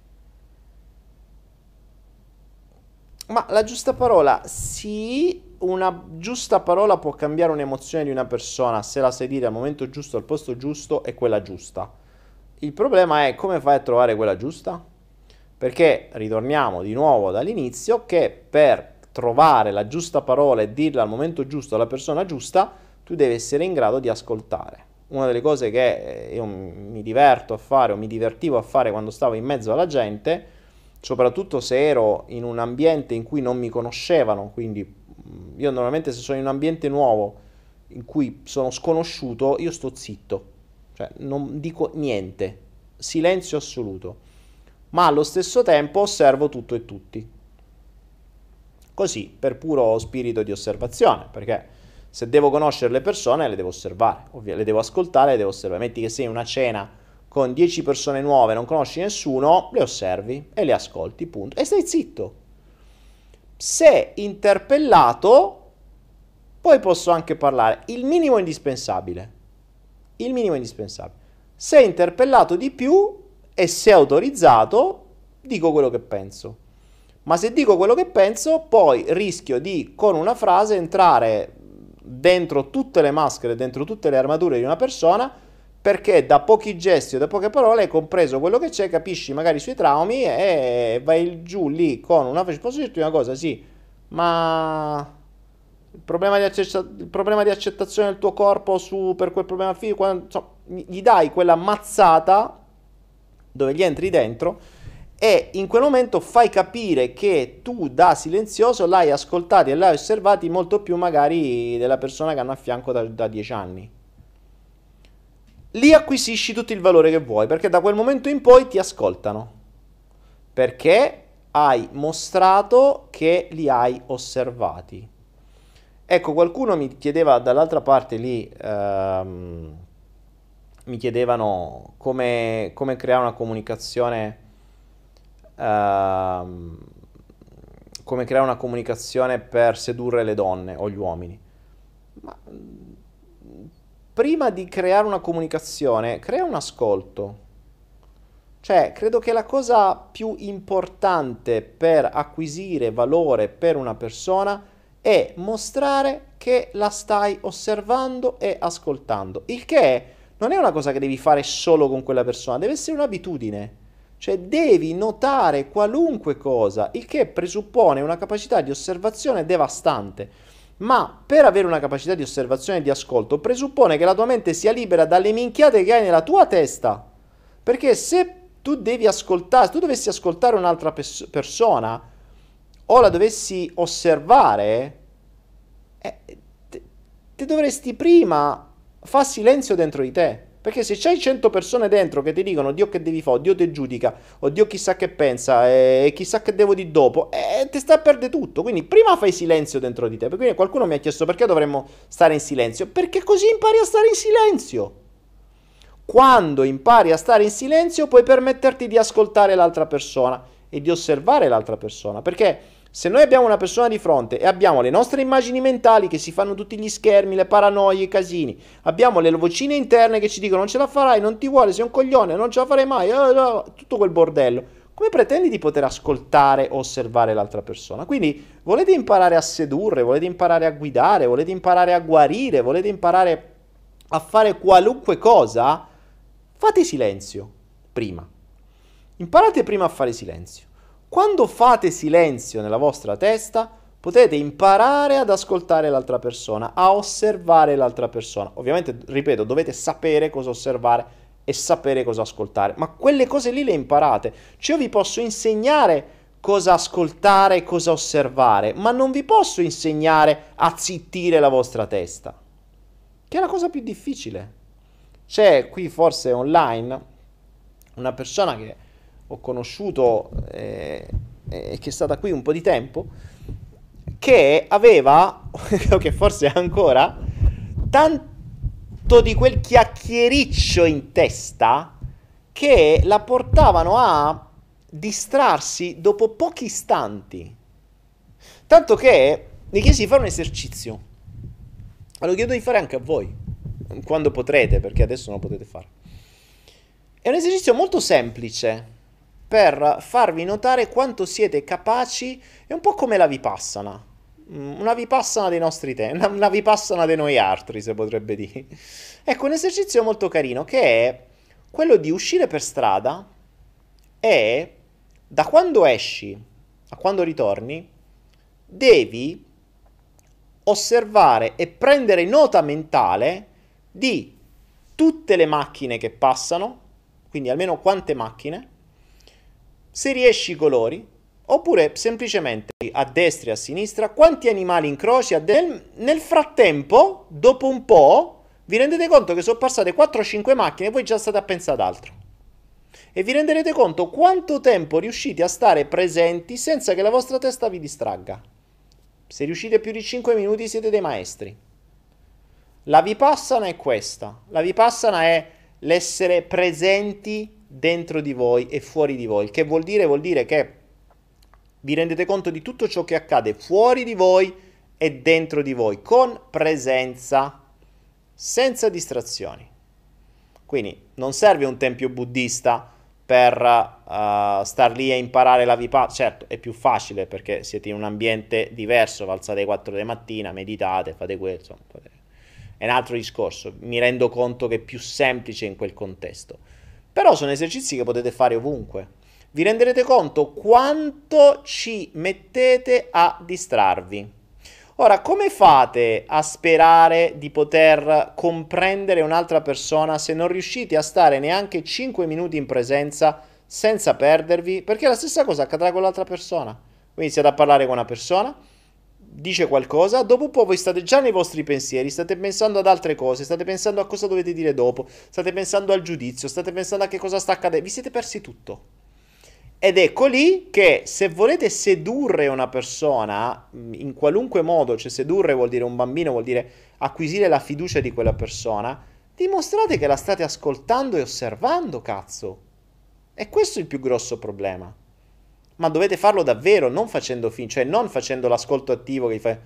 B: ma la giusta parola, sì, una giusta parola può cambiare un'emozione di una persona se la sai dire al momento giusto, al posto giusto e quella giusta. Il problema è come fai a trovare quella giusta? Perché ritorniamo di nuovo dall'inizio che per trovare la giusta parola e dirla al momento giusto alla persona giusta, tu devi essere in grado di ascoltare. Una delle cose che io mi diverto a fare o mi divertivo a fare quando stavo in mezzo alla gente, soprattutto se ero in un ambiente in cui non mi conoscevano, quindi io normalmente se sono in un ambiente nuovo in cui sono sconosciuto, io sto zitto, cioè non dico niente, silenzio assoluto, ma allo stesso tempo osservo tutto e tutti. Così, per puro spirito di osservazione, perché se devo conoscere le persone le devo osservare, le devo ascoltare, le devo osservare. Metti che sei in una cena con 10 persone nuove, non conosci nessuno, le osservi e le ascolti, punto. E stai zitto. Se interpellato, poi posso anche parlare. Il minimo indispensabile. Il minimo indispensabile. Se interpellato di più e se autorizzato, dico quello che penso. Ma se dico quello che penso, poi rischio di, con una frase, entrare dentro tutte le maschere, dentro tutte le armature di una persona, perché da pochi gesti o da poche parole hai compreso quello che c'è, capisci magari i suoi traumi e vai giù lì con una frase. Posso dirti una cosa? Sì, ma il problema di accettazione del tuo corpo per quel problema fisico, quando, insomma, gli dai quella mazzata dove gli entri dentro e in quel momento fai capire che tu da silenzioso l'hai ascoltati e l'hai osservati molto più magari della persona che hanno a fianco da 10 anni. Lì acquisisci tutto il valore che vuoi, perché da quel momento in poi ti ascoltano, perché hai mostrato che li hai osservati. Ecco, qualcuno mi chiedeva dall'altra parte lì, mi chiedevano come creare una comunicazione, ehm, come creare una comunicazione per sedurre le donne o gli uomini. Ma prima di creare una comunicazione, crea un ascolto. Cioè, credo che la cosa più importante per acquisire valore per una persona è mostrare che la stai osservando e ascoltando. Il che non è una cosa che devi fare solo con quella persona, deve essere un'abitudine. Cioè, devi notare qualunque cosa, il che presuppone una capacità di osservazione devastante. Ma per avere una capacità di osservazione e di ascolto presuppone che la tua mente sia libera dalle minchiate che hai nella tua testa. Perché se tu devi ascoltare, se tu dovessi ascoltare un'altra persona o la dovessi osservare, te dovresti prima fare silenzio dentro di te. Perché se c'hai 100 persone dentro che ti dicono Dio che devi fare, Dio ti giudica, o Dio chissà che pensa, e chissà che devo di dopo, ti sta a perdere tutto. Quindi prima fai silenzio dentro di te. Quindi qualcuno mi ha chiesto perché dovremmo stare in silenzio. Perché così impari a stare in silenzio. Quando impari a stare in silenzio puoi permetterti di ascoltare l'altra persona e di osservare l'altra persona. Perché se noi abbiamo una persona di fronte e abbiamo le nostre immagini mentali che si fanno tutti gli schermi, le paranoie, i casini, abbiamo le vocine interne che ci dicono non ce la farai, non ti vuole, sei un coglione, non ce la farai mai, tutto quel bordello, come pretendi di poter ascoltare o osservare l'altra persona? Quindi volete imparare a sedurre, volete imparare a guidare, volete imparare a guarire, volete imparare a fare qualunque cosa? Fate silenzio prima. Imparate prima a fare silenzio. Quando fate silenzio nella vostra testa, potete imparare ad ascoltare l'altra persona, a osservare l'altra persona. Ovviamente, ripeto, dovete sapere cosa osservare e sapere cosa ascoltare, ma quelle cose lì le imparate. Cioè io vi posso insegnare cosa ascoltare e cosa osservare, ma non vi posso insegnare a zittire la vostra testa, che è la cosa più difficile. C'è qui forse online una persona che ho conosciuto che è stata qui un po' di tempo, che aveva, che forse ancora, tanto di quel chiacchiericcio in testa che la portavano a distrarsi dopo pochi istanti. Tanto che mi chiesi di fare un esercizio. Ma lo chiedo di fare anche a voi, quando potrete, perché adesso non lo potete fare. È un esercizio molto semplice per farvi notare quanto siete capaci, è un po' come la Vipassana. Una Vipassana dei nostri tempi, una Vipassana dei noi altri, se potrebbe dire. Ecco, un esercizio molto carino che è quello di uscire per strada e da quando esci a quando ritorni devi osservare e prendere nota mentale di tutte le macchine che passano, quindi almeno quante macchine, se riesci i colori, oppure semplicemente a destra e a sinistra, quanti animali incroci. Nel frattempo, dopo un po', vi rendete conto che sono passate 4-5 macchine e voi già state a pensare ad altro. E vi renderete conto quanto tempo riuscite a stare presenti senza che la vostra testa vi distragga. Se riuscite più di 5 minuti siete dei maestri. La Vipassana è questa. La Vipassana è l'essere presenti dentro di voi e fuori di voi. Che vuol dire? Vuol dire che vi rendete conto di tutto ciò che accade fuori di voi e dentro di voi, con presenza, senza distrazioni. Quindi non serve un tempio buddista per star lì a imparare la Vipassana. Certo, è più facile perché siete in un ambiente diverso, vi alzate alle 4 di mattina, meditate, fate quello, insomma, è un altro discorso. Mi rendo conto che è più semplice in quel contesto. Però sono esercizi che potete fare ovunque. Vi renderete conto quanto ci mettete a distrarvi. Ora, come fate a sperare di poter comprendere un'altra persona se non riuscite a stare neanche 5 minuti in presenza senza perdervi? Perché la stessa cosa accadrà con l'altra persona. Voi iniziate a parlare con una persona, dice qualcosa, dopo un po' voi state già nei vostri pensieri, state pensando ad altre cose, state pensando a cosa dovete dire dopo, state pensando al giudizio, state pensando a che cosa sta accadendo, vi siete persi tutto. Ed ecco lì che se volete sedurre una persona in qualunque modo, cioè sedurre vuol dire un bambino, vuol dire acquisire la fiducia di quella persona, dimostrate che la state ascoltando e osservando, cazzo. E questo è il più grosso problema. Ma dovete farlo davvero, non facendo finta, cioè non facendo l'ascolto attivo che gli fai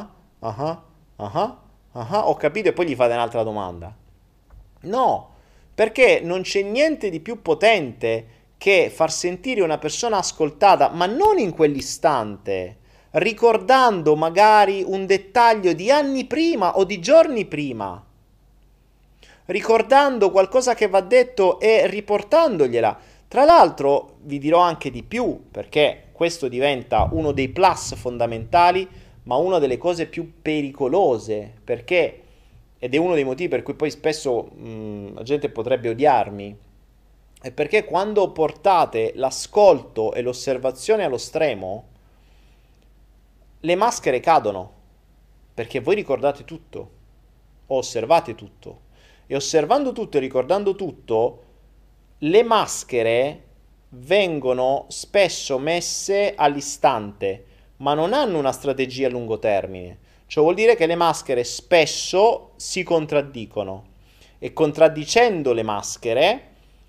B: ho capito e poi gli fate un'altra domanda. No, perché non c'è niente di più potente che far sentire una persona ascoltata, ma non in quell'istante, ricordando magari un dettaglio di anni prima o di giorni prima, ricordando qualcosa che va detto e riportandogliela. Tra l'altro vi dirò anche di più, perché questo diventa uno dei plus fondamentali, ma una delle cose più pericolose, perché, ed è uno dei motivi per cui poi spesso la gente potrebbe odiarmi, è perché quando portate l'ascolto e l'osservazione allo stremo, le maschere cadono, perché voi ricordate tutto, o osservate tutto, e osservando tutto e ricordando tutto, le maschere vengono spesso messe all'istante, ma non hanno una strategia a lungo termine. Ciò vuol dire che le maschere spesso si contraddicono, e contraddicendo le maschere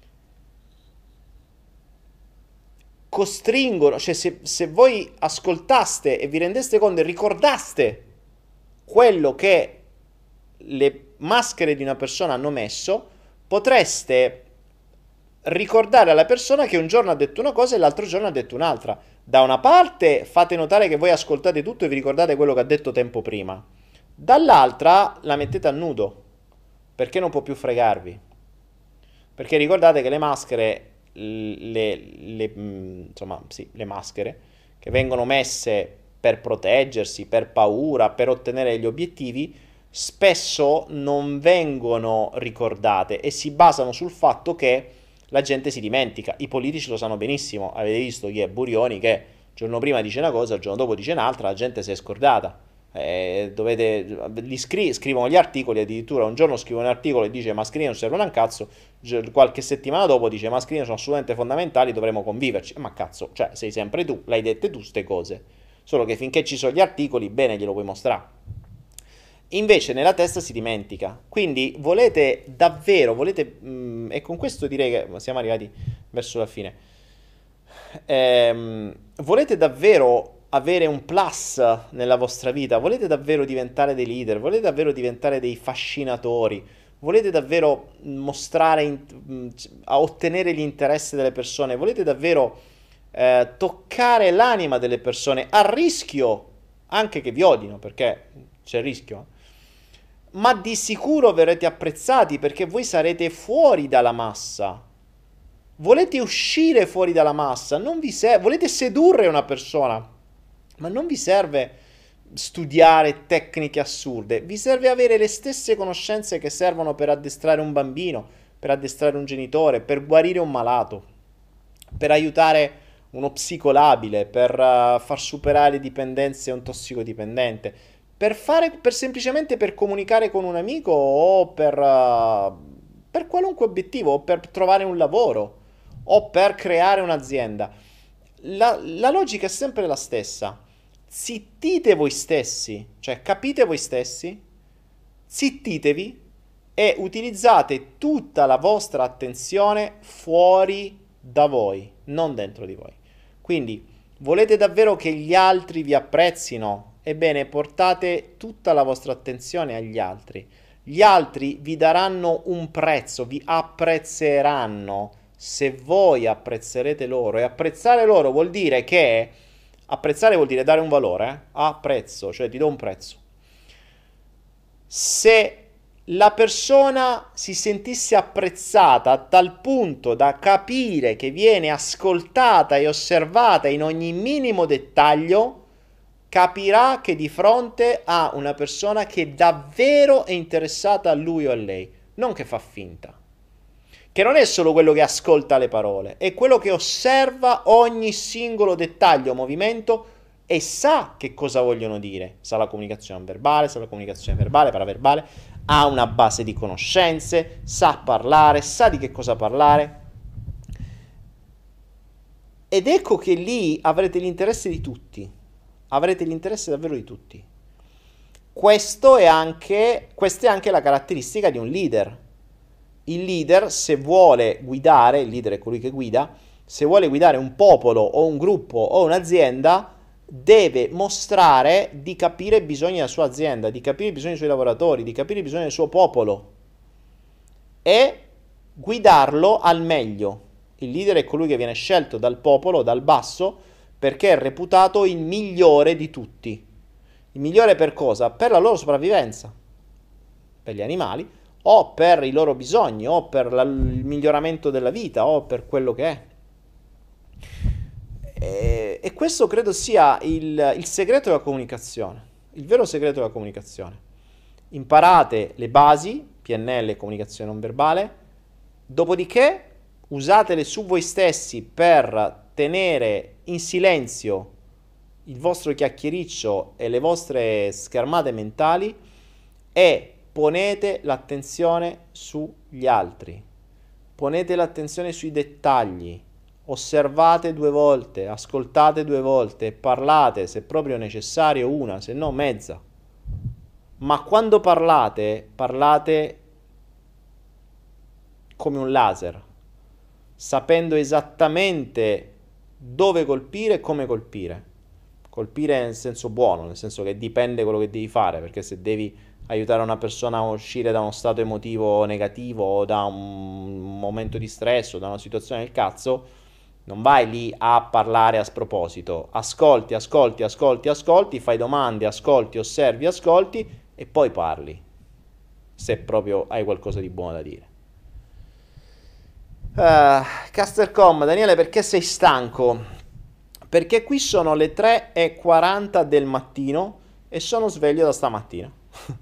B: costringono, cioè se voi ascoltaste e vi rendeste conto e ricordaste quello che le maschere di una persona hanno messo, potreste ricordare alla persona che un giorno ha detto una cosa e l'altro giorno ha detto un'altra. Da una parte fate notare che voi ascoltate tutto e vi ricordate quello che ha detto tempo prima, dall'altra la mettete a nudo, perché non può più fregarvi. Perché ricordate che le maschere, insomma, sì, le maschere che vengono messe per proteggersi, per paura, per ottenere gli obiettivi, spesso non vengono ricordate e si basano sul fatto che la gente si dimentica. I politici lo sanno benissimo, avete visto chi è Burioni che il giorno prima dice una cosa, il giorno dopo dice un'altra, la gente si è scordata. Scrivono gli articoli, addirittura un giorno scrivono un articolo e dice mascherine non servono a un cazzo, qualche settimana dopo dice mascherine sono assolutamente fondamentali, dovremo conviverci. Ma cazzo, cioè sei sempre tu, l'hai dette tu ste cose, solo che finché ci sono gli articoli bene glielo puoi mostrare. Invece nella testa si dimentica. Quindi volete davvero, e con questo direi che siamo arrivati verso la fine, volete davvero avere un plus nella vostra vita, volete davvero diventare dei leader, volete davvero diventare dei fascinatori, Volete davvero mostrare, a ottenere l'interesse delle persone? Volete davvero toccare l'anima delle persone a rischio anche che vi odino, perché c'è il rischio, ma di sicuro verrete apprezzati perché voi sarete fuori dalla massa. Volete uscire fuori dalla massa, non vi volete sedurre una persona, ma non vi serve studiare tecniche assurde, vi serve avere le stesse conoscenze che servono per addestrare un bambino, per addestrare un genitore, per guarire un malato, per aiutare uno psicolabile, per far superare dipendenze a un tossicodipendente, per semplicemente per comunicare con un amico o per qualunque obiettivo, o per trovare un lavoro o per creare un'azienda. La logica è sempre la stessa. Zittite voi stessi, cioè capite voi stessi, zittitevi e utilizzate tutta la vostra attenzione fuori da voi, non dentro di voi. Quindi, volete davvero che gli altri vi apprezzino? Ebbene, portate tutta la vostra attenzione agli altri. Gli altri vi daranno un prezzo, vi apprezzeranno se voi apprezzerete loro. E apprezzare loro vuol dire che apprezzare vuol dire dare un valore, a prezzo, cioè ti do un prezzo. Se la persona si sentisse apprezzata a tal punto da capire che viene ascoltata e osservata in ogni minimo dettaglio, capirà che di fronte a una persona che davvero è interessata a lui o a lei, non che fa finta. Che non è solo quello che ascolta le parole, è quello che osserva ogni singolo dettaglio, movimento e sa che cosa vogliono dire. Sa la comunicazione verbale, sa la comunicazione verbale, paraverbale, ha una base di conoscenze, sa parlare, sa di che cosa parlare. Ed ecco che lì avrete l'interesse di tutti, avrete l'interesse davvero di tutti. Questa è anche la caratteristica di un leader. Il leader, se vuole guidare, il leader è colui che guida, se vuole guidare un popolo o un gruppo o un'azienda, deve mostrare di capire i bisogni della sua azienda, di capire i bisogni dei suoi lavoratori, di capire i bisogni del suo popolo e guidarlo al meglio. Il leader è colui che viene scelto dal popolo, dal basso, perché è reputato il migliore di tutti. Il migliore per cosa? Per la loro sopravvivenza, per gli animali, o per i loro bisogni, o per il miglioramento della vita, o per quello che è. E questo credo sia il segreto della comunicazione, il vero segreto della comunicazione. Imparate le basi, PNL, comunicazione non verbale, dopodiché usatele su voi stessi per tenere in silenzio il vostro chiacchiericcio e le vostre schermate mentali e ponete l'attenzione sugli altri, ponete l'attenzione sui dettagli, osservate 2 volte, ascoltate 2 volte, parlate se proprio necessario una, se no mezza. Ma quando parlate, parlate come un laser, sapendo esattamente dove colpire e come colpire. Colpire nel senso buono, nel senso che dipende quello che devi fare, perché se devi aiutare una persona a uscire da uno stato emotivo negativo o da un momento di stress o da una situazione del cazzo, non vai lì a parlare a sproposito. Ascolti, fai domande, ascolti, osservi, ascolti e poi parli, se proprio hai qualcosa di buono da dire. Castercom, Daniele, perché sei stanco? Perché qui sono le 3:40 del mattino e sono sveglio da stamattina.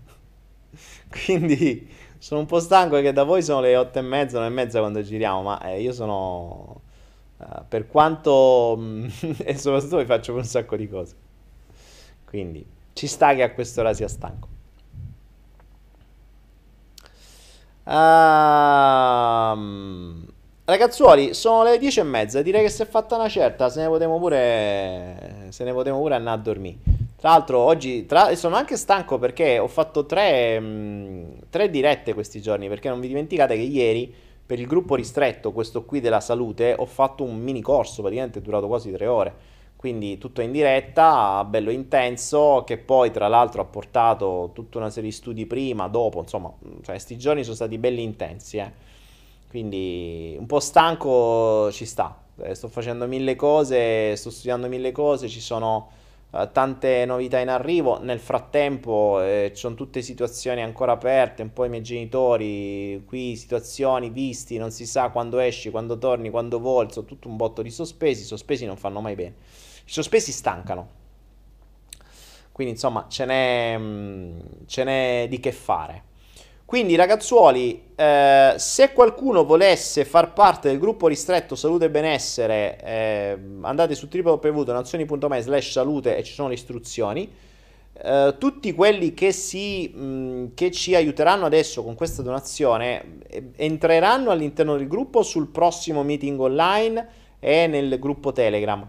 B: Quindi sono un po' stanco perché da voi sono le 8:30, 9:30 quando giriamo, ma io sono... per quanto... e soprattutto vi faccio un sacco di cose. Quindi ci sta che a quest'ora sia stanco. Ragazzuoli, sono le 10:30, direi che si è fatta una certa, se ne potremo pure andare a dormire. Tra l'altro oggi sono anche stanco perché ho fatto tre dirette questi giorni, perché non vi dimenticate che ieri per il gruppo ristretto, questo qui della salute, ho fatto un mini corso, praticamente è durato quasi 3 ore. quindi tutto in diretta, bello intenso, che poi tra l'altro ha portato tutta una serie di studi prima, dopo, insomma, cioè sti giorni sono stati belli intensi, quindi un po' stanco ci sta. Sto facendo mille cose, sto studiando mille cose, ci sono tante novità in arrivo. Nel frattempo ci sono tutte situazioni ancora aperte, un po' i miei genitori, qui situazioni visti, non si sa quando esci, quando torni, quando voli, sono tutto un botto di sospesi, i sospesi non fanno mai bene. I sospesi stancano, quindi insomma ce n'è di che fare. Quindi ragazzuoli, se qualcuno volesse far parte del gruppo ristretto Salute e Benessere, andate su www.donazioni.me/salute e ci sono le istruzioni. Tutti quelli che ci aiuteranno adesso con questa donazione entreranno all'interno del gruppo sul prossimo meeting online e nel gruppo Telegram.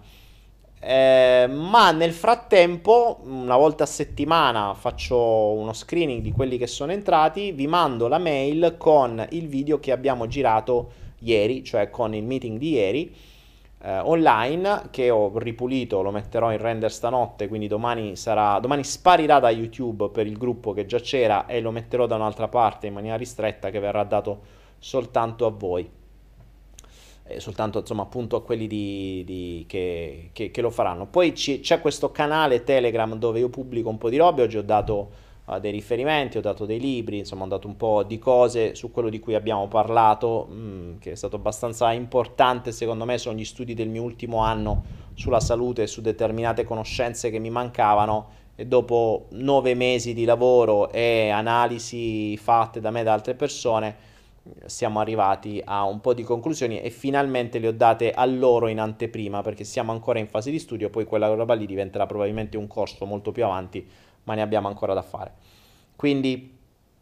B: Ma nel frattempo, una volta a settimana faccio uno screening di quelli che sono entrati, vi mando la mail con il video che abbiamo girato ieri, cioè con il meeting di ieri online, che ho ripulito, lo metterò in render stanotte, quindi domani sparirà da YouTube per il gruppo che già c'era e lo metterò da un'altra parte in maniera ristretta che verrà dato soltanto a voi. Soltanto insomma appunto a quelli che lo faranno. Poi c'è questo canale Telegram dove io pubblico un po' di robe. Oggi ho dato dei riferimenti, ho dato dei libri, insomma ho dato un po' di cose su quello di cui abbiamo parlato, che è stato abbastanza importante secondo me. Sono gli studi del mio ultimo anno sulla salute e su determinate conoscenze che mi mancavano, e dopo 9 mesi di lavoro e analisi fatte da me e da altre persone siamo arrivati a un po' di conclusioni e finalmente le ho date a loro in anteprima, perché siamo ancora in fase di studio. Poi quella roba lì diventerà probabilmente un corso molto più avanti, ma ne abbiamo ancora da fare. Quindi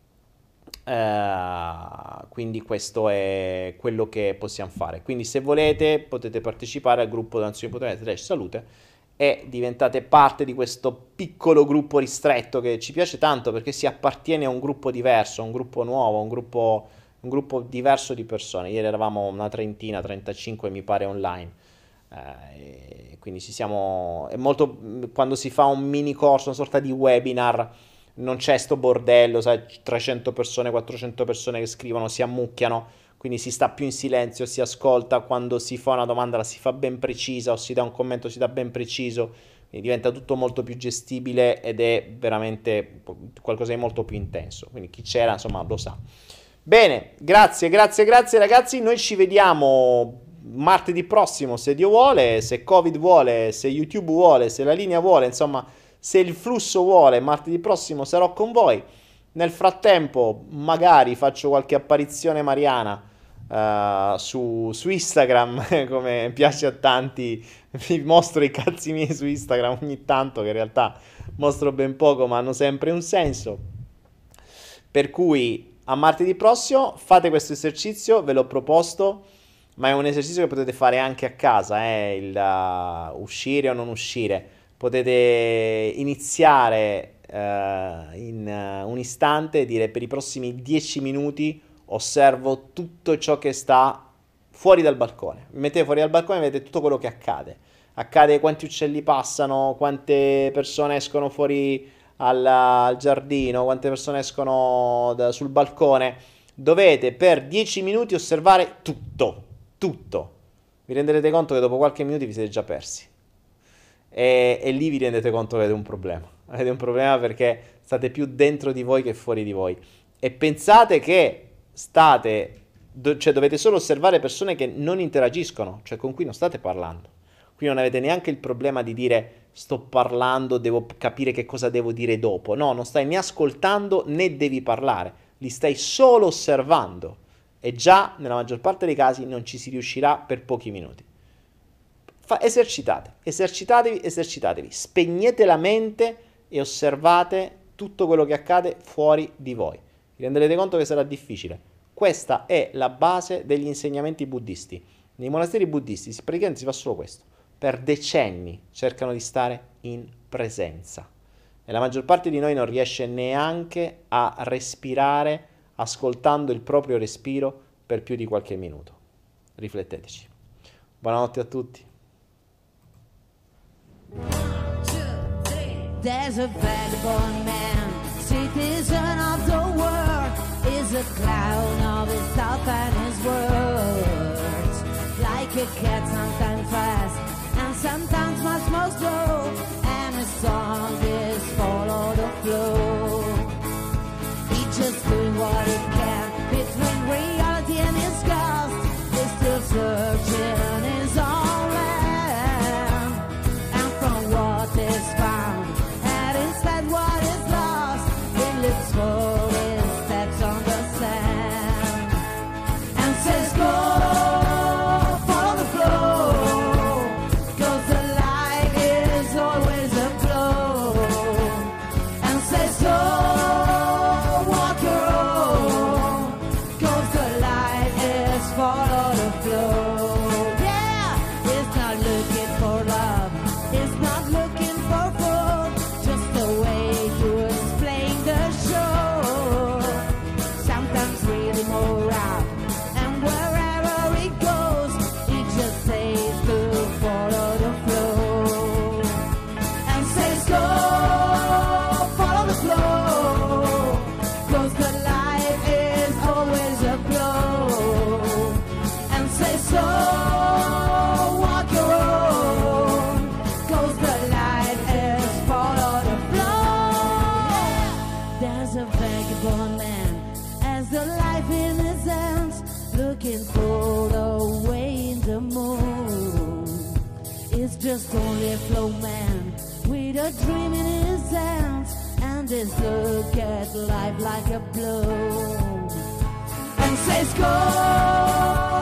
B: questo è quello che possiamo fare. Quindi se volete potete partecipare al gruppo donazioni.it/salute e diventate parte di questo piccolo gruppo ristretto che ci piace tanto, perché si appartiene a un gruppo diverso, a un gruppo nuovo, un gruppo diverso di persone. Ieri eravamo una trentina, 35 mi pare online. Quindi è molto, quando si fa un mini corso, una sorta di webinar, non c'è sto bordello, sai, 300 persone, 400 persone che scrivono, si ammucchiano, quindi si sta più in silenzio, si ascolta, quando si fa una domanda la si fa ben precisa o si dà un commento si dà ben preciso, quindi diventa tutto molto più gestibile ed è veramente qualcosa di molto più intenso. Quindi chi c'era insomma lo sa. Bene, grazie ragazzi, noi ci vediamo martedì prossimo se Dio vuole, se Covid vuole, se YouTube vuole, se la linea vuole, insomma se il flusso vuole, martedì prossimo sarò con voi. Nel frattempo magari faccio qualche apparizione mariana su Instagram, come piace a tanti, vi mostro i cazzi miei su Instagram ogni tanto, che in realtà mostro ben poco ma hanno sempre un senso. Per cui a martedì prossimo fate questo esercizio, ve l'ho proposto, ma è un esercizio che potete fare anche a casa, uscire o non uscire. Potete iniziare in un istante e dire: per i prossimi 10 minuti osservo tutto ciò che sta fuori dal balcone. Vi mettete fuori dal balcone e vedete tutto quello che accade. Accade quanti uccelli passano, quante persone escono fuori al giardino, quante persone escono sul balcone. Dovete per 10 minuti osservare tutto. Vi renderete conto che dopo qualche minuto vi siete già persi. E lì vi rendete conto che avete un problema. Avete un problema perché state più dentro di voi che fuori di voi. E pensate che dovete solo osservare persone che non interagiscono, cioè con cui non state parlando. Qui non avete neanche il problema di dire: sto parlando, devo capire che cosa devo dire dopo. No, non stai né ascoltando né devi parlare, li stai solo osservando. E già nella maggior parte dei casi non ci si riuscirà per pochi minuti. Esercitatevi, spegnete la mente e osservate tutto quello che accade fuori di voi. Vi renderete conto che sarà difficile. Questa è la base degli insegnamenti buddisti. Nei monasteri buddisti praticamente si fa solo questo. Per decenni cercano di stare in presenza. E la maggior parte di noi non riesce neanche a respirare ascoltando il proprio respiro per più di qualche minuto. Rifletteteci. Buonanotte a tutti.
A: There's a vagabond man, citizen of the world, is a clown of his thoughts and his words. Like a cat, sometimes fast and sometimes much more slow, and his song is follow the flow. He's just doing what he can between reality and his ghost. He's still searching his own land, and from what is found and instead what is lost, he looks for his steps on the sand and says go, follow the flow, 'cause the light is always a glow, and says so, walk your own, 'cause the light is follow the flow. Yeah, it's not looking for love, it's not looking for food, just a way to explain the show. Sometimes really more out, and wherever it goes, it just says to follow the flow, and says go, follow the flow, 'cause the light is always a glow, and says so, walk your own, 'cause the light is follow the flow. There's a vagabond man, as the life in his hands, looking for the way in the moon. It's just only a flow man with a dream in his hands, and his look at life like a blow, and says go,